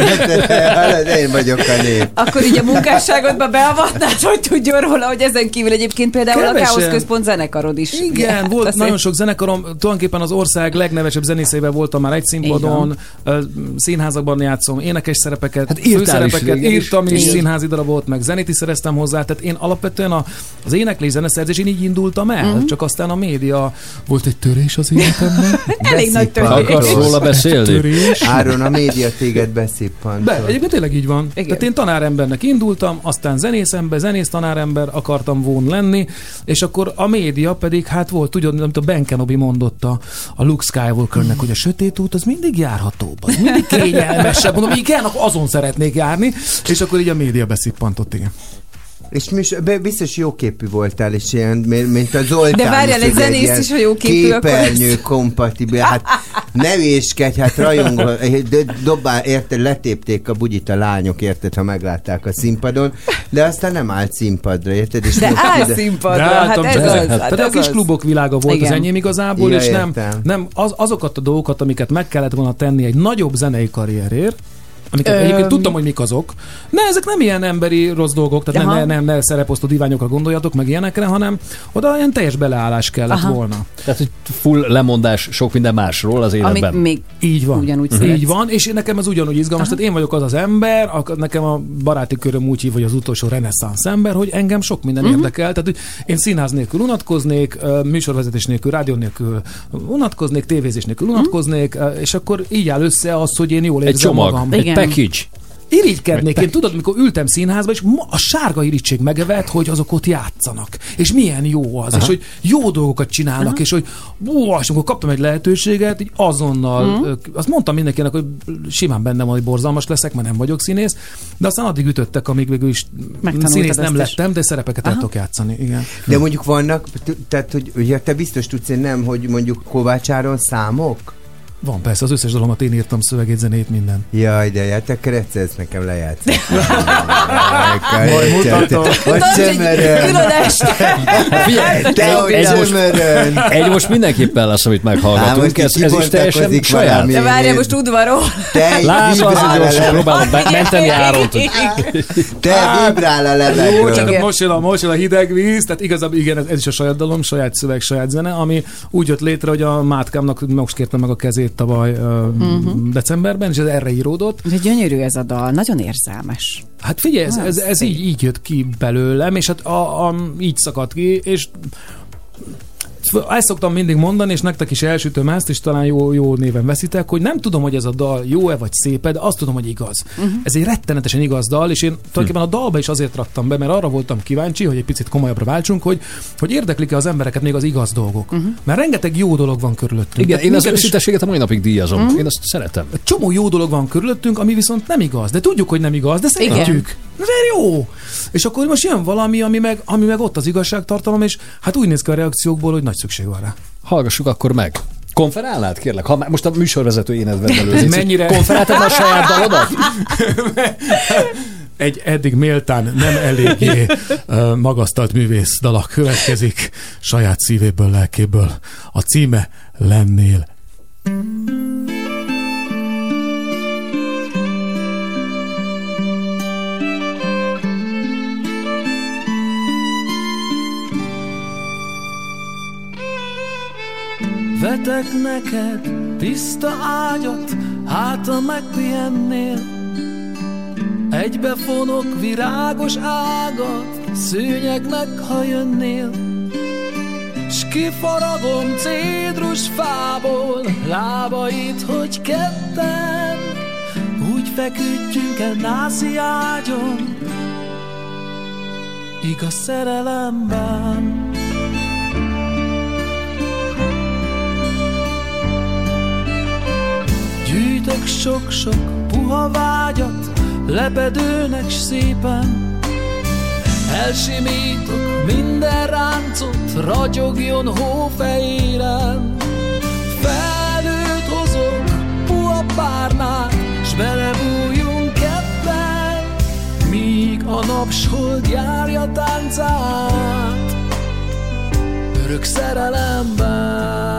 Én vagyok a nép. Akkor így a munkásságodba beavatnád, hogy tudjon róla, hogy ezen kívül egyébként például Kevesen. a Káosz Központ zenekarod is. Igen, volt nagyon sok zenekarom, tulajdonképpen az ország legnevesebb zenészeivel voltam már egy színpadon, színházakban játszom, énekes szerepeket, hát főszerepeket, írtam is, színházi darabot, meg zenét is szereztem hozzá, tehát én alapvetően az éneklés, zeneszerzés, én így indultam el, csak aztán a média volt egy törés az életemben. Elég nagy törés. Akarsz róla beszélni? Áron, a média téged beszippant. Egyébként tényleg így van. Igen. Tehát én tanárembernek indultam, aztán zenész tanárember akartam volna lenni, és akkor a média pedig hát volt, tudod, amit a Ben Kenobi mondotta a Luke Skywalkernek, hogy a sötét út az mindig járhatóbb, az mindig kényelmesebb. Mondom, igen, azon szeretnék járni, és akkor így a média beszippantott, igen. És biztos jóképű voltál, és ilyen, mint a Zoltán. De várjál, egy zenészt is, hogy jóképű, képernyő kompatibil. Hát ne véskedj, hát rajongó, érted, letépték a bugyit a lányok, érted, ha meglátták a színpadon, de aztán nem állt színpadra, érted? És de áll színpadra, hát ez az. Tehát a kis klubok világa volt az enyém igazából, ja, és nem azokat a dolgokat, amiket meg kellett volna tenni egy nagyobb zenei karrierért, amiket egyébként tudtam, hogy mik azok. Ne, ezek nem ilyen emberi rossz dolgok, tehát nem szereposztó diványokra gondoljatok, meg ilyenekre, hanem oda ilyen teljes beleállás kellett volna. Tehát, hogy full lemondás sok minden másról az életben. Amit még így van. Ugyanúgy szeretsz. Így van, és nekem ez ugyanúgy izgalmas. Tehát én vagyok az az ember, nekem a baráti köröm úgy hív, hogy az utolsó reneszánsz ember, hogy engem sok minden érdekel. Tehát, hogy én színház nélkül unatkoznék, műsorvezetés nélkül, rádió nélkül unatkoznék, tévézés nélkül unatkoznék, és akkor így áll össze az, hogy én jól érzem magam. Package. Irigykednék. Én tudod, mikor ültem színházba, és a sárga irigység megevett, hogy azok ott játszanak. És milyen jó az, és hogy jó dolgokat csinálnak, és hogy és amikor kaptam egy lehetőséget, így azonnal, azt mondtam mindenkinek, hogy simán bennem van, hogy borzalmas leszek, mert nem vagyok színész, de aztán addig ütöttek, amíg végül is színész nem lettem, de szerepeket el tudok játszani. Igen. De mondjuk vannak, tehát, hogy ugye te biztos tudsz, én nem, hogy mondjuk Kovács Áron számok? Van, persze, az összes dalomat én írtam, szövegét, zenét, minden. Jaj, de hát akkor egyszer ezt nekem lejátszani. Majd mutatom. Hogy csömörön. Egy most mindenképpen lesz, amit meghallgatunk. Ez is teljesen saját. De várjál, most udvarol. Lásd, az, hogy gyorsan próbálom menteni Áront. Te vibrál a levegő. Csak most jön a hideg víz, tehát igazából igen, ez is a saját dalom, saját szöveg, saját zene, ami úgy jött létre, hogy a Mátkámnak most kértem meg a kezét tavaly decemberben, és ez erre íródott. De gyönyörű ez a dal, nagyon érzelmes. Hát figyelj, ez így jött ki belőlem, és hát így szakadt ki, és ezt szoktam mindig mondani, és nektek is elsütöm ezt, és talán jó néven veszitek, hogy nem tudom, hogy ez a dal jó-e vagy szép-e, de azt tudom, hogy igaz. Ez egy rettenetesen igaz dal, és én tulajdonképpen a dalba is azért raktam be, mert arra voltam kíváncsi, hogy egy picit komolyabbra váltsunk, hogy érdeklik-e az embereket még az igaz dolgok. Mert rengeteg jó dolog van körülöttünk. Igen, én az őszintességet a mai napig díjazom. Én azt szeretem. Egy csomó jó dolog van körülöttünk, ami viszont nem igaz, de tudjuk, hogy nem igaz, de szeretjük. Ez jó! És akkor most jön valami, ami meg ott az igazságtartalom, és hát úgy néz ki a reakciókból, hogy nagy szükség van rá. Hallgassuk akkor meg. Konferálnád, kérlek? Ha most a műsorvezető éned vedd elő. Mennyire? Konferáltad a saját dalodat? Egy eddig méltán nem eléggé magasztalt művész dalak következik saját szívéből, lelkéből. A címe Lennél. Vetek neked tiszta ágyat, hát ha megpihennél. Egybefonok virágos ágat, szőnyegnek, ha jönnél. S kifaragom cédrus fából lábait, hogy ketten úgy feküdjünk el nászi ágyon, igaz szerelemben. Gyűjtök sok-sok puha vágyat, lepedőnek s szépen. Elsimítok minden ráncot, ragyogjon hófehéren. Felnőtt hozok puha párnát, s belebújjunk ketten, míg a napshold járja táncát örök szerelemben.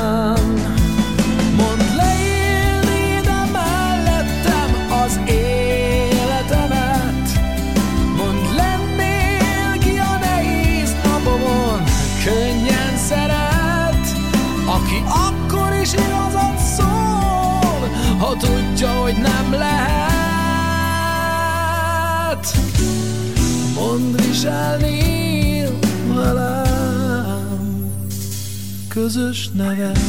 Mondd leélni ide mellettem az életemet, mondd lennél ki a nehéz napomon, könnyen szeret, aki akkor is igazat szól, ha tudja, hogy nem lehet. Mondd, viselnél velem közös nevet.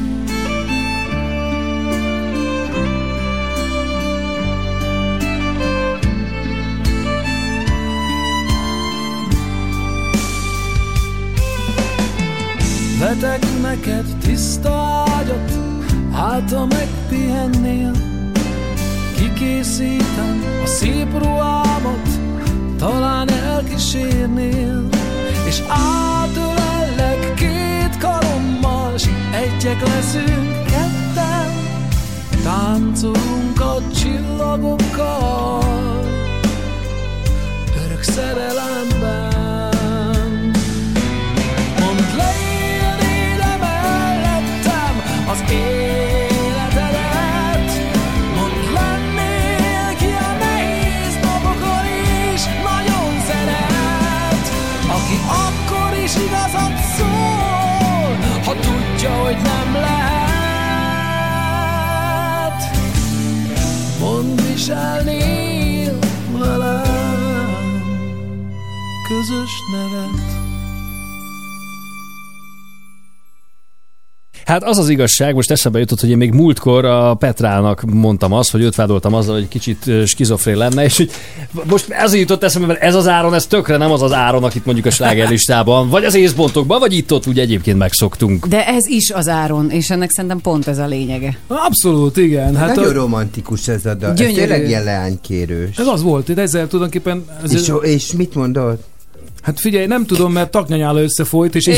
Vetek neked tiszta ágyat, hát ha megpihennél, kikészítem a szép ruhámat, talán elkísérnél, és átölellek két karommal, s egyek leszünk ketten, táncolunk a csillagokkal örök szerelemben. Mondd leélni ide mellettem az életedet, mondd lennél ki a nehéz napokon is nagyon szeret, aki akkor is igazat szól, ha tudja, hogy nem lehet. Mondd, viselnél velem közös nevet. Hát az az igazság, most eszembe jutott, hogy én még múltkor a Petrának mondtam azt, hogy őt vádoltam azzal, hogy kicsit skizofrén lenne, és hogy most ezért jutott eszembe, mert ez az Áron, ez tökre nem az az Áron, akit mondjuk a slágerlistában, vagy az észbontokban, vagy itt-ott úgy egyébként megszoktunk. De ez is az Áron, és ennek szerintem pont ez a lényege. Abszolút, igen. Hát nagyon romantikus ez a dal. Ez tényleg ilyen leánykérős. Ez az volt, itt ezzel tulajdonképpen... És mit mondod? Hát figyelj, nem tudom, mert taknyanyála összefolyt, és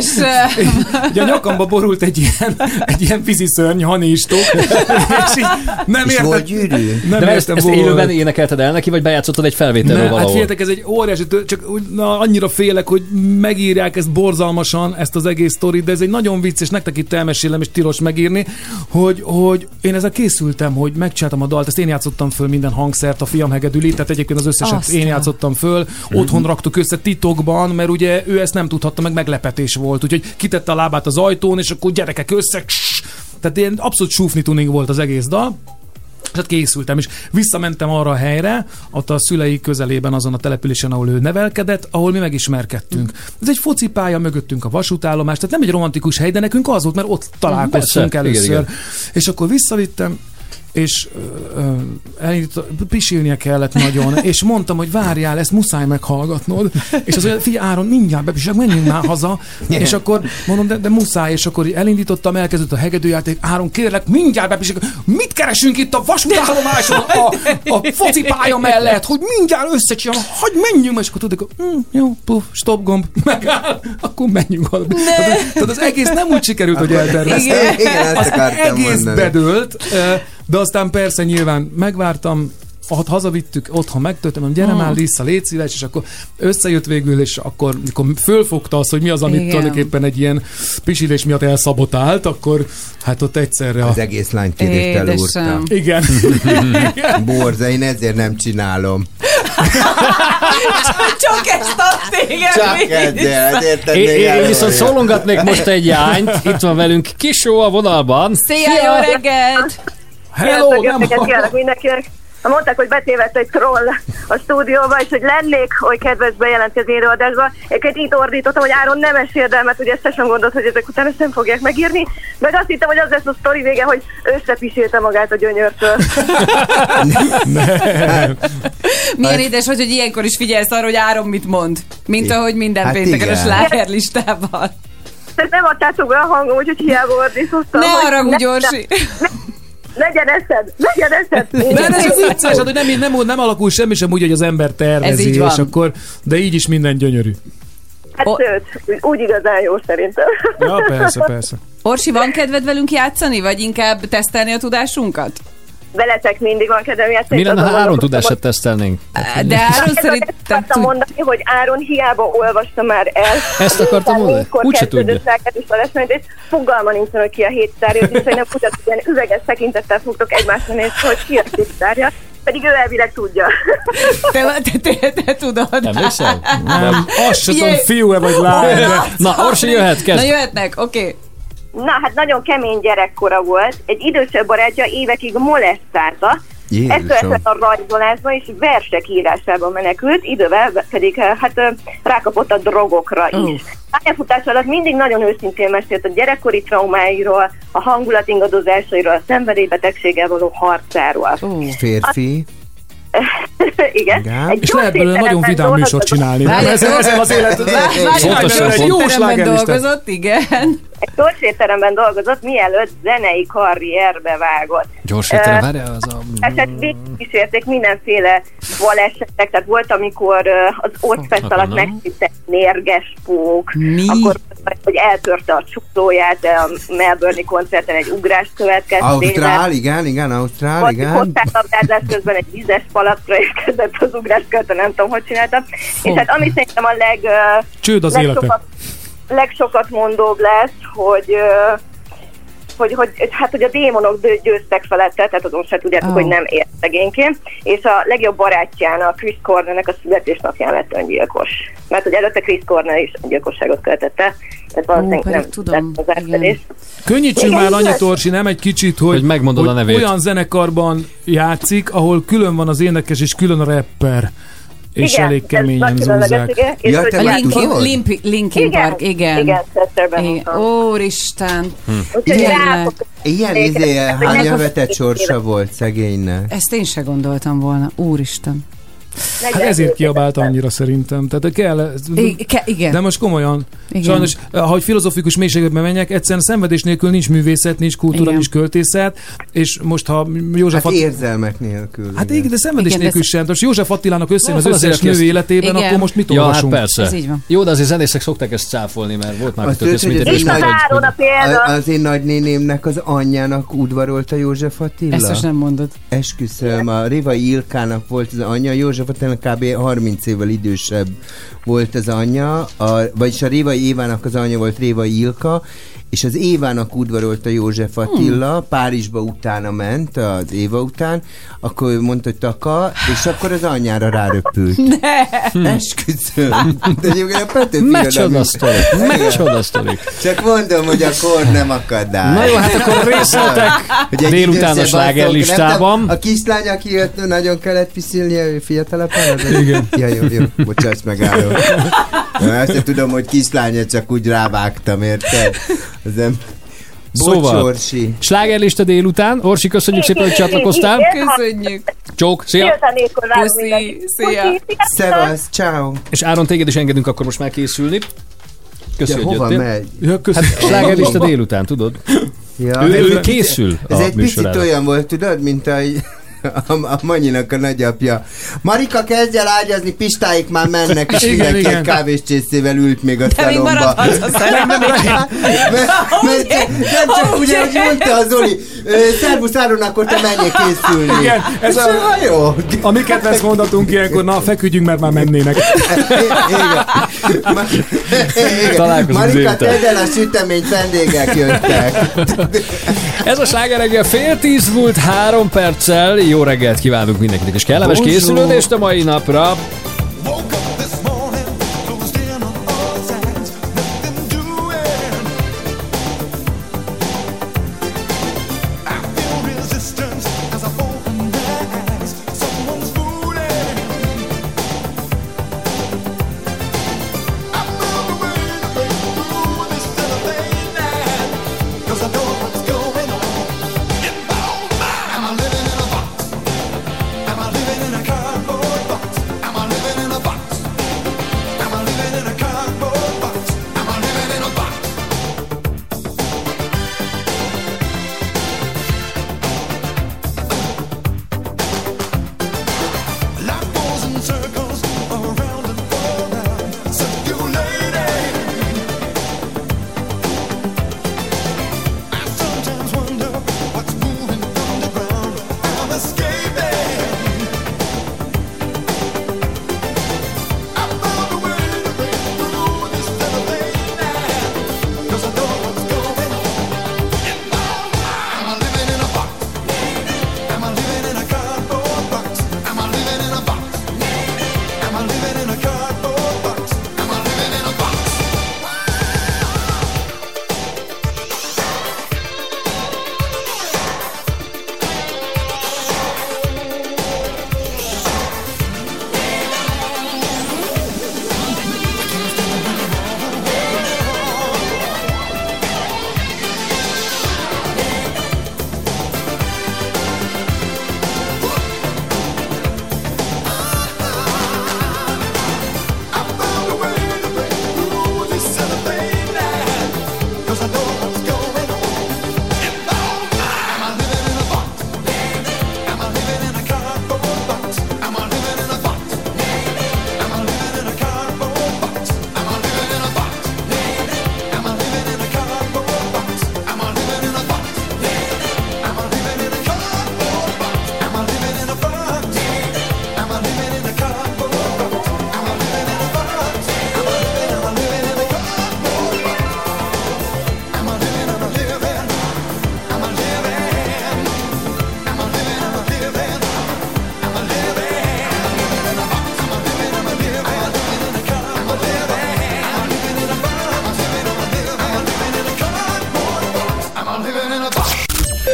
ugye a nyakamba borult egy ilyen fiziszörny, hanistok, és így nem értem. Volt gyűrű? Nem de ezt élőben énekelted el neki, vagy bejátszottad egy felvételről valahol? Hát figyeljetek, ez egy óriási, csak annyira félek, hogy megírják ezt borzalmasan, ezt az egész sztorit, de ez egy nagyon vicces, nektek itt elmesélem, és tilos megírni, hogy én ezzel készültem, hogy megcsináltam a dalt, ezt én játszottam föl minden hangszert, a fiam hegedüli, tehát egyébként az összeset én játszottam föl, otthon raktuk össze titokban, mert ugye ő ezt nem tudhatta, meg meglepetés volt, úgyhogy kitette a lábát az ajtón, és akkor gyerekek össze, tehát ilyen abszolút súfni tuning volt az egész dal, és hát készültem, és visszamentem arra a helyre, ott a szülei közelében, azon a településen, ahol ő nevelkedett, ahol mi megismerkedtünk. Ez egy focipálya, mögöttünk a vasútállomás, tehát nem egy romantikus hely, de nekünk az volt, mert ott találkoztunk először. Igen. És akkor visszavittem, és pisilnie kellett nagyon, és mondtam, hogy várjál, ezt muszáj meghallgatnod, és az olyan, figyelj Áron, mindjárt bepisilek, menjünk már haza, és akkor mondom, de muszáj, és akkor elindítottam, elkezdett a hegedűjáték, Áron, kérlek, mindjárt bepisilek, mit keresünk itt a vasútállomáson, a focipálya mellett, hogy mindjárt összecsinálom, hogy menjünk, és akkor tudjuk, jó, puf, stop gomb, megáll, akkor menjünk haza. Tehát az egész nem úgy sikerült, hogy elterveztem. Az egész bedőlt, de aztán persze nyilván megvártam, hazavittük, otthon megtöltöm, gyere már vissza, légy szíves, és akkor összejött végül, és akkor mikor fölfogta azt, hogy mi az, amit tulajdonképpen egy ilyen pisilés miatt elszabotált, akkor hát ott egyszerre az egész lánykérést elúrtam. Igen. Borza, én ezért nem csinálom. Csak ezt ad téged. Csak ezért. Én viszont szólongatnék most egy jányt. Itt van velünk Kisó a vonalban. Szia, jó reggelt! Hello! Kérlek mindenkinek. Mondták, hogy betévedt egy troll a stúdióba, és hogy lennék oly kedves bejelentkezni élőadásba. Egyébként itt ordítottam, hogy Áron nem esél, de mert ugye ezt sem gondolt, hogy ezek után ezt nem fogják megírni. Meg azt hittem, hogy az lesz a sztori vége, hogy összepisélte magát a gyönyörtől. Milyen édes vagy, hogy ilyenkor is figyelsz arra, hogy Áron mit mond. Mint ahogy minden pénteken a slágerlistában. Nem adtátok be a hangom, úgyhogy hiába ordítottam. Ne haragudj, Orsi! Legyen eszed! De ez vicces, hogy nem alakul semmi sem úgy, hogy az ember Ez tervezi, így van. és akkor, de így is minden gyönyörű. Hát sőt, úgy igazán jó szerintem. Ja, persze. Orsi, van kedved velünk játszani, vagy inkább tesztelni a tudásunkat? Veletek mindig van kedvem játszani. Mi lenne, ha Áron tudását tesztelnénk? De Áron szerintem... Akartam mondani, hogy Áron hiába olvasta már el. Ezt akartam mondani? Úgyse tudja. És fogalma nincsen, hogy ki a 7 sztárja, és nem tudod, hogy ilyen üveges tekintettel fogtok egymásra nézni, hogy ki a 7 sztárja. Pedig ő elvileg tudja. Te tudod. Emlékszel? Nem, azt sem tudom, fiú-e vagy lány. Na, Orsi jöhet, kezd. Na jöhetnek, oké. Na, hát nagyon kemény gyerekkora volt. Egy idősebb barátja évekig molesztálta. Ettől esett a rajzolásba és versek írásában menekült, idővel pedig rákapott a drogokra is. Pályafutás alatt mindig nagyon őszintén mesélt a gyerekkori traumáiról, a hangulatingadozásairól, a szenvedélybetegséggel való harcáról. Férfi. Igen. És lehet belőle nagyon vidám műsort csinálni. Ez az élet. Jó slágerlista. Dolgozott, igen. Egy gyorsétteremben dolgozott, mielőtt zenei karrierbe vágott. Gyorsétterem, várjál, az a... Hát végigkísérték mindenféle balesetek, tehát volt, amikor az Ozzfest alatt megszűnt mérges pók, akkor hogy eltörte a csuklóját a Melbourne-i koncerten egy ugrás következtében. Ausztrál, igen, Ausztrál, igen. Hosszálabdázás közben egy vizes palacra érkezett az ugrás követően, nem tudom, hogy csináltam. És hát ami szerintem a csőd az élete. Legsokat mondóbb lesz, hogy a démonok győztek felette, tehát azon se tudjátok, hogy nem ért szegényként, és a legjobb barátjának, Chris Cornellnek a születésnapján lett öngyilkos. Mert hogy előtte Chris Cornell is öngyilkosságot követette, tehát valószínűleg nem lett az átfedés. Könnyítsünk már annyit, Orsi, nem egy kicsit, hogy megmondod a nevét. Olyan zenekarban játszik, ahol külön van az énekes és külön a rapper. És igen, elég keményen zúzzák. Ja, te már tudod? Linkin Park, igen. Igen, Chesterben. Úristen. Ilyen hányan vetett sorsa volt szegénynek. Ezt én se gondoltam volna. Úristen. Hát ezért kiabált annyira szerintem. Tehát kell... Igen. De most komolyan. Igen. Sajnos, ha filozofikus mélységekbe menjek, egyszerűen szenvedés nélkül nincs művészet, nincs kultúra, nincs költészet, és most ha József érzelmek nélkül. Hát igen, de szenvedés nélkül sem. Most József Attilának összejön az összes nő életében, akkor most mit olvasunk? Hát persze. Ez így van. Jó, de azért zenészek szokták ezt cáfolni, mert volt már az én nagynénémnek az anyjának udvarolt a József Attila. Ezt most nem mondod. Esküszöm, a Révai Ilkának volt az anyja, József Attilának kb. 30 évvel idősebb volt az anyja, vagyis a Révai Évának az anyja volt Révai Ilka, és az Évának udvarolt a József Attila, Párizsba utána ment, az Éva után, akkor ő mondta, hogy taka, és akkor az anyjára ráröpült. Esküszöm. De egyébként a Petőfi Mecsoda sztori. Csak mondom, hogy a kor nem akadály. Na jó, hát akkor részletek délutános slágerlistában. A kislány, aki jött, nagyon kellett piszilnie, ő fiatalabb. Igen. Ja, jó, bocsáss meg, Áron. Azt tudom, hogy kislánya, csak úgy rávágtam, érted? Szóval, slágerlista délután. Orsi, köszönjük szépen, hogy csatlakoztál. Köszönjük. Csók, szia. Puszi, szia. Szevasz, ciao. És Áron, téged is engedünk akkor most már készülni. Köszönjük, hova megy? Hát slágerlista délután, tudod? Ja, ő készül ez a egy picit műsorára. olyan volt, tudod, mint a Manyinak a nagyapja. Marika, kezdj el ágyazni, Pistáik már mennek, és mindenki egy kávéscsészével ült még a szalomba. Nem csak ugye, hogy mondta a Zoli, szervusz Áron, akkor te menjél készülni. Igen, ez jó. A mi kedvenc mondatunk ilyenkor, na feküdjünk, mert már mennének. Marika, tedd el a süteményt, vendégek jöttek. Ez a Sláger reggel 9:30 múlt 3 perccel. Jó reggelt kívánunk mindenkinek, és kellemes készülődést a mai napra. Am I living in a cardboard box? Am I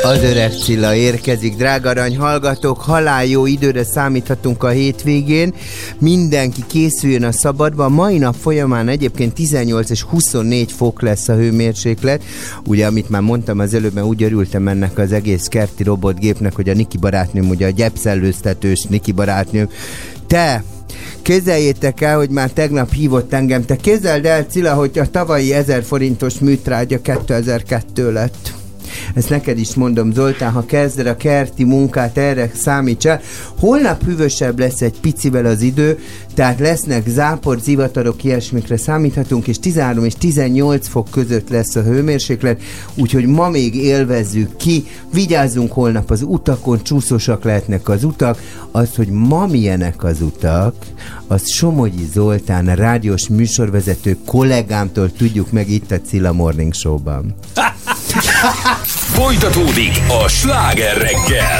Az öreg Cilla érkezik, drága arany hallgatók, halálljó időre számíthatunk a hétvégén, mindenki készüljön a szabadba, mai nap folyamán egyébként 18 és 24 fok lesz a hőmérséklet, ugye amit már mondtam az előbb, mert úgy örültem ennek az egész kerti robotgépnek, hogy a Niki barátnőm, ugye a gyepszellőztetős Niki barátnőm, te képzeljétek el, hogy már tegnap hívott engem, te képzeld el, Cilla, hogy a tavalyi 1000 forintos műtrágya 2002 lett. Ezt neked is mondom, Zoltán, ha kezded a kerti munkát, erre számíts el. Holnap hűvösebb lesz egy picivel az idő, tehát lesznek zápor, zivatarok, ilyesmikre számíthatunk, és 13 és 18 fok között lesz a hőmérséklet, úgyhogy ma még élvezzük ki, vigyázzunk holnap az utakon, csúszósak lehetnek az utak, az, hogy ma milyenek az utak, az Somogyi Zoltán, a rádiós műsorvezető kollégámtól tudjuk meg itt a Cilla Morning Show-ban. Folytatódik a Sláger reggel.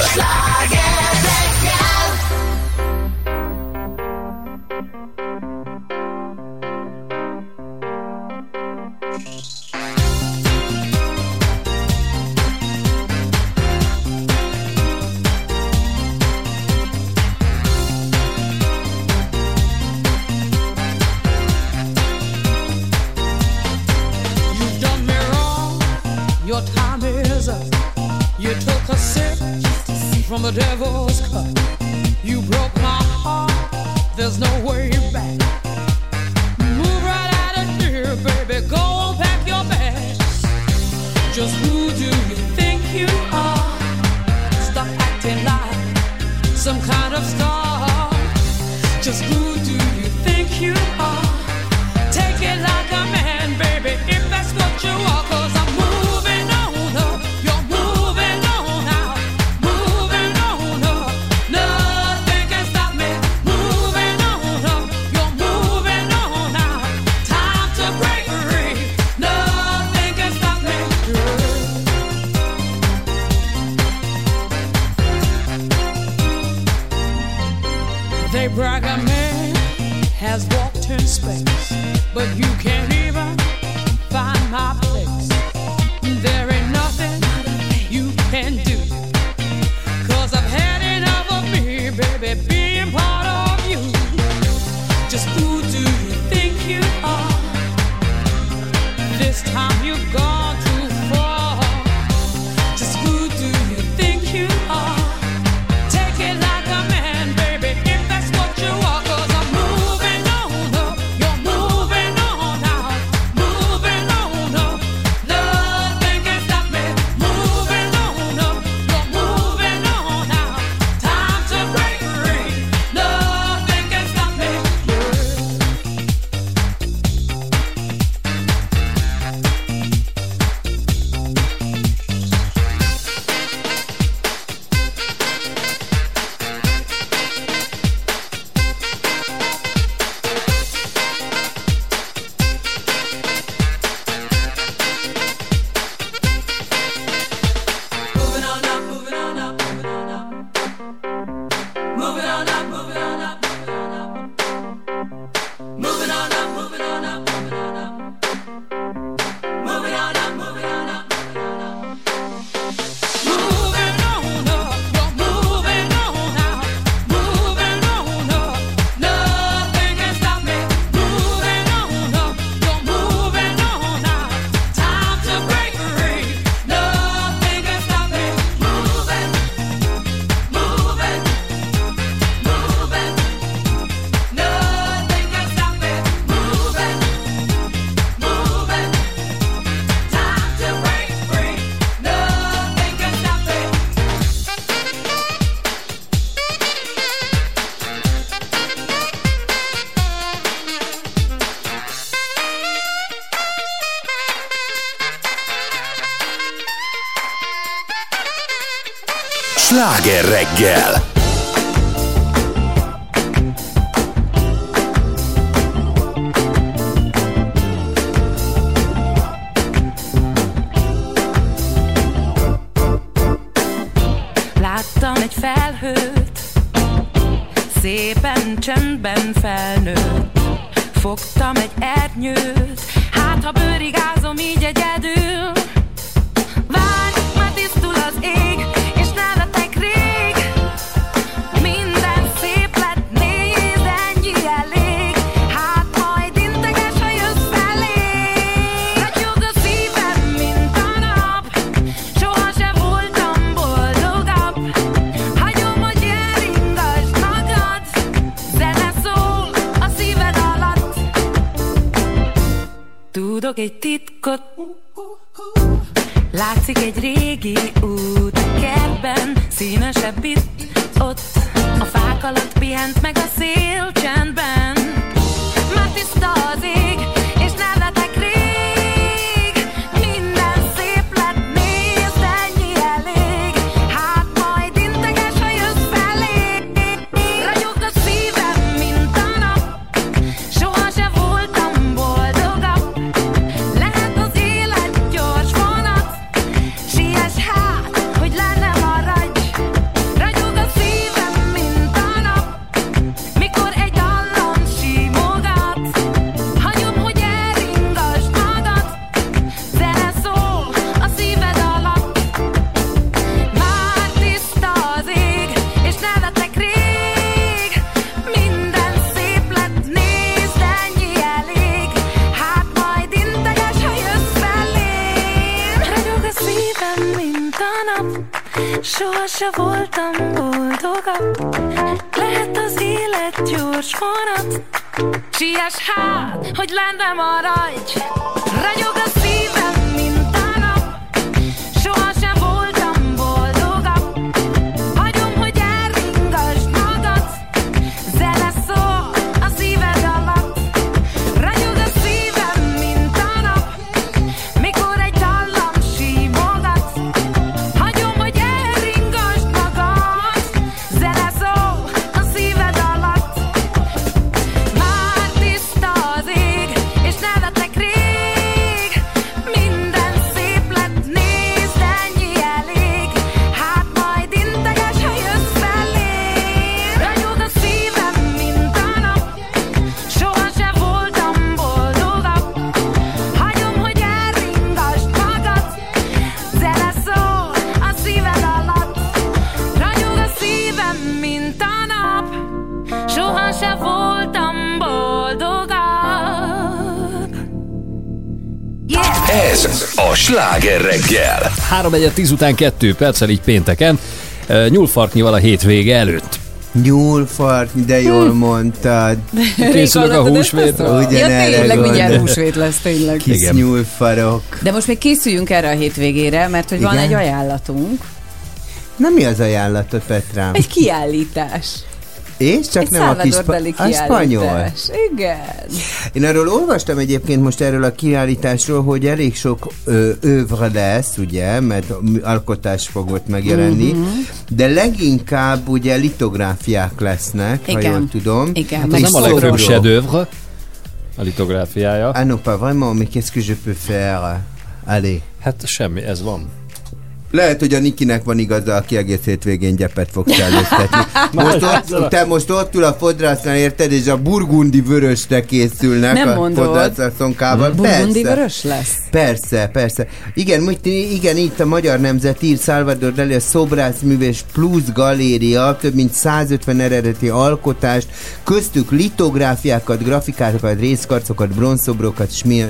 From the devil's cut, you broke my heart. There's no way back. Move right out of here, baby. Go pack your bags. Just who do you think you are? Stop acting like some kind of star. Just who do you think you are? Take it like a man, baby, if that's what you are. 'Cause I'm moving on up. You're moving on out. Moving on up. Nothing can stop me. Moving on up. You're moving on out. Time to break free. Nothing can stop me. They brag a man has walked in space, but you can't even find my place. There ain't nothing you can do, 'cause I've had enough of me, baby, being part of you. Just who do you think you are? This time you've gone too far. Just who do you think you are? Take it like a man, baby, if that's what you are. 'Cause I'm moving on up. You're moving on out. Moving on up. Nothing can stop me. Moving on up. You're moving on out. Time to break free. Nothing can stop me. Moving on up, moving on up, moving on up. Moving on up, moving on up, moving on up. Moving on up, moving on up, moving on up. Moving on up, moving on up, moving on up. Moving on up, you're moving on out. Moving on up, nothing can stop me. Moving on up, you're moving on out. Time to break free. Nothing can stop me. Moving, moving, moving. Nothing can stop me. Moving, moving. Time to break free. Nothing can stop me. Sláger reggel. Láttam egy felhőt, szépen csendben felnőtt. Fogtam egy ernyőt, hát ha bőrigázom így egyedül. Várj, már tisztul az ég, és nevetek rég. Minden szép lett, nézd, ennyi elég. Hát majd integes, ha jössz elég. Ragyog a szívem, mint a nap, soha se voltam boldogabb. Hagyom, hogy elringasd magad, zene szól a szíved alatt. Tudok egy titkot, látszik egy régi út a kertben, színesebb itt-ott. A fák alatt pihent meg a szél csendben. Már tiszta az ég, és nevetek rég. Minden szép lett, nézd, ennyi elég. Hát majd integes, ha jössz elég. Ragyog a szívem, mint a nap, soha se voltam boldogabb. Lehet az élet gyors vonat, siess hát, hogy lenne maradj. Ragyog a szívem, mint a nap, mikor egy dallam simogat. Hagyom, hogy elringasd magad, zene szól a szíved alatt. Már tiszta az ég, és nevetek rég. Minden szép lett, nézd, ennyi elég. Hát majd integes, ha jössz felém. Ragyog a szívem, mint a nap, soha se voltam boldogabb. Lehet az élet gyors vonat, siess hát, hogy lenne maradj. Ragyog a szívem, mint a nap, soha se voltam boldogabb. Hagyom, hogy elringasd magad, zene szól a szíved alatt. Ragyog a szívem, mint a nap, mikor egy dallam simogat. Hagyom, hogy elringasd magad, zene szól a szíved alatt. Már tiszta az ég, és nevetek rég. Minden szép lett, nézd, ennyi elég. Hát majd integes, ha jössz felém. Ragyog a szívem, mint a nap, soha se voltam boldogabb. Hagyom, hogy elringasd magad, zene szól a szíved alatt. Ragyog a szívem, mint a nap, soha se voltam boldogabb. Ez a Sláger reggel. 3:10 után 2 perccel így pénteken, nyúlfarknyival a hétvége előtt. Nyúlfart, de jól mondtad. Készülök a húsvétra. Ugyanerre tényleg mindjárt gondolok. húsvét lesz, tényleg. Kis Igen. nyúlfarok. De most még készüljünk erre a hétvégére, mert hogy van Igen? egy ajánlatunk. Na mi az ajánlatod, Petrám? Egy kiállítás. És csak Egy nem a kis Salvador Dali a spanyol. kiállítás. Igen. Én arról olvastam egyébként most erről a kiállításról, hogy elég sok övre lesz, ugye, mert alkotás fog ott megjelenni, de leginkább ugye litográfiák lesznek, Igen. ha jól tudom. Igen. Hát Meg ez nem a legfőbb szóró. chef-d'œuvre, a litográfiája. Ah non, pas vraiment, mais qu'est-ce que je peux faire? Allez. Hát semmi, ez van. Lehet, hogy a Nikinek van igaza, aki egész hétvégén gyepet fog előztetni. Te most ott ül a fodrásznál, érted, és a burgundi vörösre készülnek Nem a mondod. fodrászonkával. Burgundi Persze. vörös lesz? Persze. Igen, itt a Magyar Nemzet ír Salvador Dali, a szobrászművés plusz galéria, több mint 150 eredeti alkotást, köztük litográfiákat, grafikákat, részkarcokat, bronzszobrokat,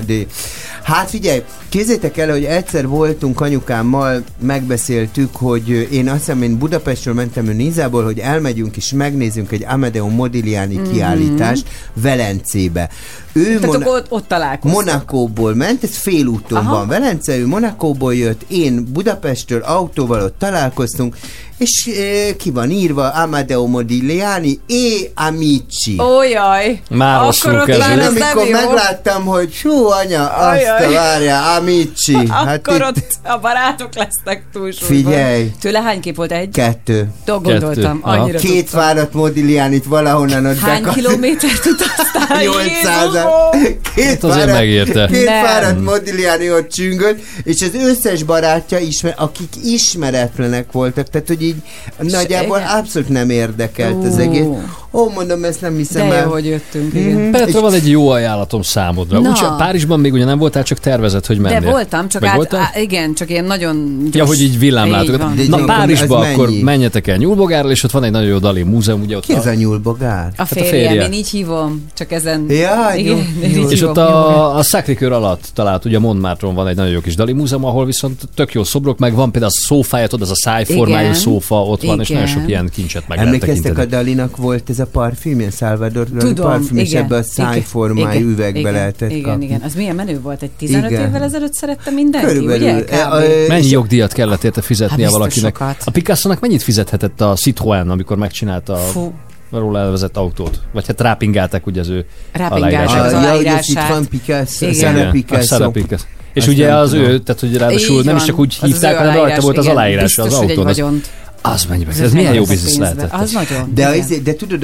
Hát figyelj, képzeljétek el, hogy egyszer voltunk anyukámmal, megbeszéltük, hogy én azt hiszem, én Budapestről mentem Nizából, hogy elmegyünk és megnézzünk egy Amedeo Modigliani kiállítást Velencébe. Tehát ott találkoztak. Monacóból ment, ez félúton van Velence, ő Monacóból jött, én Budapestről autóval ott találkoztunk, és ki van írva Amedeo Modigliani e Amici. Ójaj! Már rosszul kezdődik. Én amikor megláttam, hogy hú anya, azt várja, Amici. Akkor ott a barátok lesznek túlsúlyban. Figyelj. Tőle hány kép volt? 1? 2. Gondoltam, annyira 2 tudtam. fáradt Modiglianit valahonnan ott Hány kilométert utaztál? 800-at. Hát azért megérte. Két Nem. fáradt Modigliani ott csüngött, és az összes barátja, akik ismeretlenek voltak, tehát hogy így nagyjából igen. abszolút nem érdekelt az egész. Ó, mondom, ezt nem hiszem De el. jó, hogy jöttünk, igen. Petra, van egy jó ajánlatom számodra. Na. Úgy, Párizsban még ugye nem voltál, csak tervezett, hogy mennél. De voltam, csak igen, csak ilyen nagyon gyors. Ja, hogy így villámlátogat. Így Na, van. Párizsba akkor menjetek el Nyúlbogárral, és ott van egy nagyon jó Dali múzeum. Ugye ott Ki ez a Nyúlbogár? A férjem, én így hívom, csak ezen... Ja, igen, így és hívom. ott a Sacré-Cœur alatt talált, ugye Montmartre-on van egy nagyon jó kis Dali múzeum, ahol viszont tök jó szobrok, meg van például a szófája, tudod, ez a szájformájú Igen. szófa ott van, és Igen. nagyon sok ilyen kincset meg lehet Emlékeztek, a tekinteni. Dalinak volt ez a parfümje, Salvador Dali Tudom, parfüm, és igen, ebbe a szájformájú igen, üvegbe igen, lehetett igen, kapni. igen, az milyen menő volt, egy 15 Igen. évvel ezelőtt szerette mindenki, Körülbelül. ugye? Kb. Mennyi jogdíjat kellett érte fizetnie biztos valakinek? sokat. A Picasso-nak mennyit fizethetett a Citroën, amikor megcsinálta a róla elvezett autót? Vagy hát rápingálták ugye az ő Rápingálták az aláírását. Citroën Picasso, Igen. Sarah Igen, a Picasso. Sarah Picasso. És Azt ugye nem az tudom. ő, tehát hogy ráadásul Így nem is van. csak úgy Az hívták, ő hanem rajta aláírás, volt az igen. aláírása az Biztos, hogy egy autón. vagyont. Az mennyibe? Ez milyen jó biznisz lehetett. Az nagyon. De tudod,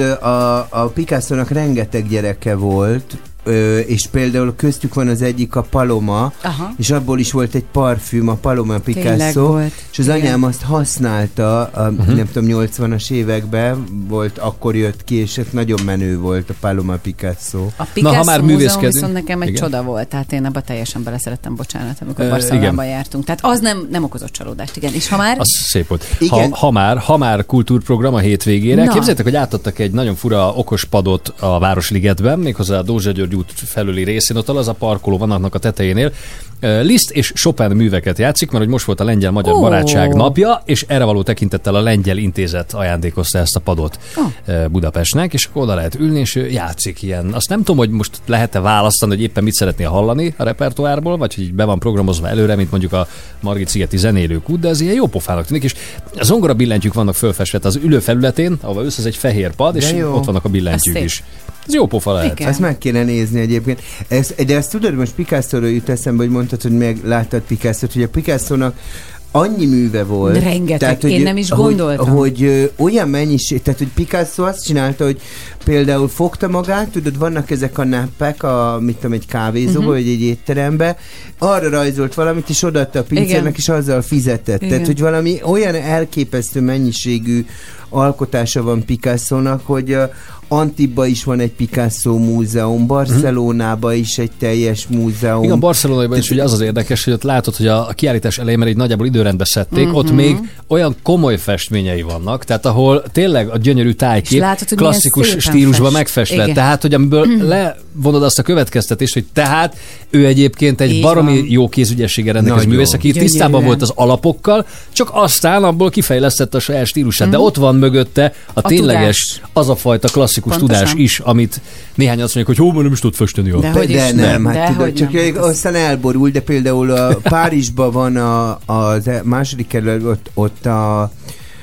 a Picasso-nak rengeteg gyereke volt, és például köztük van az egyik a Paloma, Aha. és abból is volt egy parfüm, a Paloma Tényleg Picasso, volt. és az Igen. anyám azt használta, nem tudom, 80-as években volt, akkor jött ki, és ez nagyon menő volt a Paloma Picasso. A Picasso ha már múzeum művészkedünk- viszont nekem egy Igen. csoda volt, tehát én abba teljesen beleszerettem, bocsánat, amikor Igen. Barcelonában jártunk. Tehát az nem okozott csalódást, igen. És ha már... Az szép volt. Igen. Ha már kultúrprogram a hétvégére, Na. képzeljétek, hogy átadtak egy nagyon fura okos padot a Városligetben, méghozzá a Dózsa György út felüli részén, ott az a parkoló van annak a tetejénél. Liszt és Chopin műveket játszik, mert hogy most volt a lengyel-magyar barátság napja, és erre való tekintettel a Lengyel Intézet ajándékozta ezt a padot Budapestnek, és akkor oda lehet ülni, és ő játszik ilyen. Azt nem tudom, hogy most lehet-e választani, hogy éppen mit szeretnél hallani a repertoárból, vagy hogy így be van programozva előre, mint mondjuk a Margit-szigeti zenélők út, de ez ilyen jó pofának tűnik, és a zongora billentyűk vannak fölfestve az ülőfelületén, ahol össze egy fehér pad, és jó. ott vannak a billentyűk Ez is. Ez jó pofa lehet. Igen. Ezt meg kéne nézni egyébként. De ezt tudod, most Picasso-ról jut eszembe, hogy mondtad, hogy megláttad Picasso-t, hogy a Picasso-nak annyi műve volt. Rengeteg. Én nem is gondoltam. Hogy olyan mennyiség, tehát hogy Picasso azt csinálta, hogy például fogta magát, tudod, vannak ezek a nappek, mit tudom, egy kávézóba, vagy egy étterembe, arra rajzolt valamit, és odaadta a pincérnek, és azzal fizetett. Igen. Tehát, hogy valami olyan elképesztő mennyiségű alkotása van Picasso-nak, hogy Antibba is van egy Picasso múzeum, Barcelonában is egy teljes múzeum. Igen, Barcelonában is ugye az az érdekes, hogy ott látod, hogy a kiállítás elején, mert így nagyjából időrendbe szedték, ott még olyan komoly festményei vannak, tehát ahol tényleg a gyönyörű tájkép látod, hogy klasszikus milyen szépen stílusban fest. megfestve. Igen. Tehát, hogy amiből levonod azt a következtetést, hogy tehát ő egyébként egy Így baromi van. jó kézügyességgel rendelkező Nagyon. művész, aki Gyönyörűen. tisztában volt az alapokkal, csak aztán abból kifejlesztette a saját stílusát. De ott van mögötte a tényleges, tudás. az a fajta klasszikus Pontosan. tudás is, amit néhány azt mondják, hogy nem is tud festeni. De nem, hát tudod, hogy csak nem. aztán elborul, de például a Párizsban van a második kerület, ott a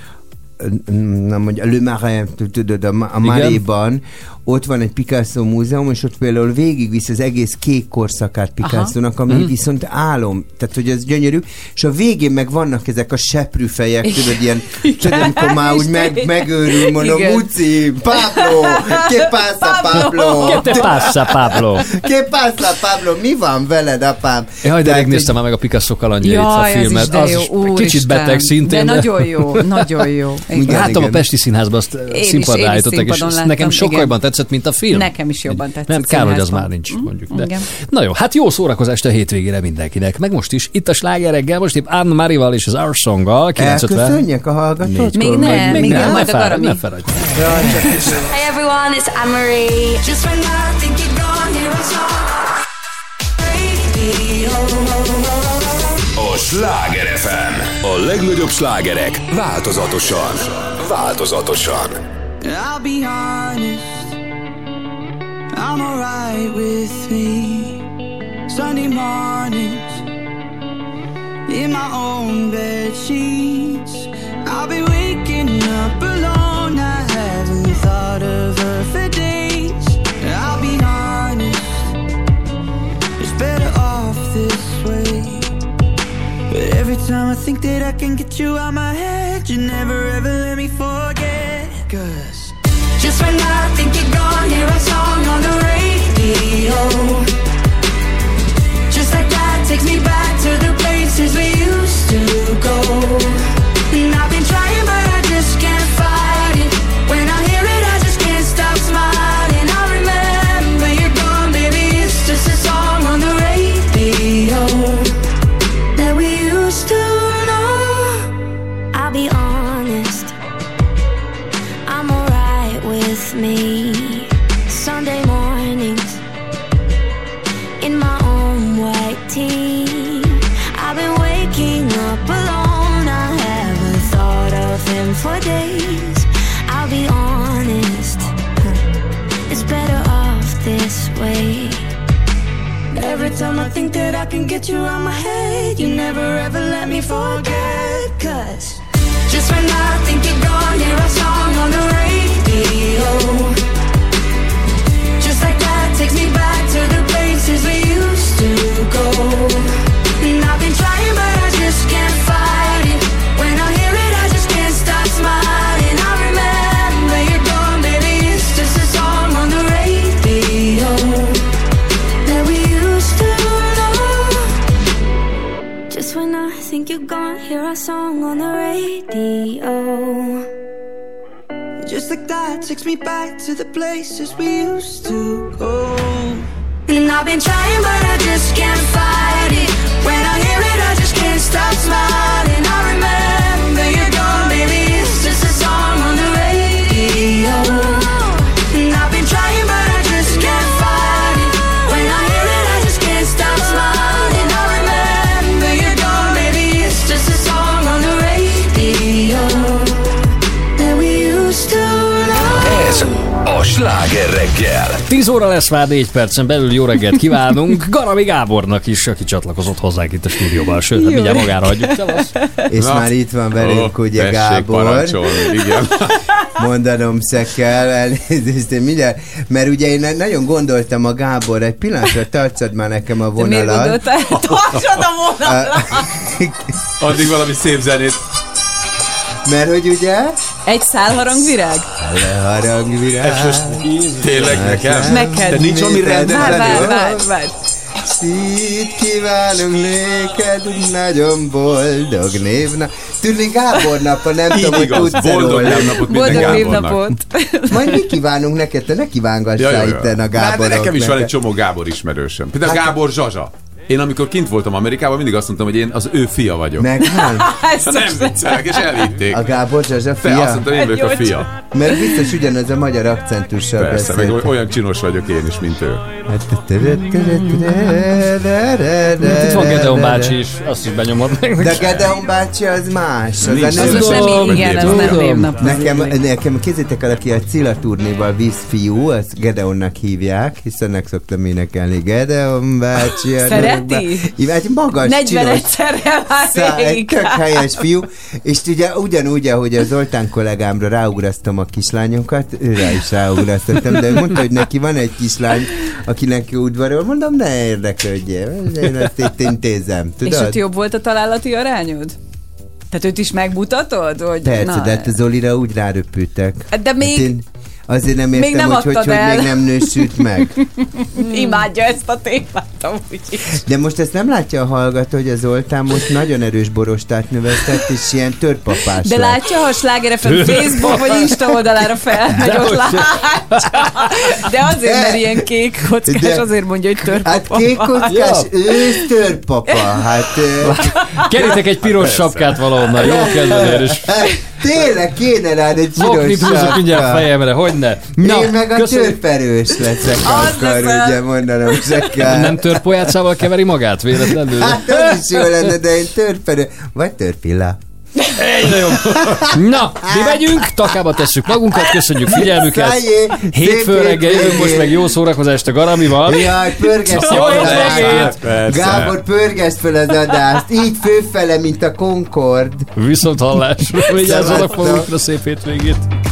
nem mondja, Le Marais, tudod, a Marais-ban, ott van egy Picasso múzeum, és ott például végigvisz az egész kék korszakát Picasso-nak, ami viszont álom, tehát hogy ez gyönyörű, és a végén meg vannak ezek a seprűfejek, tudod, ilyen, tudod, amikor már úgy megőrül, mondom, Igen. Uci, Pablo, que pasa, Pablo? Que te passa, Pablo? Que pasa, Pablo? Mi van veled, apám? Jaj, de Tehát, megnéztem már meg a Picasso kalandjait a Jaj, filmet. ez is de Az jó. is Úristen. kicsit beteg szintén. De nagyon jó, nagyon jó. Igen. Láttam a igen. Pesti Színházban, azt is színpadra állították, és színpadon azt nekem láttam, sokkal igen. jobban tetszett, mint a film. Nekem is jobban tetszett. Nem, kár, hogy az színházban. már nincs, mondjuk. De. Igen. Na jó, hát jó szórakozást a hétvégére mindenkinek. Meg most is, itt a Sláger reggel, most épp Anne Marival és az Our Song-gal. 950. Elköszönjek a hallgatót? Még nem, még nem, majd a Garami. Ne feladj. Hey everyone, it's Anne-Marie. Just when I think you're gone, here I saw. A Sláger FM. A legnagyobb slágerek változatosan. Változatosan. I'll be honest, I'm alright with me. Sunday mornings, in my own bed sheets, I'll be waking up alone. I haven't thought of her for days. I'll be honest, it's better off this way. But every time I think that I can get you out my head, you never ever let me forget. 'Cause Just when I think you're gone, hear a song on the radio. Just like that takes me back to the places we used to go. And I've been trying but I just can't fight it. When I hear it I just can't stop Sunday mornings in my own white tee. I've been waking up alone. I haven't thought of him for days. I'll be honest, it's better off this way. Every time I think that I can get you out my head, you never ever let me forget. 'Cause just when I think you're gone, hear a song on the radio. Just like that takes me back to the places we used to go. And I've been trying but I just can't fight it. When I hear it I just can't stop smiling. I remember you're gone, baby, it's just a song on the radio that we used to know. Just when I think you're gone, hear a song on the radio. Just like that takes me back to the places we used to go. And I've been trying but I just can't fight it. When I hear it I just can't stop smiling. I remember you're gone, baby, it's just a song on the radio. And I've been trying but I just can't fight it. When I hear it I just can't stop smiling. I remember you're gone, baby, it's just a song on the radio that we used to know. Ez a Sláger reggel. 10 óra lesz már 4 percen belül, jó reggelt kívánunk Garami Gábornak is, aki csatlakozott hozzánk itt a stúdióban. Sőt, hát mindjárt magára hagyjuk. És már itt van velünk, ugye Gábor. Igen. Mondanom se kell, elnézést, én mindjárt, mert ugye én nagyon gondoltam a Gábor, egy pillanatra tartsad már nekem a vonalat. Miért gondoltál? Tartsad a vonalat! Addig valami szép zenét. Mert hogy ugye? Egy szálharangvirág? Harangvirág. Ez most tényleg nekem? Neked. De nincs valami rendetlenül? Várj. Szít kívánunk néked, nagyon boldog névnap. Tudni Gábor napon, nem tudom, hogy tudsz boldog névnapot minden Boldog Gábornak. névnapot. Majd mi kívánunk neked, te ne kívángassál itten a Gáborok. De nekem is van egy csomó Gábor ismerősöm. Például Gábor Zsazsa. Én amikor kint voltam Amerikában, mindig azt mondtam, hogy én az ő fia vagyok. Meg hát? Ha nem viccelek, és elvitték. A Gábor Zsazsa fia? Azt mondtam, én vagyok a fia. Mert biztos ugyanaz a magyar akcentussal Persze, beszélt. meg olyan csinos vagyok én is, mint ő. Itt van Gedeon bácsi is, azt is benyomod meg. De Gedeon bácsi az más. Az nem igen, az nem névnap. Nekem kézzétek el, aki a Cilla turnéval visz fiú, azt Gedeonnak hívják, hiszen meg szoktam énekelni. Gedeon bácsi. Szereti? Egy magas, 41-szerre már egy tök helyes fiú, és ugye ugyanúgy, ahogy a Zoltán kollégámra ráugrasztom a kislányokat, őre is ráugrasztottam, de mondta, hogy neki van egy kislány, akinek udvarol, mondom, ne érdeklődjél, én ezt itt intézem, tudod? És ott jobb volt a találati arányod? Tehát őt is megmutatod? Hogy Persze, de hát a Zolira úgy ráröpültek. De még... Hát azért nem értem, még nem hogy még nem nősült meg. Imádja ezt a témát amúgy is. De most ezt nem látja a hallgató, hogy a Zoltán most nagyon erős borostát növesztett, és ilyen törpapás de látja, ha a Sláger FM Facebook vagy Insta oldalára felmegy, ott látja. De azért, mert ilyen kék kockás, azért mondja, hogy törpapa. Hát kék kockás, ő törpapa. Hát... Kerítek egy piros sapkát valahonnan, jó kedvedér, és... Tényleg kéne rád egy piros Zoknit húzok mindjárt fejemre, hogyne? Na, én meg a törperős leszek akkor, ugye mondanom se kell. Nem törpolyácával keveri magát véletlenül? Hát az is jó lenne, de én törperő, vagy törpilla. Egyre jobb. Na, mi megyünk, takába tesszük magunkat, köszönjük figyelmüket. Hétfő reggel jövünk, most meg jó szórakozást a Garamival. Jaj, pörgesd jó adást. Gábor, pörgesd fel az adást. Így főfele, mint a Concord. Viszont hallásra. Vigyázzanak magukra, szép hétvégét.